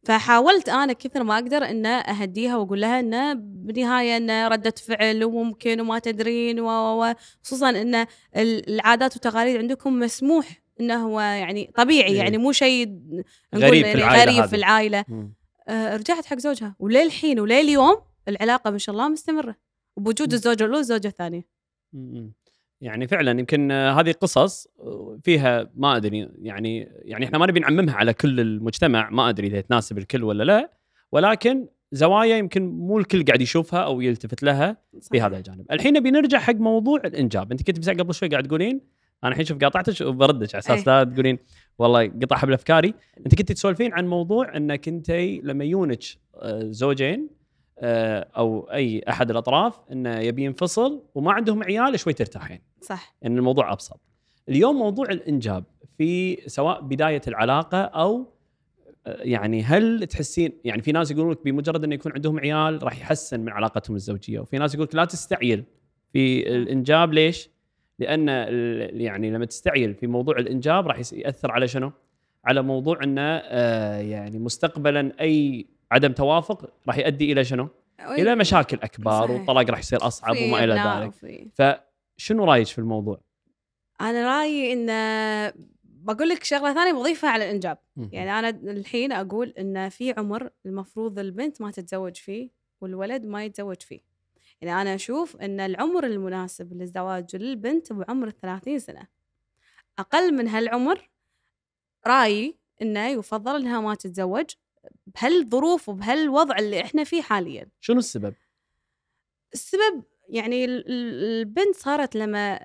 فحاولت أنا كثر ما أقدر إن أهدّيها وأقول لها إنه بالنهاية إنه ردة فعل وممكن وما تدرين خصوصًا إن العادات والتقاليد عندكم مسموح إنه هو يعني طبيعي، يعني إيه. مو شيء نقول غريب في يعني العائلة غريب في هذه. العائلة. مم. رجعت حق زوجها وللحين ولليوم العلاقة ما شاء الله مستمرة، وبوجود مم. الزوجة الأولى والزوجة الثانية. إمم. يعني فعلًا يمكن هذه قصص فيها ما أدري يعني إحنا ما نبي نعممها على كل المجتمع، ما أدري إذا تناسب الكل والّا لأ، ولكن زوايا يمكن مو الكل قاعد يشوفها أو يلتفت لها في هذا صحيح. الجانب. الحين نبي نرجع حق موضوع الإنجاب، أنتِ كنتِ بس قبل شوي قاعد تقولين، أنا الحين شوف قاطعتِك وباردِك على أساس إيه. لا تقولين والله قطع حبل أفكاري، أنتِ كنتِ تسولفين عن موضوع إنِّك أنتِ لمّا يجونِك زوجين أو أي أحد الأطراف إنه يبي ينفصل وما عندهم عيال شوي ترتاحين. صح. إن الموضوع أبسط. اليوم موضوع الإنجاب في سواء بداية العلاقة أو يعني هل تحسين يعني في ناس يقولون لك بمجرد إنه يكون عندهم عيال راح يحسن من علاقتهم الزوجية، وفي ناس يقول لك لا تستعجل في الإنجاب. ليش؟ لأن يعني لما تستعجل في موضوع الإنجاب راح يأثر على شنو؟ على موضوع إنه يعني مستقبلا أي عدم توافق راح يؤدي إلى شنو؟ إلى مشاكل أكبر، صحيح. والطلاق راح يصير أصعب في وما إلى أبناء ذلك. وفي فشنو رايك في الموضوع؟ أنا رأيي إن باقول لك شغلة ثانية باضيفها على الإنجاب. اهم. يعني أنا الحين أقول إن في عمر المفروض البنت ما تتزوج فيه والولد ما يتزوج فيه. يعني أنا أشوف إن العمر المناسب للزواج للبنت بعمر ال30 سنة. أقل من هالعمر رأيي إنه يُفضّل إنها ما تتزوج بهالظروف وبهالوضع اللي إحنا فيه حاليًا. شنو السبب؟ السبب يعني البنت صارت لمّا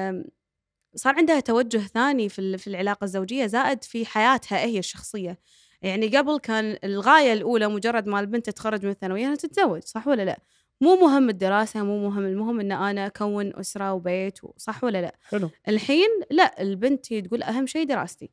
صار عندها توجه ثاني في العلاقة الزوجية، زائد في حياتها هي الشخصية. يعني قبل كان الغاية الأولى مجرد ما البنت تتخرج من الثانوية إنها تتزوج، صح والّا لأ؟ مو مهم الدراسة، مو مهم، المهم إن أنا أكوّن أسرة وبيت صح والّا لأ؟ حلو. الحين لأ، البنت هي تقول أهم شي دراستي.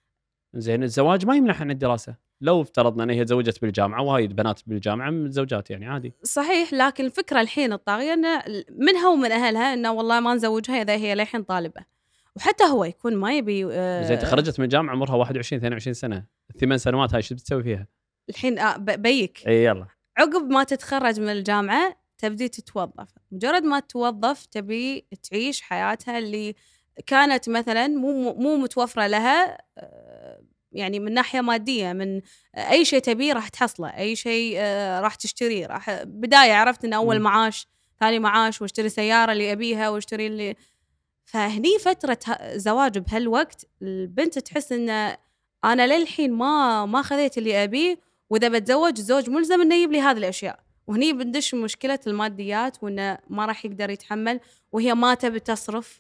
زين الزواج ما يمنع عن الدراسة، لو افترضنا ان هي تزوجت بالجامعة، وهاي البنات بالجامعة متزوجات يعني عادي. صحيح، لكن الفكرة الحين الطاغية إن منها ومن أهلها إنه والله ما نزوجها إذا هي للحين طالبة، وحتى هو يكون ما يبي زين تخرجت من الجامعة عمرها 21 22 سنة، ال8 سنوات هاي شو بتسوي فيها؟ الحين بيك اي يلا. عقب ما تتخرج من الجامعة تبدي تتوظف، مجرد ما تتوظف تبي تعيش حياتها اللي كانت مثلًا مو متوفرة لها يعني من ناحية مادية، من أي شيء تبيه راح تحصله، أي شيء راح تشتريه، بداية عرفت إن أول مم. معاش، ثاني معاش، واشتري السيارة اللي أبيها واشتري اللي فهني فترة زواج بهالوقت البنت تحس إن أنا للحين ما خذيت اللي أبيه، وإذا بتزوج الزوج ملزم إنه يجيب لي هذه الأشياء، وهني بندش مشكلة الماديات وإنه ما راح يقدر يتحمل، وهي ما تبي تصرف.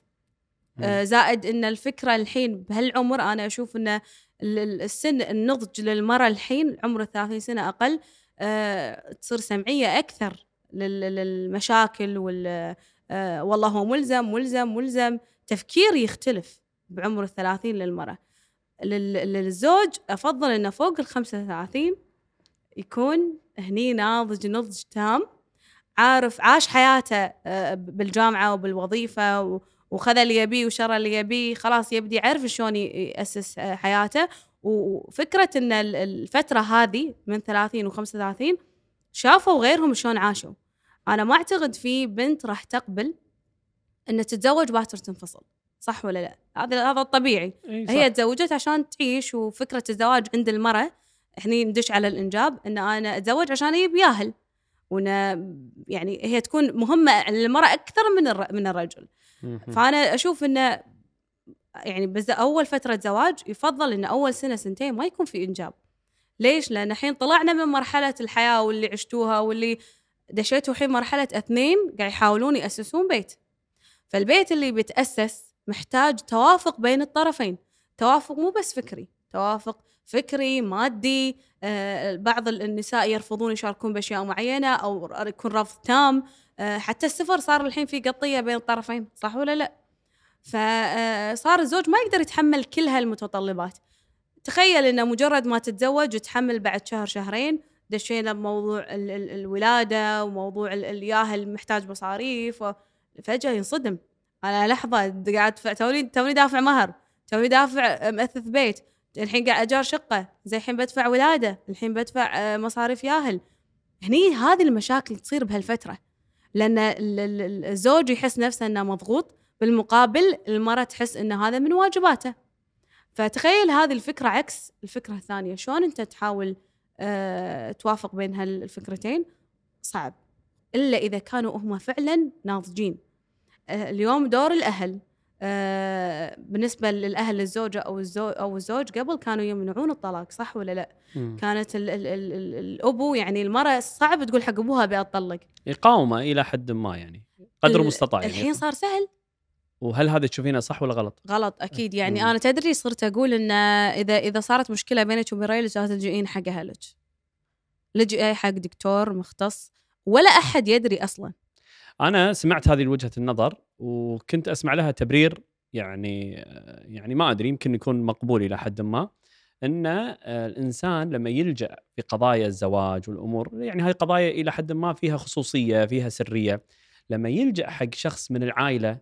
زائد إن الفكرة الحين بهالعمر أنا أشوف إن السن النضج للمرأة الحين عمر 30 سنة أقل تصير سمعية أكثر للمشاكل والله هو ملزم تفكير يختلف بعمر 30 للمرأة. للزوج أفضل إنه فوق ال35 يكون هني ناضج تام، عارف عاش حياته بالجامعة وبالوظيفة وخذ اللي يبيه وشرى اللي يبيه، خلاص يبدي يعرف شلون يأسس حياته. وفكرة إن الفترة هذه من 30 و35 شافوا غيرهم شلون عاشوا. أنا ما أعتقد في بنت راح تقبل إن تتزوج باكر تنفصل، صح والّا لأ؟ هذا الطبيعي. هي تزوجت عشان تعيش، وفكرة الزواج عند المرأة هني ندش على الإنجاب إن أنا أتزوج عشان يبي ياهل، وإن يعني هي تكون مهمة للمرأة أكثر من الرجل. فأنا أشوف إنه يعني بس أول فترة زواج يفضل إن أول سنة سنتين ما يكون في إنجاب. ليش؟ لأن الحين طلعنا من مرحلة الحياة واللي عشتوها واللي دشيتوا الحين مرحلة اثنين قاعد يحاولون يأسسون بيت. فالبيت اللي بيتأسس محتاج توافق بين الطرفين، توافق مو بس فكري، توافق فكري مادي. بعض النساء يرفضون يشاركون بأشياء معينة أو يكون رفض تام. حتى السفر صار الحين في قطية بين الطرفين، صح ولا لا؟ فصار الزوج ما يقدر يتحمل كل هالمتطلبات. تخيل إنه مجرد ما تتزوج وتحمل بعد شهر شهرين دشينا بموضوع الولادة وموضوع الياهل محتاج مصاريف، فجأة ينصدم. أنا لحظة قاعد توني دافع مهر، توني دافع مأثث بيت، الحين قاعد أجار شقة، زي الحين بدفع ولادة، الحين بدفع مصاريف ياهل. هني هذه المشاكل تصير بهالفترة، لأن الزوج يحس نفسه أنه مضغوط، بالمقابل المرأة تحس أن هذا من واجباته. فتخيل هذه الفكرة عكس الفكرة الثانية، شلون أنت تحاول توافق بين هالفكرتين؟ صعب، إلا إذا كانوا هم فعلا ناضجين. اليوم دور الأهل، بالنسبة للأهل الزوجة أو الزوج قبل كانوا يمنعون الطلاق، صح ولا لا؟ كانت الأبو يعني المرأة صعب تقول حق أبوها بأطلق، إقامة إلى حد ما يعني قدر المستطاع يعني. الحين صار سهل. وهل هذا تشوفينه صح ولا غلط؟ غلط أكيد. يعني أنا تدري صرت أقول إن إذا صارت مشكلة بينك وبين ريلك لا تلجئين حق أهلك، لجئي حق دكتور مختص، ولا أحد يدري أصلاً. أنا سمعت هذه وجهة النظر وكنت أسمع لها تبرير يعني ما أدري، يمكن يكون مقبول إلى حد ما، أن الإنسان لما يلجأ في قضايا الزواج والأمور، يعني هاي قضايا إلى حد ما فيها خصوصية فيها سرية، لما يلجأ حق شخص من العائلة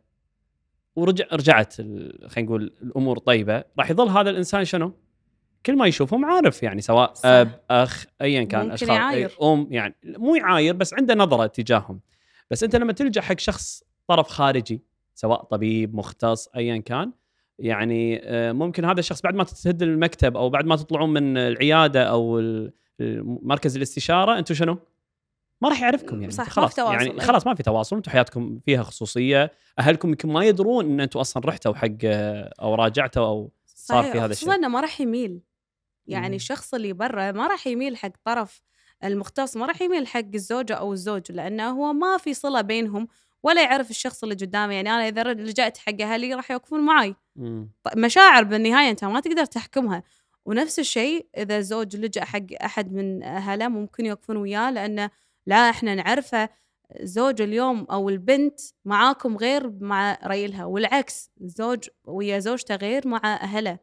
ورجعت خلينا نقول الأمور طيبة، راح يظل هذا الإنسان شنو؟ كل ما يشوفهم عارف، يعني سواء صح. أب أخ أيا كان، ممكن يعاير. يعني مو يعاير بس عنده نظرة تجاههم. بس أنت لما تلجأ حق شخص طرف خارجي سواء طبيب مختص أيا كان، يعني ممكن هذا الشخص بعد ما تتهد المكتب أو بعد ما تطلعون من العيادة أو مركز الاستشارة، أنتم شنو؟ ما راح يعرفكم يعني. صح، خلاص يعني خلاص ما في تواصل، انتم حياتكم فيها خصوصيه، اهلكم يمكن ما يدرون ان انتم اصلا رحتوا حق او راجعتوا او صار في هذا الشيء. خصوصا انه ما راح يميل، يعني الشخص اللي برا ما راح يميل حق طرف المختص، ما راح يميل حق الزوجة او الزوج، لانه هو ما في صلة بينهم ولا يعرف الشخص اللي قدامه. يعني انا اذا لجأت حق اهلي راح يوقفون معي. مشاعر بالنهاية انت ما تقدر تحكمها. ونفس الشيء اذا الزوج لجأ حق احد من اهله ممكن يوقفون وياه، لانه لا احنا نعرفه زوج اليوم او البنت معاكم غير مع ريلها، والعكس الزوج ويا زوجته غير مع اهله.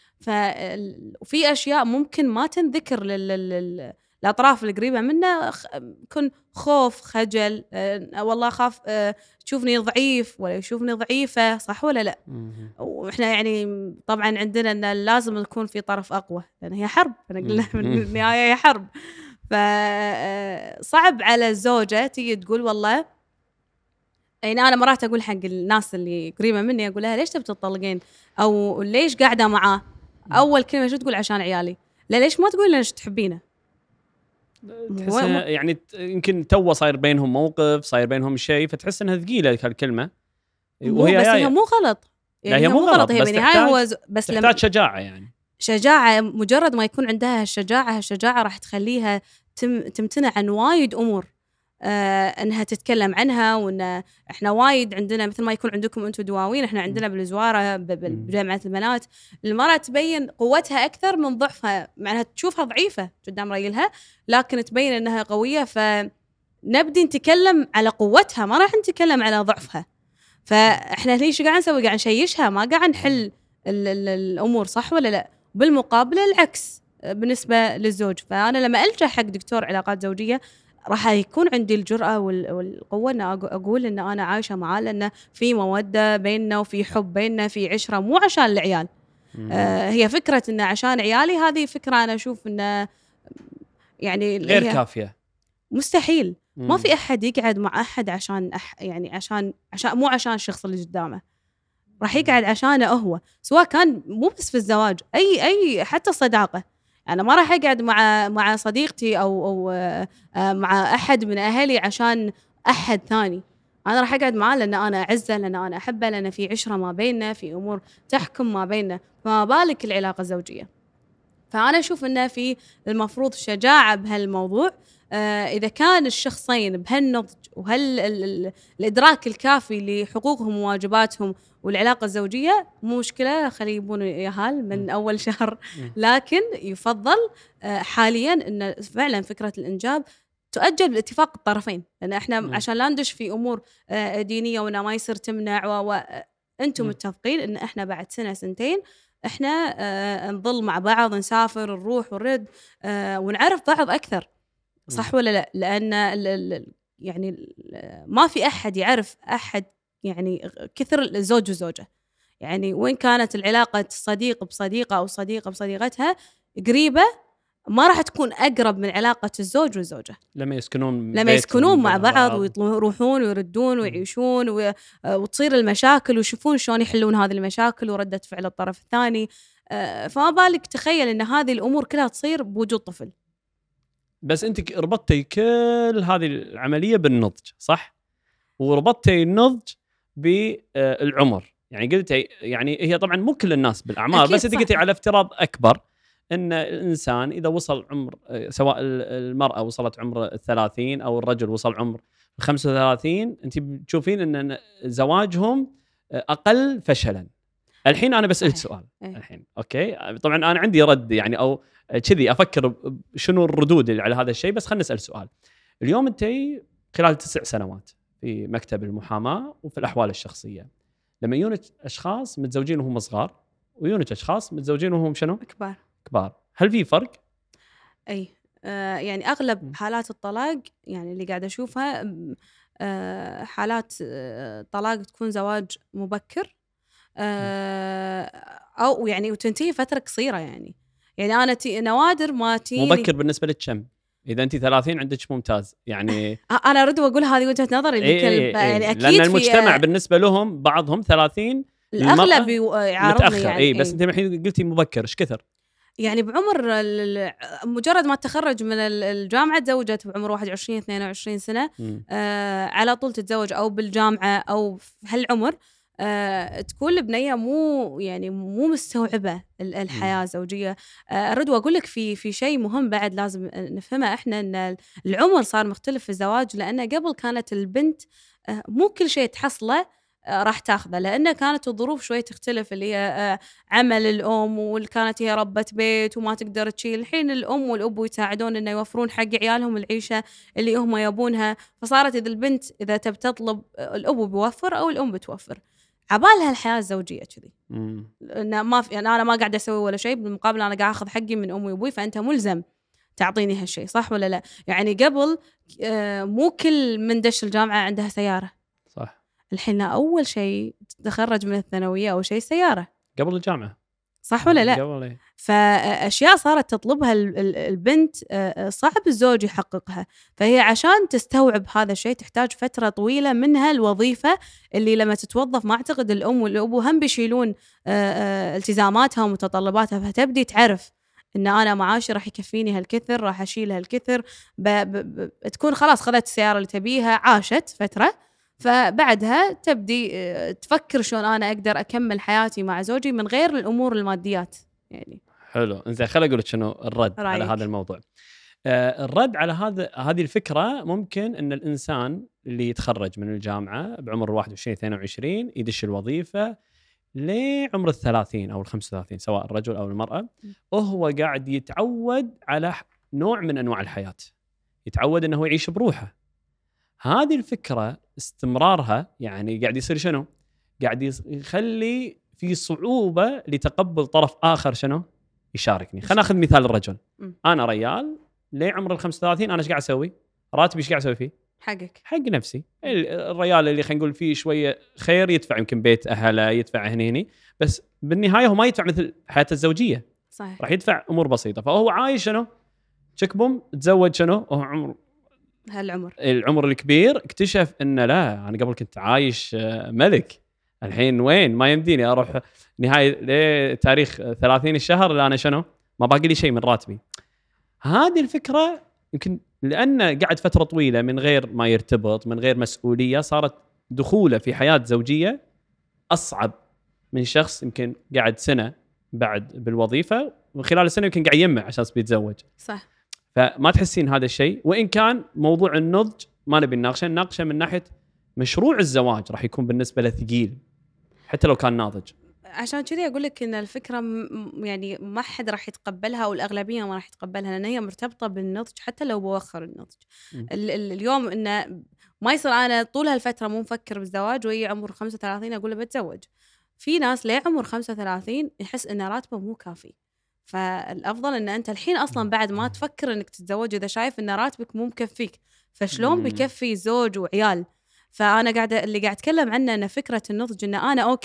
ففي اشياء ممكن ما تنذكر للاطراف القريبه منه، يكون خوف، خجل، والله خاف تشوفني ضعيف ولا يشوفني ضعيفه، صح ولا لا؟ واحنا يعني طبعا عندنا ان لازم يكون في طرف اقوى، لان هي حرب، انا قلنا من النهايه هي حرب. فصعب على الزوجة تيجي تقول والله، يعني أنا مرات أقول حق الناس اللي قريبة مني، أقول لها ليش تبي تطلقين أو ليش قاعدة معاه؟ أول كلمة شو تقول؟ عشان عيالي. لا ليش ما تقول ليش تحبينه؟ يعني يمكن تو صاير بينهم موقف، صاير بينهم شيء، فتحس انها ثقيله هالكلمه. وهي بس هي مو غلط، يعني هي مو غلط، هي بالنهاية هو بس تحتاج شجاعه. يعني شجاعه، مجرد ما يكون عندها هالشجاعة راح تخليها تمتنع عن وايد أمور، أنها تتكلم عنها. وأن إحنا وايد عندنا مثل ما يكون عندكم أنتم دواوين، إحنا عندنا بالزوارة بجامعة البنات المرأة تبين قوتها أكثر من ضعفها، معناها تشوفها ضعيفة قدام رجلها لكن تبين أنها قوية، فنبدي نتكلم على قوتها، ما راح نتكلم على ضعفها. فإحنا ليش قاعد نسوي؟ قاعد نشيشها، ما قاعد نحل الأمور، صح ولا لا؟ بالمقابل العكس بالنسبة للزوج. فأنا لما ألجأ حق دكتور علاقات زوجية راح يكون عندي الجرأة والقوة أن أقول أن أنا عايشة معاه، لأن في مودة بيننا وفي حب بيننا، في عشرة، مو عشان العيال. هي فكرة أن عشان عيالي، هذه فكرة أنا أشوف أن يعني غير كافية، مستحيل. ما في أحد يقعد مع أحد عشان يعني عشان مو عشان الشخص اللي قدامه، راح يقعد عشانه هو، سواء كان مو بس في الزواج، أي حتى الصداقة. أنا ما راح أقعد مع صديقتي أو مع أحد من أهلي عشان أحد ثاني. أنا راح أقعد معاه لأن أنا أعزه، لأن أنا أحبه، لأن في عشرة ما بيننا، في أمور تحكم ما بيننا، فما بالك العلاقة الزوجية. فأنا أشوف أنه في المفروض شجاعة بهالموضوع. إذا كان الشخصين بهالنضج وهالإدراك الكافي لحقوقهم وواجباتهم والعلاقة الزوجية، مو مشكلة، خلي يبون يهال من أول شهر. لكن يفضل حاليا أن فعلا فكرة الإنجاب تؤجل باتفاق الطرفين، لأن إحنا عشان لا ندش في أمور دينية وأنه ما يصير تمنع وأنتم متفقين أن إحنا بعد سنة سنتين إحنا نظل مع بعض، نسافر، نروح ونرد، ونعرف بعض أكثر، صح ولا لا؟ لأن يعني ما في أحد يعرف أحد يعني كثر الزوج وزوجة. يعني وين كانت العلاقة صديق بصديقة أو صديقة بصديقتها قريبة، ما راح تكون أقرب من علاقة الزوج والزوجة لما يسكنون لما بيت يسكنون مع جنب بعض ويروحون ويردون ويعيشون وتصير المشاكل ويشوفون شلون يحلون هذه المشاكل وردة فعل الطرف الثاني. فما بالك تخيل إن هذه الأمور كلها تصير بوجود طفل. بس انت ربطتي كل هذه العمليه بالنضج، صح؟ وربطتي النضج بالعمر، يعني قلتي يعني هي طبعا مو كل الناس بالاعمار، أكيد بس انت صح. قلتي على افتراض اكبر ان الانسان اذا وصل عمر، سواء المراه وصلت عمر 30 او الرجل وصل عمر 35، انت بتشوفين ان زواجهم اقل فشلا. الحين انا بسألك صحيح. سؤال إيه. الحين، اوكي، طبعا انا عندي رد يعني، او كذي افكر شنو الردود اللي على هذا الشيء، بس خلينا نسأل سؤال. اليوم انت خلال 9 سنوات في مكتب المحاماة وفي الأحوال الشخصية، لما يونك أشخاص متزوجين وهم صغار ويونك أشخاص متزوجين وهم شنو؟ كبار، هل في فرق؟ أي يعني أغلب حالات الطلاق يعني اللي قاعدة أشوفها حالات طلاق تكون زواج مبكر، أو يعني وتنتهي فترة قصيرة يعني أنا نوادر ما تيني مبكر بالنسبة لك كم؟ إذا أنت 30 عندك ممتاز يعني. أنا أرد وأقول هذه وجهة نظري يعني أكيد لأن في المجتمع بالنسبة لهم بعضهم 30 الأغلب للمرأة يعارضني متأخر، يعني بس أنت الحين قلتي مبكر، إيش كثر؟ يعني بعمر مجرد ما تخرج من الجامعة تزوجت بعمر 21 22 سنة، على طول تتزوج أو بالجامعة أو في هالعمر. تكون البنية مو مستوعبة الحياة الزوجية. أرد وأقول لك في شيء مهم بعد لازم نفهمه إحنا، إن العمر صار مختلف في الزواج، لأن قبل كانت البنت مو كل شيء تحصله راح تاخذه، لأنه كانت الظروف شوي تختلف، اللي هي عمل الأم واللي كانت هي ربة بيت وما تقدر تشيل. الحين الأم والأب يساعدون إنه يوفرون حق عيالهم العيشة اللي هم يبونها، فصارت إذا البنت إذا تبي تطلب الأب بيوفر أو الأم بتوفر، عبالها الحياة الزوجية كذي. إنه ما في يعني أنا ما قاعدة أسوي ولا شيء، بالمقابل أنا قاعد أخذ حقي من أمي وأبوي، فأنت ملزم تعطيني هالشيء، صح ولا لا؟ يعني قبل مو كل من دش الجامعة عندها سيارة، صح. الحين أول شيء تتخرج من الثانوية أول شيء سيارة قبل الجامعة، صح ولا لا؟ قبل إيه؟ فأشياء صارت تطلبها البنت صعب الزوج يحققها، فهي عشان تستوعب هذا الشيء تحتاج فترة طويلة منها الوظيفة اللي لما تتوظف ما أعتقد الأم والأبو هم بيشيلون التزاماتها ومتطلباتها، فتبدي تعرف إن أنا معاشي راح يكفيني هالكثر، راح أشيل هالكثر، تكون خلاص خذت السيارة اللي تبيها، عاشت فترة، فبعدها تبدي تفكر شلون أنا أقدر أكمل حياتي مع زوجي من غير الأمور الماديات يعني. حلو، إنزين خليني أقول لك شنو الرد رأيك. على هذا الموضوع. الرد على هذه الفكرة، ممكن أن الإنسان اللي يتخرج من الجامعة بعمر 21 22 يدش الوظيفة لعمر 30 أو 35 سواء الرجل أو المرأة، وهو قاعد يتعود على نوع من أنواع الحياة، يتعود أنه يعيش بروحه. هذه الفكرة استمرارها يعني قاعد يصير شنو؟ قاعد يخلي في صعوبة لتقبل طرف آخر شنو؟ يشاركني. خلينا ناخذ مثال الرجل. أنا ريال لعمر ال 35، أنا ايش قاعد أسوي؟ راتبي ايش قاعد أسوي فيه؟ حقك، حق نفسي. الريال اللي خلينا نقول فيه شوية خير يدفع يمكن بيت أهله، يدفع هني، بس بالنهاية هو ما يدفع مثل حياته الزوجية، صحيح. راح يدفع أمور بسيطة، فهو عايش شنو؟ تشكبم تزوج شنو؟ وهو عمر العمر الكبير اكتشف إن لا، أنا قبل كنت عايش ملك، الحين وين؟ ما يمديني أروح نهاية لتاريخ 30 الشهر لا أنا شنو؟ ما باقي لي شيء من راتبي. هذه الفكرة يمكن لأنه قعد فترة طويلة من غير ما يرتبط، من غير مسؤولية، صارت دخوله في حياة زوجية أصعب من شخص يمكن قعد سنة بعد بالوظيفة، وخلال السنة يمكن قاعد يجمع عشان يتزوج. صح. فما تحسين هذا الشيء؟ وإن كان موضوع النضج ما نبي نناقشه من ناحية مشروع الزواج راح يكون بالنسبة له ثقيل حتى لو كان ناضج. عشان كذي أقول لك إن الفكرة يعني ما حد راح يتقبلها، والأغلبية ما راح يتقبلها، لأن هي مرتبطة بالنضج حتى لو بوخر النضج. اليوم إنه ما يصير أنا طول هالفترة مو مفكر بالزواج وهي عمر 35 أقول له بتزوج. في ناس ليه عمر 35 يحس إن راتبه مو كافي، فالأفضل إن أنت الحين أصلاً بعد ما تفكر إنك تتزوج إذا شايف إن راتبك مو مكفيك، فشلون بيكفي زوج وعيال؟ فأنا اللي قاعد أتكلم عنه إن فكرة النضج إن أنا أوكي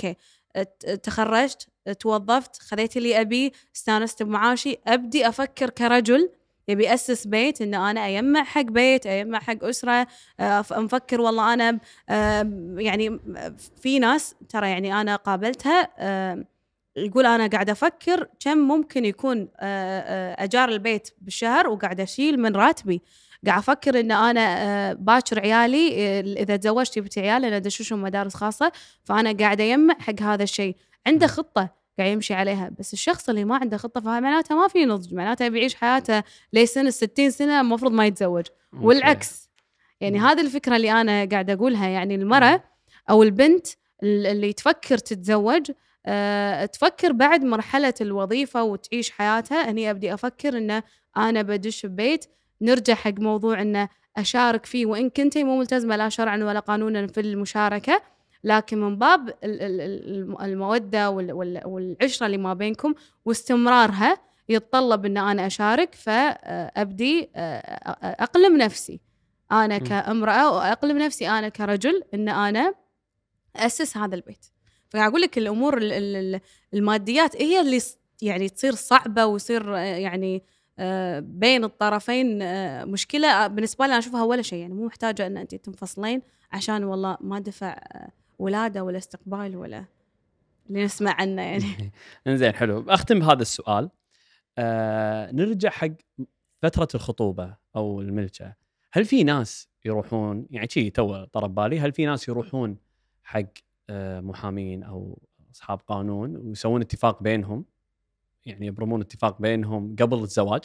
تخرجت، توظفت، خذيت اللي أبيه، استانست بمعاشي، أبدي أفكر كرجل يبي يأسس بيت، إن أنا أجمع حق بيت، أجمع حق أسرة. مفكر والله أنا يعني في ناس ترى يعني أنا قابلتها يقول أنا قاعدة أفكر كم ممكن يكون أجار البيت بالشهر وقاعدة أشيل من راتبي. قاعد أفكر إن أنا باكر عيالي إذا تزوجت جبت عيال أنا أدشوشهم مدارس خاصة، فأنا قاعدة أجمع حق هذا الشيء. عنده خطة قاعد يمشي عليها. بس الشخص اللي ما عنده خطة فمعناته ما في نضج، معناته بيعيش حياته لسن 60 سنة المفروض ما يتزوج. والعكس يعني هذه الفكرة اللي أنا قاعدة أقولها. يعني المرأة أو البنت اللي تفكر تتزوج تفكر بعد مرحلة الوظيفة وتعيش حياتها. هني أبدي أفكر إنه أنا بدش ببيت. نرجع حق موضوع إنه أشارك فيه وإن كنتي مو ملتزمة لا شرعا ولا قانونا في المشاركة، لكن من باب المودة والعشرة اللي ما بينكم واستمرارها يتطلب إن أنا أشارك. فأبدي أقلم نفسي أنا كامرأة وأقلم نفسي أنا كرجل إن أنا أسس هذا البيت. فقاعد أقول لك الأمور الماديات هي اللي يعني تصير صعبة ويصير يعني بين الطرفين مشكلة. بالنسبة لي أنا أشوفها ولا شيء، يعني مو محتاجة أن أنت تنفصلين عشان والله ما دفع ولادة ولا استقبال ولا اللي نسمع عنه يعني. إنزين حلو. أختم بهذا السؤال. نرجع حق فترة الخطوبة أو الملكة. هل في ناس يروحون يعني شيء تو طرب بالي، هل في ناس يروحون حق محامين أو أصحاب قانون ويسوون اتفاق بينهم، يعني يبرمون اتفاق بينهم قبل الزواج،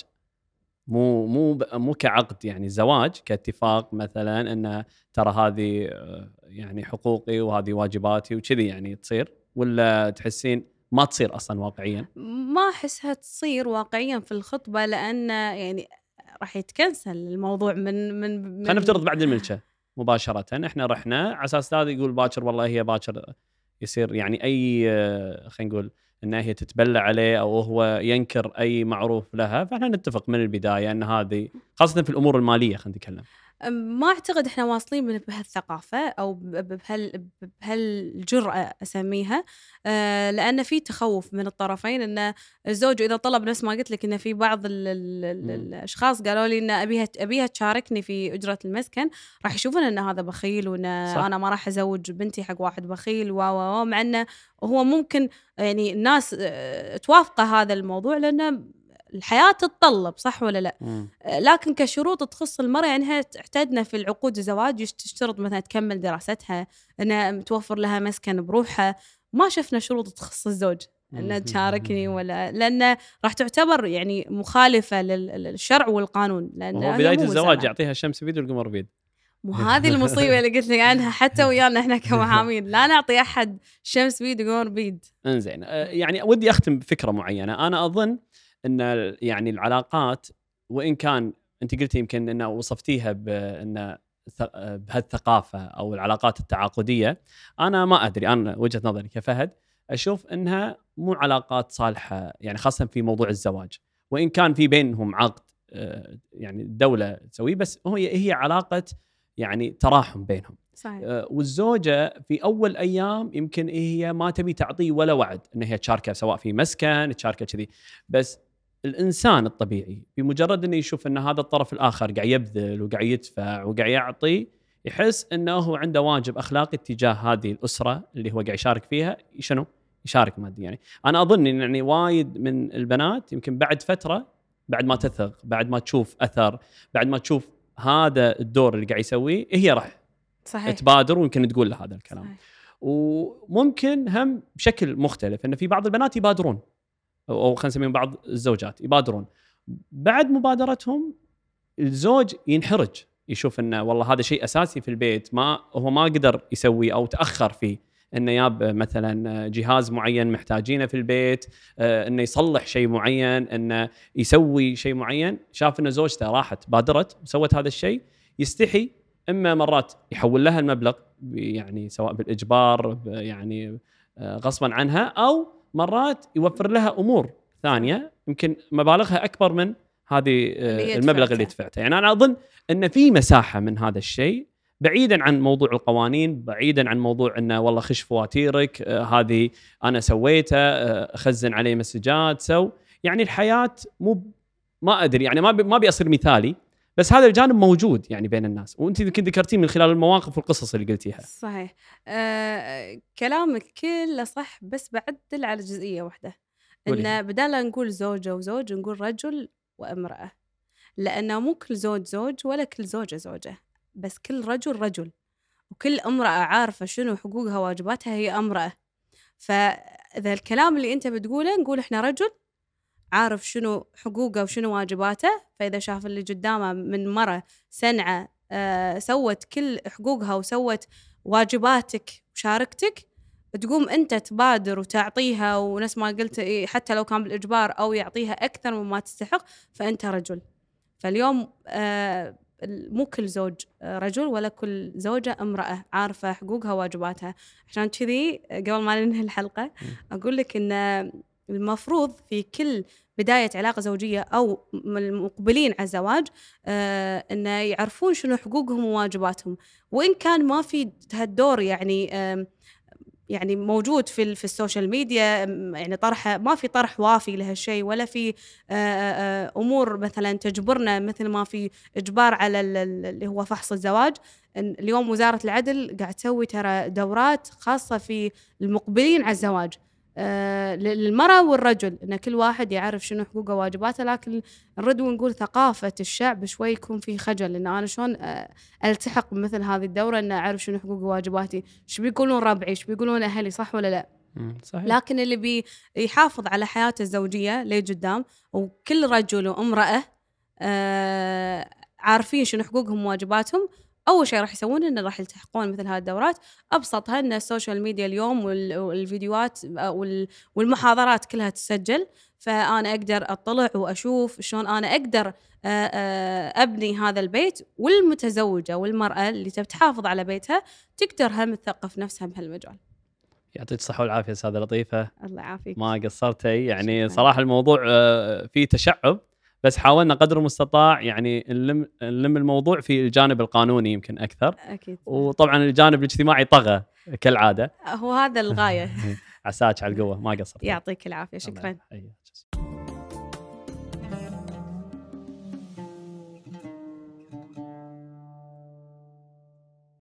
مو كعقد يعني زواج، كاتفاق مثلا أن ترى هذه يعني حقوقي وهذه واجباتي وكذي يعني تصير، ولا تحسين ما تصير أصلا واقعيا؟ ما أحسها تصير واقعيا في الخطبة، لأن يعني راح يتكنسل الموضوع من خلينا نفترض بعد الملكة مباشرة احنا رحنا على اساس هذا يقول باكر والله هي باكر يصير يعني اي خلينا نقول ان هي تتبلى عليه او هو ينكر اي معروف لها، فاحنا نتفق من البدايه ان هذه خاصه في الامور الماليه. خلينا نتكلم ما أعتقد إحنا واصلين بهالثقافة أو بهالجرأة أسميها. لأن في تخوف من الطرفين إن الزوج إذا طلب نفس ما قلت لك إن في بعض الأشخاص قالوا لي إن أبيها تشاركني في أجرة المسكن، راح يشوفون إن هذا بخيل وإن أنا ما راح أزوج بنتي حق واحد بخيل مع إنه هو ممكن يعني الناس توافق هذا الموضوع لأنه الحياة تتطلب، صح ولا لا؟ لكن كشروط تخص المرأة يعني اعتدنا في العقود الزواج تشترط مثلا تكمل دراستها، أنها توفر لها مسكن بروحها. ما شفنا شروط تخص الزوج أنها تشاركني ولا، لأن راح تعتبر يعني مخالفة للشرع والقانون. لأن هو بداية الزواج يعطيها الشمس بيد والقمر بيد. مو هذه المصيبة اللي قلت لك عنها حتى ويانا احنا كمحامين لا نعطي أحد شمس بيد وقمر بيد. انزين يعني ودي أختم بفكرة معينة. أنا أظن ان يعني العلاقات وان كان انت قلتي يمكن ان وصفتيها بان بهالثقافه او العلاقات التعاقديه، انا ما ادري، انا وجهه نظري كفهد اشوف انها مو علاقات صالحه يعني خاصه في موضوع الزواج. وان كان في بينهم عقد يعني الدوله تسويه، بس هي علاقه يعني تراحم بينهم. صحيح. والزوجه في اول ايام يمكن هي ما تبي تعطيه ولا وعد ان هي تشاركه سواء في مسكن تشاركه كذي، بس الانسان الطبيعي بمجرد انه يشوف ان هذا الطرف الاخر قاعد يبذل وقاعد يدفع وقاعد يعطي، يحس انه هو عنده واجب اخلاقي تجاه هذه الاسره اللي هو قاعد يشارك فيها. شنو؟ يشارك ماديا. يعني انا اظن ان يعني وايد من البنات يمكن بعد فتره، بعد ما تثق، بعد ما تشوف اثر، بعد ما تشوف هذا الدور اللي قاعد يسويه، هي راح صحيح. تبادر ويمكن تقول له هذا الكلام. صحيح. وممكن هم بشكل مختلف ان في بعض البنات يبادرون او خلينا نسميهم بعض الزوجات يبادرون، بعد مبادرتهم الزوج ينحرج، يشوف انه والله هذا شيء اساسي في البيت هو ما قدر يسوي او تاخر فيه، انه ياب مثلا جهاز معين محتاجينه في البيت، انه يصلح شيء معين، انه يسوي شيء معين، شاف ان زوجته راحت بادرت وسوت هذا الشيء، يستحي اما مرات يحول لها المبلغ يعني سواء بالاجبار يعني غصبا عنها، او مرات يوفر لها امور ثانيه يمكن مبالغها اكبر من هذه المبلغ اللي دفعته. يعني انا اظن ان في مساحه من هذا الشيء بعيدا عن موضوع القوانين، بعيدا عن موضوع انه والله خش فواتيرك، هذه انا سويتها، اخزن عليه مسجات، يعني الحياه ما ادري، يعني ما بيصير مثالي، بس هذا الجانب موجود يعني بين الناس، وانت كنت ذكرتيه من خلال المواقف والقصص اللي قلتيها. صحيح. كلامك كله صح، بس بعدل على جزئية واحدة، قولي. إن بدال لا نقول زوجة وزوج نقول رجل وامرأة، لأنه مو كل زوج زوج ولا كل زوجة زوجة، بس كل رجل رجل، وكل امرأة عارفة شنو حقوقها وواجباتها هي امرأة. فإذا الكلام اللي أنت بتقوله نقول إحنا رجل عارف شنو حقوقه وشنو واجباته، فإذا شاف اللي قدامه من مرة سنعة سوت كل حقوقها وسوت واجباتك وشاركتك، تقوم أنت تبادر وتعطيها، ونفس ما قلت حتى لو كان بالإجبار أو يعطيها أكثر مما تستحق، فأنت رجل. فاليوم مو كل زوج رجل ولا كل زوجة امرأة عارفة حقوقها وواجباتها. عشان كذي قبل ما ننهي الحلقة أقول لك إن المفروض في كل بداية علاقة زوجية أو المقبلين على الزواج إنه يعرفون شنو حقوقهم وواجباتهم، وإن كان ما في هالدور يعني موجود في السوشيال ميديا، يعني ما في طرح وافي لهالشيء، ولا في أمور مثلا تجبرنا مثل ما في إجبار على اللي هو فحص الزواج. اليوم وزارة العدل قاعد تسوي ترى دورات خاصة في المقبلين على الزواج للمرأة والرجل، إن كل واحد يعرف شنو حقوقه وواجباته. لكن نرد ونقول ثقافة الشعب شوي يكون في خجل، إن أنا شلون ألتحق بمثل هذه الدورة إن أعرف شنو حقوقي وواجباتي، شو بيقولون ربعي، شو بيقولون أهلي، صح ولا لا؟ صحيح. لكن اللي بيحافظ على حياته الزوجية لقدام، وكل رجل وامرأة عارفين شنو حقوقهم وواجباتهم، أول شيء راح يسوون إنه راح يلتحقون مثل هذه الدورات. أبسطها إن السوشيال ميديا اليوم والفيديوهات والمحاضرات كلها تسجل، فأنا أقدر أطلع وأشوف شلون أنا أقدر أبني هذا البيت. والمتزوجة والمرأة اللي تبي تحافظ على بيتها تقدر هم تثقف نفسها بهالمجال. يعطيك الصحة والعافية أستاذة لطيفة. الله يعافيك. ما قصرتي، يعني شكراً. صراحة الموضوع فيه تشعب، بس حاولنا قدر المستطاع يعني نلم الموضوع في الجانب القانوني يمكن أكثر. أكيد. وطبعا الجانب الاجتماعي طغى كالعادة. هو هذا الغاية. عساك على القوة، ما قصرت. يعطيك العافية. شكرا. الله يحييك.